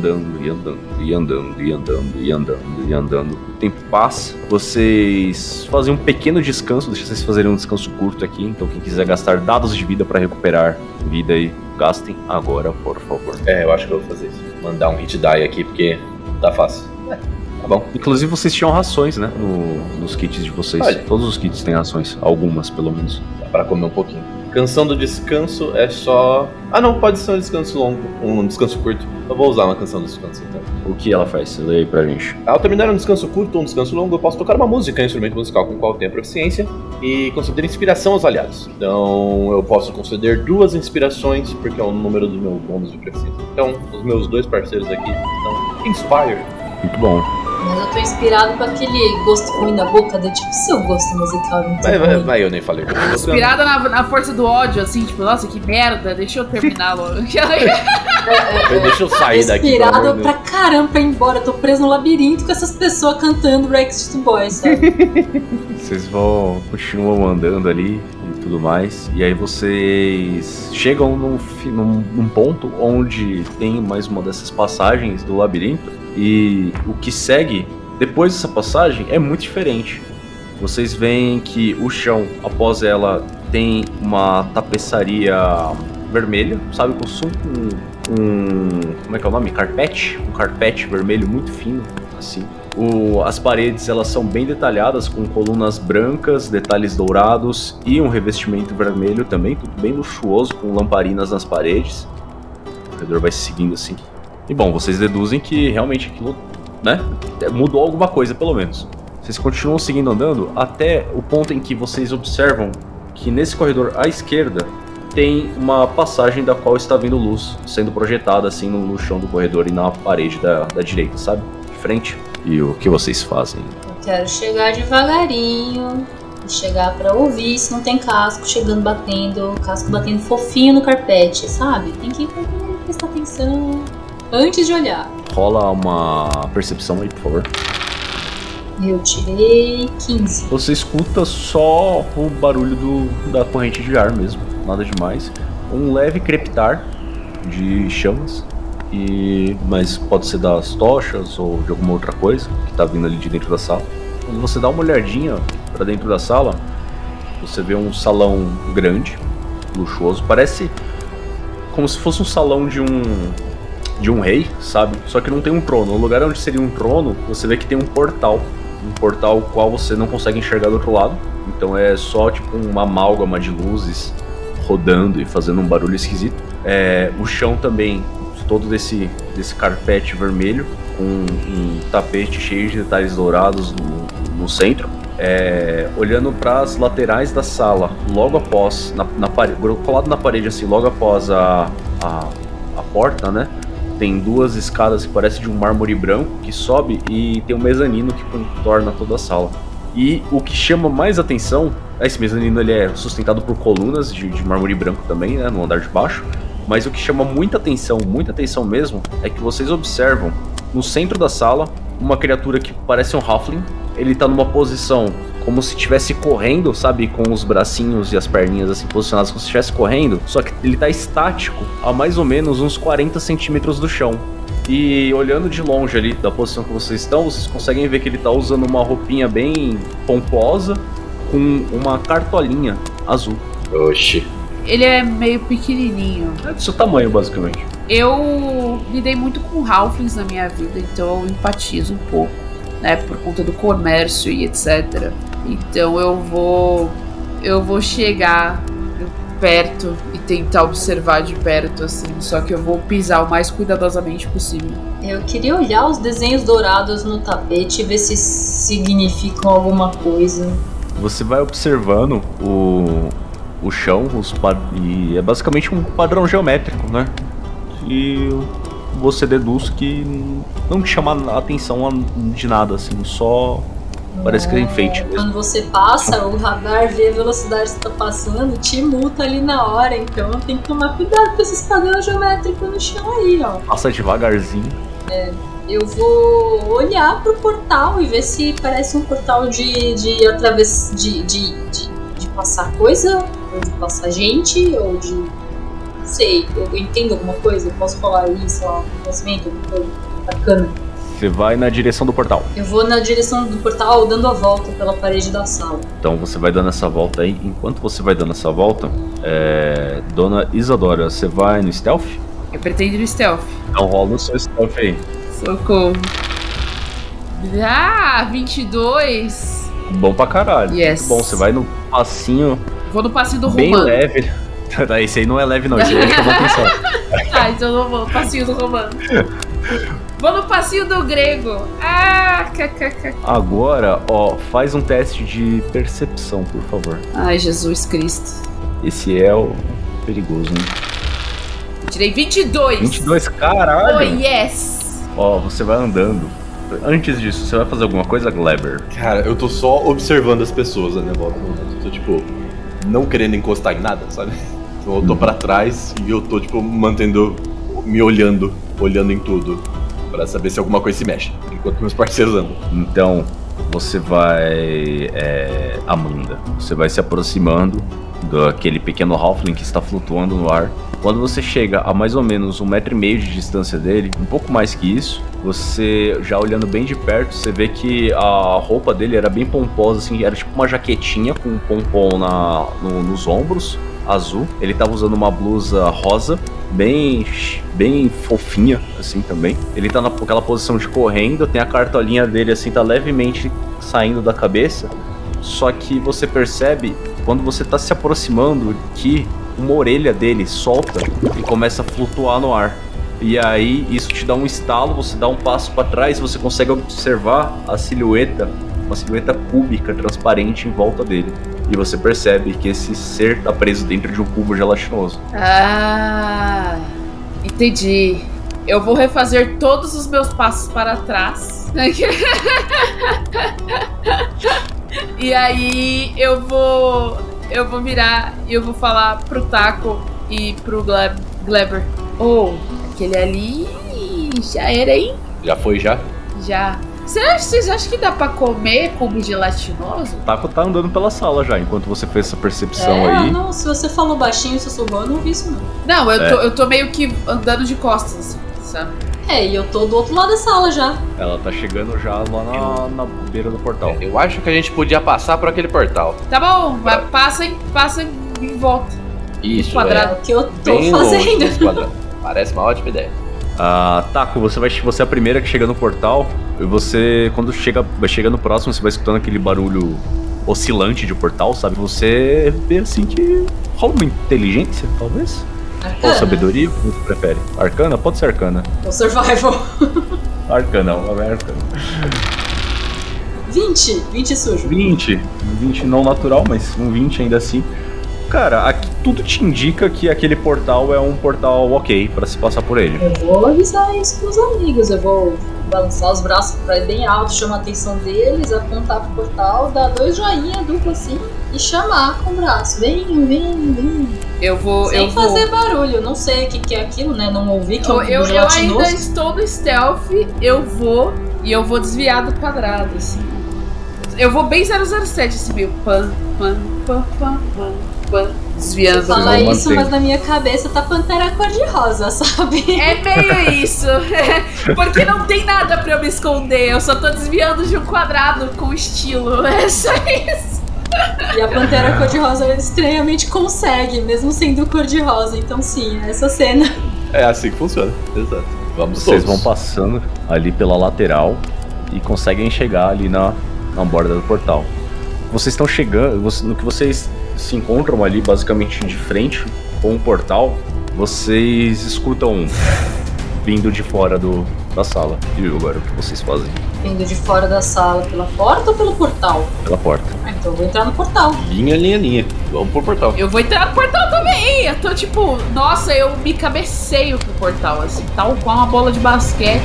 [SPEAKER 1] O tempo passa, vocês fazem um pequeno descanso, deixa vocês fazerem um descanso curto aqui. Então quem quiser gastar dados de vida para recuperar vida aí, gastem agora, por favor.
[SPEAKER 5] Eu acho que eu vou fazer isso. Mandar um hit die aqui, porque tá fácil. Tá bom.
[SPEAKER 1] Inclusive vocês tinham rações, né, nos kits de vocês.
[SPEAKER 5] Olha.
[SPEAKER 1] Todos os kits têm rações, algumas pelo menos.
[SPEAKER 5] Dá pra comer um pouquinho. Canção do descanso é só... Ah não, pode ser um descanso longo, um descanso curto. Eu vou usar uma canção do descanso então.
[SPEAKER 1] O que ela faz? Lê aí pra gente.
[SPEAKER 5] Ao terminar um descanso curto ou um descanso longo, eu posso tocar uma música, um instrumento musical com o qual eu tenho proficiência, e conceder inspiração aos aliados. Então eu posso conceder 2 inspirações, porque é o número do meu bônus de proficiência. Então os meus 2 parceiros aqui estão inspired.
[SPEAKER 1] Muito bom.
[SPEAKER 3] Mas eu tô inspirado com aquele gosto ruim na boca, do tipo, seu gosto musical não tem ruim.
[SPEAKER 5] Vai, eu nem falei.
[SPEAKER 2] Inspirada na força do ódio, assim, tipo, nossa, que merda, deixa eu terminar logo.
[SPEAKER 5] Deixa eu sair daqui.
[SPEAKER 3] Inspirado pra caramba pra ir embora. Eu tô preso no labirinto com essas pessoas cantando Backstreet Boys, sabe?
[SPEAKER 1] Vocês continuam andando ali e tudo mais. E aí vocês chegam num ponto onde tem mais uma dessas passagens do labirinto. E o que segue depois dessa passagem é muito diferente. Vocês veem que o chão, após ela, tem uma tapeçaria vermelha, sabe? Com como é que é o nome? Carpete. Um carpete vermelho muito fino, assim. As paredes, elas são bem detalhadas, com colunas brancas, detalhes dourados e um revestimento vermelho também, tudo bem luxuoso, com lamparinas nas paredes. O corredor vai seguindo assim. E bom, vocês deduzem que realmente aquilo, né, mudou alguma coisa pelo menos. Vocês continuam seguindo andando até o ponto em que vocês observam que nesse corredor à esquerda tem uma passagem da qual está vindo luz sendo projetada assim no chão do corredor e na parede da direita, sabe? De frente. E o que vocês fazem?
[SPEAKER 3] Eu quero chegar devagarinho, chegar pra ouvir se não tem casco chegando batendo, casco batendo fofinho no carpete, sabe? Tem que prestar atenção antes de olhar.
[SPEAKER 1] Rola uma percepção aí, por favor.
[SPEAKER 3] Eu tirei 15.
[SPEAKER 1] Você escuta só o barulho da corrente de ar mesmo, nada demais. Um leve crepitar de chamas, mas pode ser das tochas ou de alguma outra coisa que tá vindo ali de dentro da sala. Quando você dá uma olhadinha pra dentro da sala, você vê um salão grande, luxuoso, parece como se fosse um salão de um rei, sabe? Só que não tem um trono. No lugar onde seria um trono, você vê que tem um portal qual você não consegue enxergar do outro lado. Então é só tipo uma amálgama de luzes rodando e fazendo um barulho esquisito. O chão também, todo desse carpete vermelho, com um tapete cheio de detalhes dourados no centro. Olhando para as laterais da sala, logo após, na parede, colado na parede assim, logo após a porta, né? Tem 2 escadas que parecem de um mármore branco que sobe e tem um mezanino que contorna toda a sala. E o que chama mais atenção, esse mezanino ele é sustentado por colunas de mármore branco também, né, no andar de baixo. Mas o que chama muita atenção mesmo, é que vocês observam no centro da sala uma criatura que parece um halfling. Ele tá numa posição como se estivesse correndo, sabe? Com os bracinhos e as perninhas assim posicionadas como se estivesse correndo. Só que ele tá estático a mais ou menos uns 40 centímetros do chão. E olhando de longe ali da posição que vocês estão, vocês conseguem ver que ele tá usando uma roupinha bem pomposa com uma cartolinha azul.
[SPEAKER 4] Oxi.
[SPEAKER 2] Ele é meio pequenininho.
[SPEAKER 1] É do seu tamanho, basicamente.
[SPEAKER 2] Eu lidei muito com halflings na minha vida, então eu empatizo um pouco, né, por conta do comércio e etc. Então eu vou chegar perto e tentar observar de perto, assim, só que eu vou pisar o mais cuidadosamente possível.
[SPEAKER 3] Eu queria olhar os desenhos dourados no tapete e ver se significam alguma coisa.
[SPEAKER 1] Você vai observando o chão, e é basicamente um padrão geométrico, né? E você deduz que não te chama a atenção de nada, assim, só parece que é enfeite mesmo.
[SPEAKER 3] Quando você passa, o radar vê a velocidade que você tá passando, te multa ali na hora, então tem que tomar cuidado com esses padrões geométricos no chão aí, ó.
[SPEAKER 1] Passa devagarzinho.
[SPEAKER 3] Eu vou olhar pro portal e ver se parece um portal de passar coisa, ou de passar gente, ou de... não sei, eu entendo alguma coisa, eu posso falar isso, ó, conhecimento, alguma coisa bacana.
[SPEAKER 1] Você vai na direção do portal.
[SPEAKER 3] Eu vou na direção do portal, dando a volta pela parede da sala.
[SPEAKER 1] Então você vai dando essa volta aí. Enquanto você vai dando essa volta, Dona Isadora, você vai no stealth?
[SPEAKER 2] Eu pretendo ir no stealth.
[SPEAKER 1] Então rola o seu stealth aí.
[SPEAKER 2] Socorro. 22.
[SPEAKER 1] Bom pra caralho.
[SPEAKER 2] Yes.
[SPEAKER 1] Muito bom, você vai no passinho.
[SPEAKER 2] Vou no passinho do
[SPEAKER 1] bem
[SPEAKER 2] romano.
[SPEAKER 1] Leve. Esse aí não é leve não, esse aí chama atenção.
[SPEAKER 2] Tá, então eu não vou no passinho do romano. Vou no passinho do grego.
[SPEAKER 1] Agora, ó, faz um teste de percepção, por favor.
[SPEAKER 2] Ai, Jesus Cristo.
[SPEAKER 1] Esse é o perigoso, hein?
[SPEAKER 2] Tirei 22.
[SPEAKER 1] 22, caralho!
[SPEAKER 2] Oh, yes!
[SPEAKER 1] Ó, você vai andando. Antes disso, você vai fazer alguma coisa, Gleber?
[SPEAKER 5] Cara, eu tô só observando as pessoas, né, volta. Eu tô, tipo, não querendo encostar em nada, sabe? Então eu tô pra trás e eu tô, tipo, me olhando em tudo. Pra saber se alguma coisa se mexe, enquanto meus parceiros andam.
[SPEAKER 1] Então, você vai... Amanda, você vai se aproximando daquele pequeno halfling que está flutuando no ar. Quando você chega a mais ou menos 1,5 metro de distância dele, um pouco mais que isso, você, já olhando bem de perto, você vê que a roupa dele era bem pomposa, assim, era tipo uma jaquetinha com um pompom nos ombros, azul. Ele tava usando uma blusa rosa, bem fofinha, assim, também. Ele tá naquela posição de correndo, tem a cartolinha dele, assim, tá levemente saindo da cabeça. Só que você percebe, quando você tá se aproximando, que uma orelha dele solta e começa a flutuar no ar. E aí isso te dá um estalo, você dá um passo para trás, você consegue observar a silhueta, uma silhueta cúbica, transparente em volta dele. E você percebe que esse ser tá preso dentro de um cubo gelatinoso.
[SPEAKER 2] Ah, entendi. Eu vou refazer todos os meus passos para trás. E aí eu vou virar e eu vou falar pro Taco e pro Gleber. Oh, aquele ali já era, hein?
[SPEAKER 5] Já foi, já?
[SPEAKER 2] Já. Vocês acham que dá pra comer cubo gelatinoso?
[SPEAKER 1] O Taco tá andando pela sala já, enquanto você fez essa percepção aí.
[SPEAKER 3] Não, se você falou baixinho e sussurrou, eu não vi isso não.
[SPEAKER 2] Não, eu tô meio que andando de costas, assim, sabe?
[SPEAKER 3] E eu tô do outro lado da sala já.
[SPEAKER 1] Ela tá chegando já lá na beira do portal.
[SPEAKER 5] Eu acho que a gente podia passar por aquele portal.
[SPEAKER 2] Tá bom, mas passa em volta.
[SPEAKER 5] Isso,
[SPEAKER 3] É o que eu tô
[SPEAKER 5] bem
[SPEAKER 3] fazendo.
[SPEAKER 5] longe. Parece uma ótima ideia.
[SPEAKER 1] Taco, você é a primeira que chega no portal. E você, quando vai chegando próximo, você vai escutando aquele barulho oscilante de portal, sabe? Você vê assim que rola uma inteligência, talvez?
[SPEAKER 3] Arcana.
[SPEAKER 1] Ou sabedoria, como você prefere? Arcana? Pode ser arcana.
[SPEAKER 3] Ou survival.
[SPEAKER 1] Arcana, é arcana.
[SPEAKER 3] 20 sujo.
[SPEAKER 1] 20 não natural, mas um 20 ainda assim. Cara, aqui tudo te indica que aquele portal é um portal ok pra se passar por ele.
[SPEAKER 3] Eu vou avisar isso pros amigos, eu vou balançar os braços pra ir bem alto, chamar a atenção deles, apontar pro portal, dar 2 joinha duplo assim e chamar com o braço. Vem. Sem fazer barulho, eu não sei o que é aquilo, né? Não ouvi que
[SPEAKER 2] eu ainda estou no stealth, eu vou desviar do quadrado, assim. Eu vou bem 007, assim, meio pan, desviando.
[SPEAKER 3] Você fala isso, mas na minha cabeça tá Pantera cor-de-rosa, sabe?
[SPEAKER 2] É meio isso. Porque não tem nada pra eu me esconder. Eu só tô desviando de um quadrado com estilo. É só isso.
[SPEAKER 3] E a Pantera cor-de-rosa estranhamente consegue, mesmo sendo cor-de-rosa. Então sim, essa cena.
[SPEAKER 5] É assim que funciona, exato.
[SPEAKER 1] Vocês vão passando ali pela lateral e conseguem chegar ali na borda do portal. Vocês estão chegando, no que vocês se encontram ali basicamente de frente com o portal, vocês escutam vindo de fora da sala. E agora, o que vocês fazem?
[SPEAKER 3] Vindo de fora da sala, pela porta ou pelo portal?
[SPEAKER 1] Pela porta.
[SPEAKER 3] Então eu vou entrar no portal.
[SPEAKER 5] Linha. Vamos pro portal.
[SPEAKER 2] Eu vou entrar no portal também. Eu tô tipo, nossa, eu me cabeceio pro portal, assim, tal qual uma bola de basquete.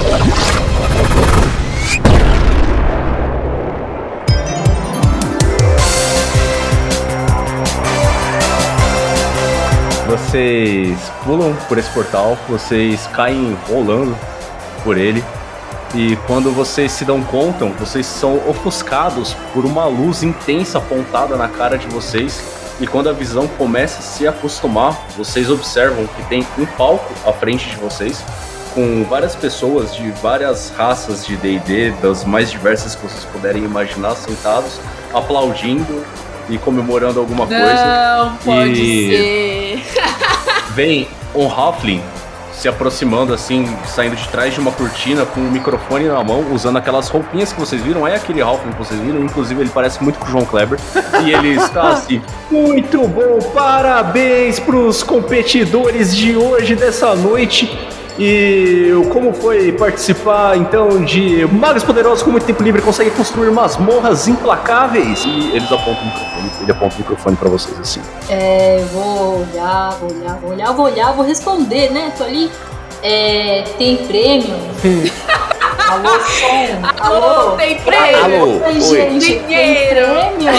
[SPEAKER 1] Vocês pulam por esse portal, vocês caem rolando por ele. E quando vocês se dão conta, vocês são ofuscados por uma luz intensa apontada na cara de vocês. E quando a visão começa a se acostumar, vocês observam que tem um palco à frente de vocês, com várias pessoas de várias raças de D&D, das mais diversas que vocês puderem imaginar, sentados, aplaudindo e comemorando alguma coisa.
[SPEAKER 2] Não pode ser.
[SPEAKER 1] Vem um Halfling se aproximando assim, saindo de trás de uma cortina com um microfone na mão, usando aquelas roupinhas que vocês viram. É aquele Halfling que vocês viram, inclusive ele parece muito com o João Kleber. E ele está assim: muito bom, parabéns pros competidores de hoje, dessa noite. E como foi participar então de magos poderosos com muito tempo livre conseguem construir masmorras implacáveis? E eles apontam o microfone, ele aponta o microfone pra vocês assim.
[SPEAKER 3] Vou olhar, vou responder, né? Tô ali. Tem prêmio? Alô, som?
[SPEAKER 2] Alô, tem prêmio?
[SPEAKER 5] Alô,
[SPEAKER 3] Oi, gente,
[SPEAKER 2] dinheiro.
[SPEAKER 3] tem prêmio?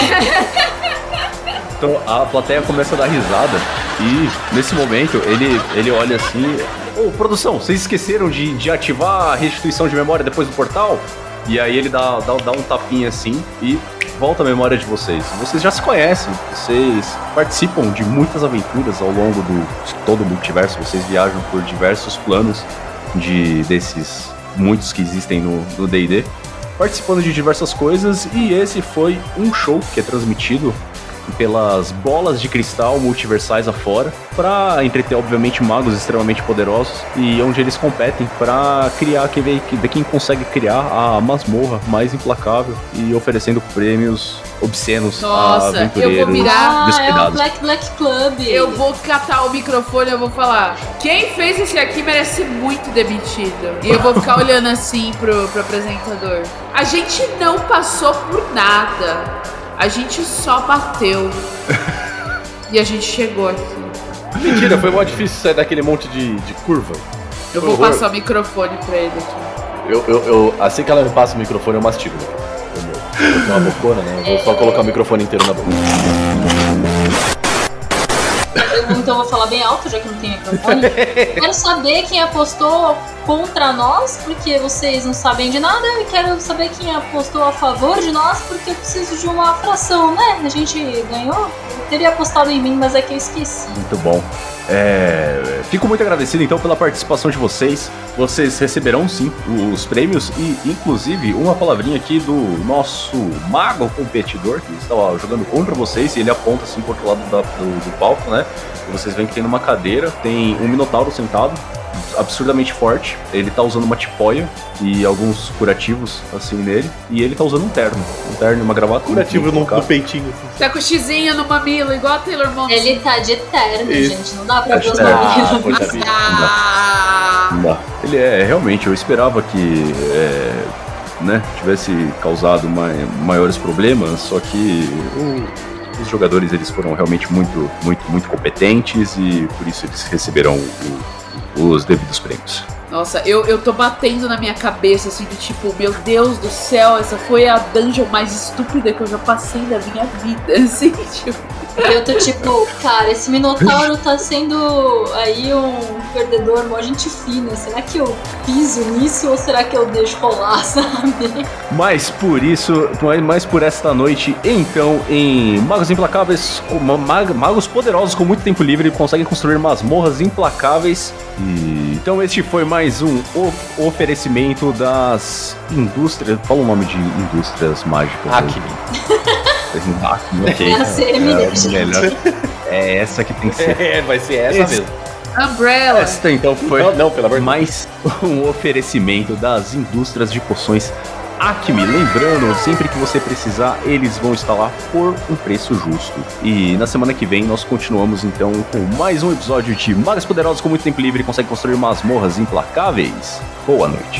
[SPEAKER 1] Então a plateia começa a dar risada e nesse momento ele olha assim: ô, produção, vocês esqueceram de ativar a restituição de memória depois do portal? E aí ele dá um tapinha assim e volta a memória de vocês. Vocês já se conhecem, vocês participam de muitas aventuras ao longo de todo o multiverso, vocês viajam por diversos planos desses muitos que existem no D&D, participando de diversas coisas, e esse foi um show que é transmitido pelas bolas de cristal multiversais afora, para entreter, obviamente, magos extremamente poderosos, e onde eles competem para criar, ver quem consegue criar a masmorra mais implacável, e oferecendo prêmios obscenos a aventureiros.
[SPEAKER 2] Eu vou virar
[SPEAKER 1] descuidados.
[SPEAKER 3] É o Black Club.
[SPEAKER 2] Eu vou catar o microfone e eu vou falar: quem fez esse aqui merece muito demitido. E eu vou ficar olhando assim pro apresentador. A gente não passou por nada. A gente só bateu. E a gente chegou aqui.
[SPEAKER 5] Mentira, foi mó difícil sair daquele monte de curva.
[SPEAKER 2] Eu vou passar o microfone pra ele aqui.
[SPEAKER 5] Eu assim que ela me passa o microfone, eu mastigo. Eu tenho uma bocona, né? Eu vou só colocar o microfone inteiro na boca.
[SPEAKER 3] Então eu vou falar bem alto, já que não tem microfone. Quero saber quem apostou contra nós, porque vocês não sabem de nada. E quero saber quem apostou a favor de nós, porque eu preciso de uma fração, né? A gente ganhou. Eu teria apostado em mim, mas é que eu esqueci.
[SPEAKER 1] Muito bom. Fico muito agradecido então pela participação de vocês. Vocês receberão sim os prêmios e inclusive uma palavrinha aqui do nosso mago competidor que estava jogando contra vocês, e ele aponta assim pro outro lado do palco, né? E vocês veem que tem numa cadeira, tem um minotauro sentado, absurdamente forte. Ele tá usando uma tipóia e alguns curativos assim nele, e ele tá usando um terno e uma gravata.
[SPEAKER 5] Curativo no peitinho assim.
[SPEAKER 2] Tá com xizinho no mamilo, igual a Taylor Momsen.
[SPEAKER 3] Ele tá de terno,
[SPEAKER 5] Isso.
[SPEAKER 3] gente. Não dá pra ver os
[SPEAKER 5] Poxa vida.
[SPEAKER 1] Não dá. Ele realmente, eu esperava que tivesse causado maiores problemas, só que os jogadores eles foram realmente muito, muito, muito competentes, e por isso eles receberão os devidos prêmios.
[SPEAKER 2] Nossa, eu tô batendo na minha cabeça, assim, do tipo, meu Deus do céu, essa foi a dungeon mais estúpida que eu já passei na minha vida, assim, tipo...
[SPEAKER 3] Eu tô tipo, cara, esse Minotauro tá sendo aí um perdedor, mó gente fina. Será que eu piso nisso ou será que eu deixo rolar, sabe?
[SPEAKER 1] Mas por esta noite, então, em Magos Implacáveis, magos poderosos com muito tempo livre conseguem construir masmorras implacáveis. E então este foi mais um oferecimento das indústrias. Fala o nome de indústrias mágicas.
[SPEAKER 5] Acme.
[SPEAKER 1] Acme, ok.
[SPEAKER 3] É a CM,
[SPEAKER 1] melhor. É essa que tem que ser.
[SPEAKER 5] Vai ser essa mesmo.
[SPEAKER 2] Umbrella.
[SPEAKER 1] Esta então foi
[SPEAKER 5] Não, pelo amor de Deus.
[SPEAKER 1] mais um oferecimento das indústrias de poções Acme. Lembrando, sempre que você precisar, eles vão estar lá por um preço justo. E na semana que vem nós continuamos então com mais um episódio de Magos Poderosos com muito tempo livre e conseguem construir masmorras implacáveis. Boa noite.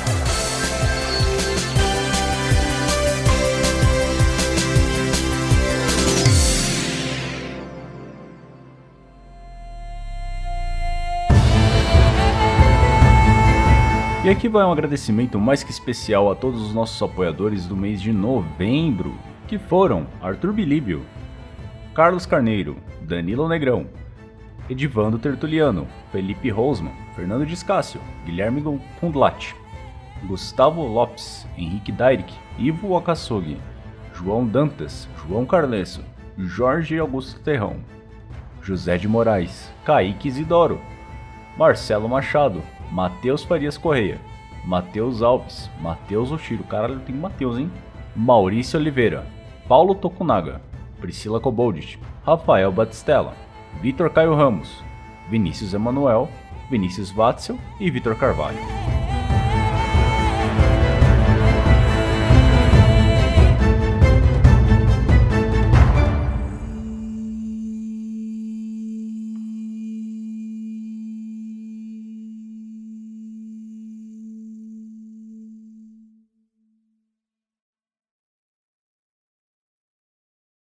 [SPEAKER 1] E aqui vai um agradecimento mais que especial a todos os nossos apoiadores do mês de novembro, que foram Arthur Bilíbio, Carlos Carneiro, Danilo Negrão, Edivando Tertuliano, Felipe Rosman, Fernando Discácio, Guilherme Kundlat, Gustavo Lopes, Henrique Dairik, Ivo Okasugi, João Dantas, João Carlesso, Jorge Augusto Terrão, José de Moraes, Kaique Isidoro, Marcelo Machado, Matheus Farias Correia, Matheus Alves, Matheus Oshiro, caralho, tem Matheus, hein? Maurício Oliveira, Paulo Tokunaga, Priscila Koboldit, Rafael Batistella, Vitor Caio Ramos, Vinícius Emanuel, Vinícius Watzel e Vitor Carvalho.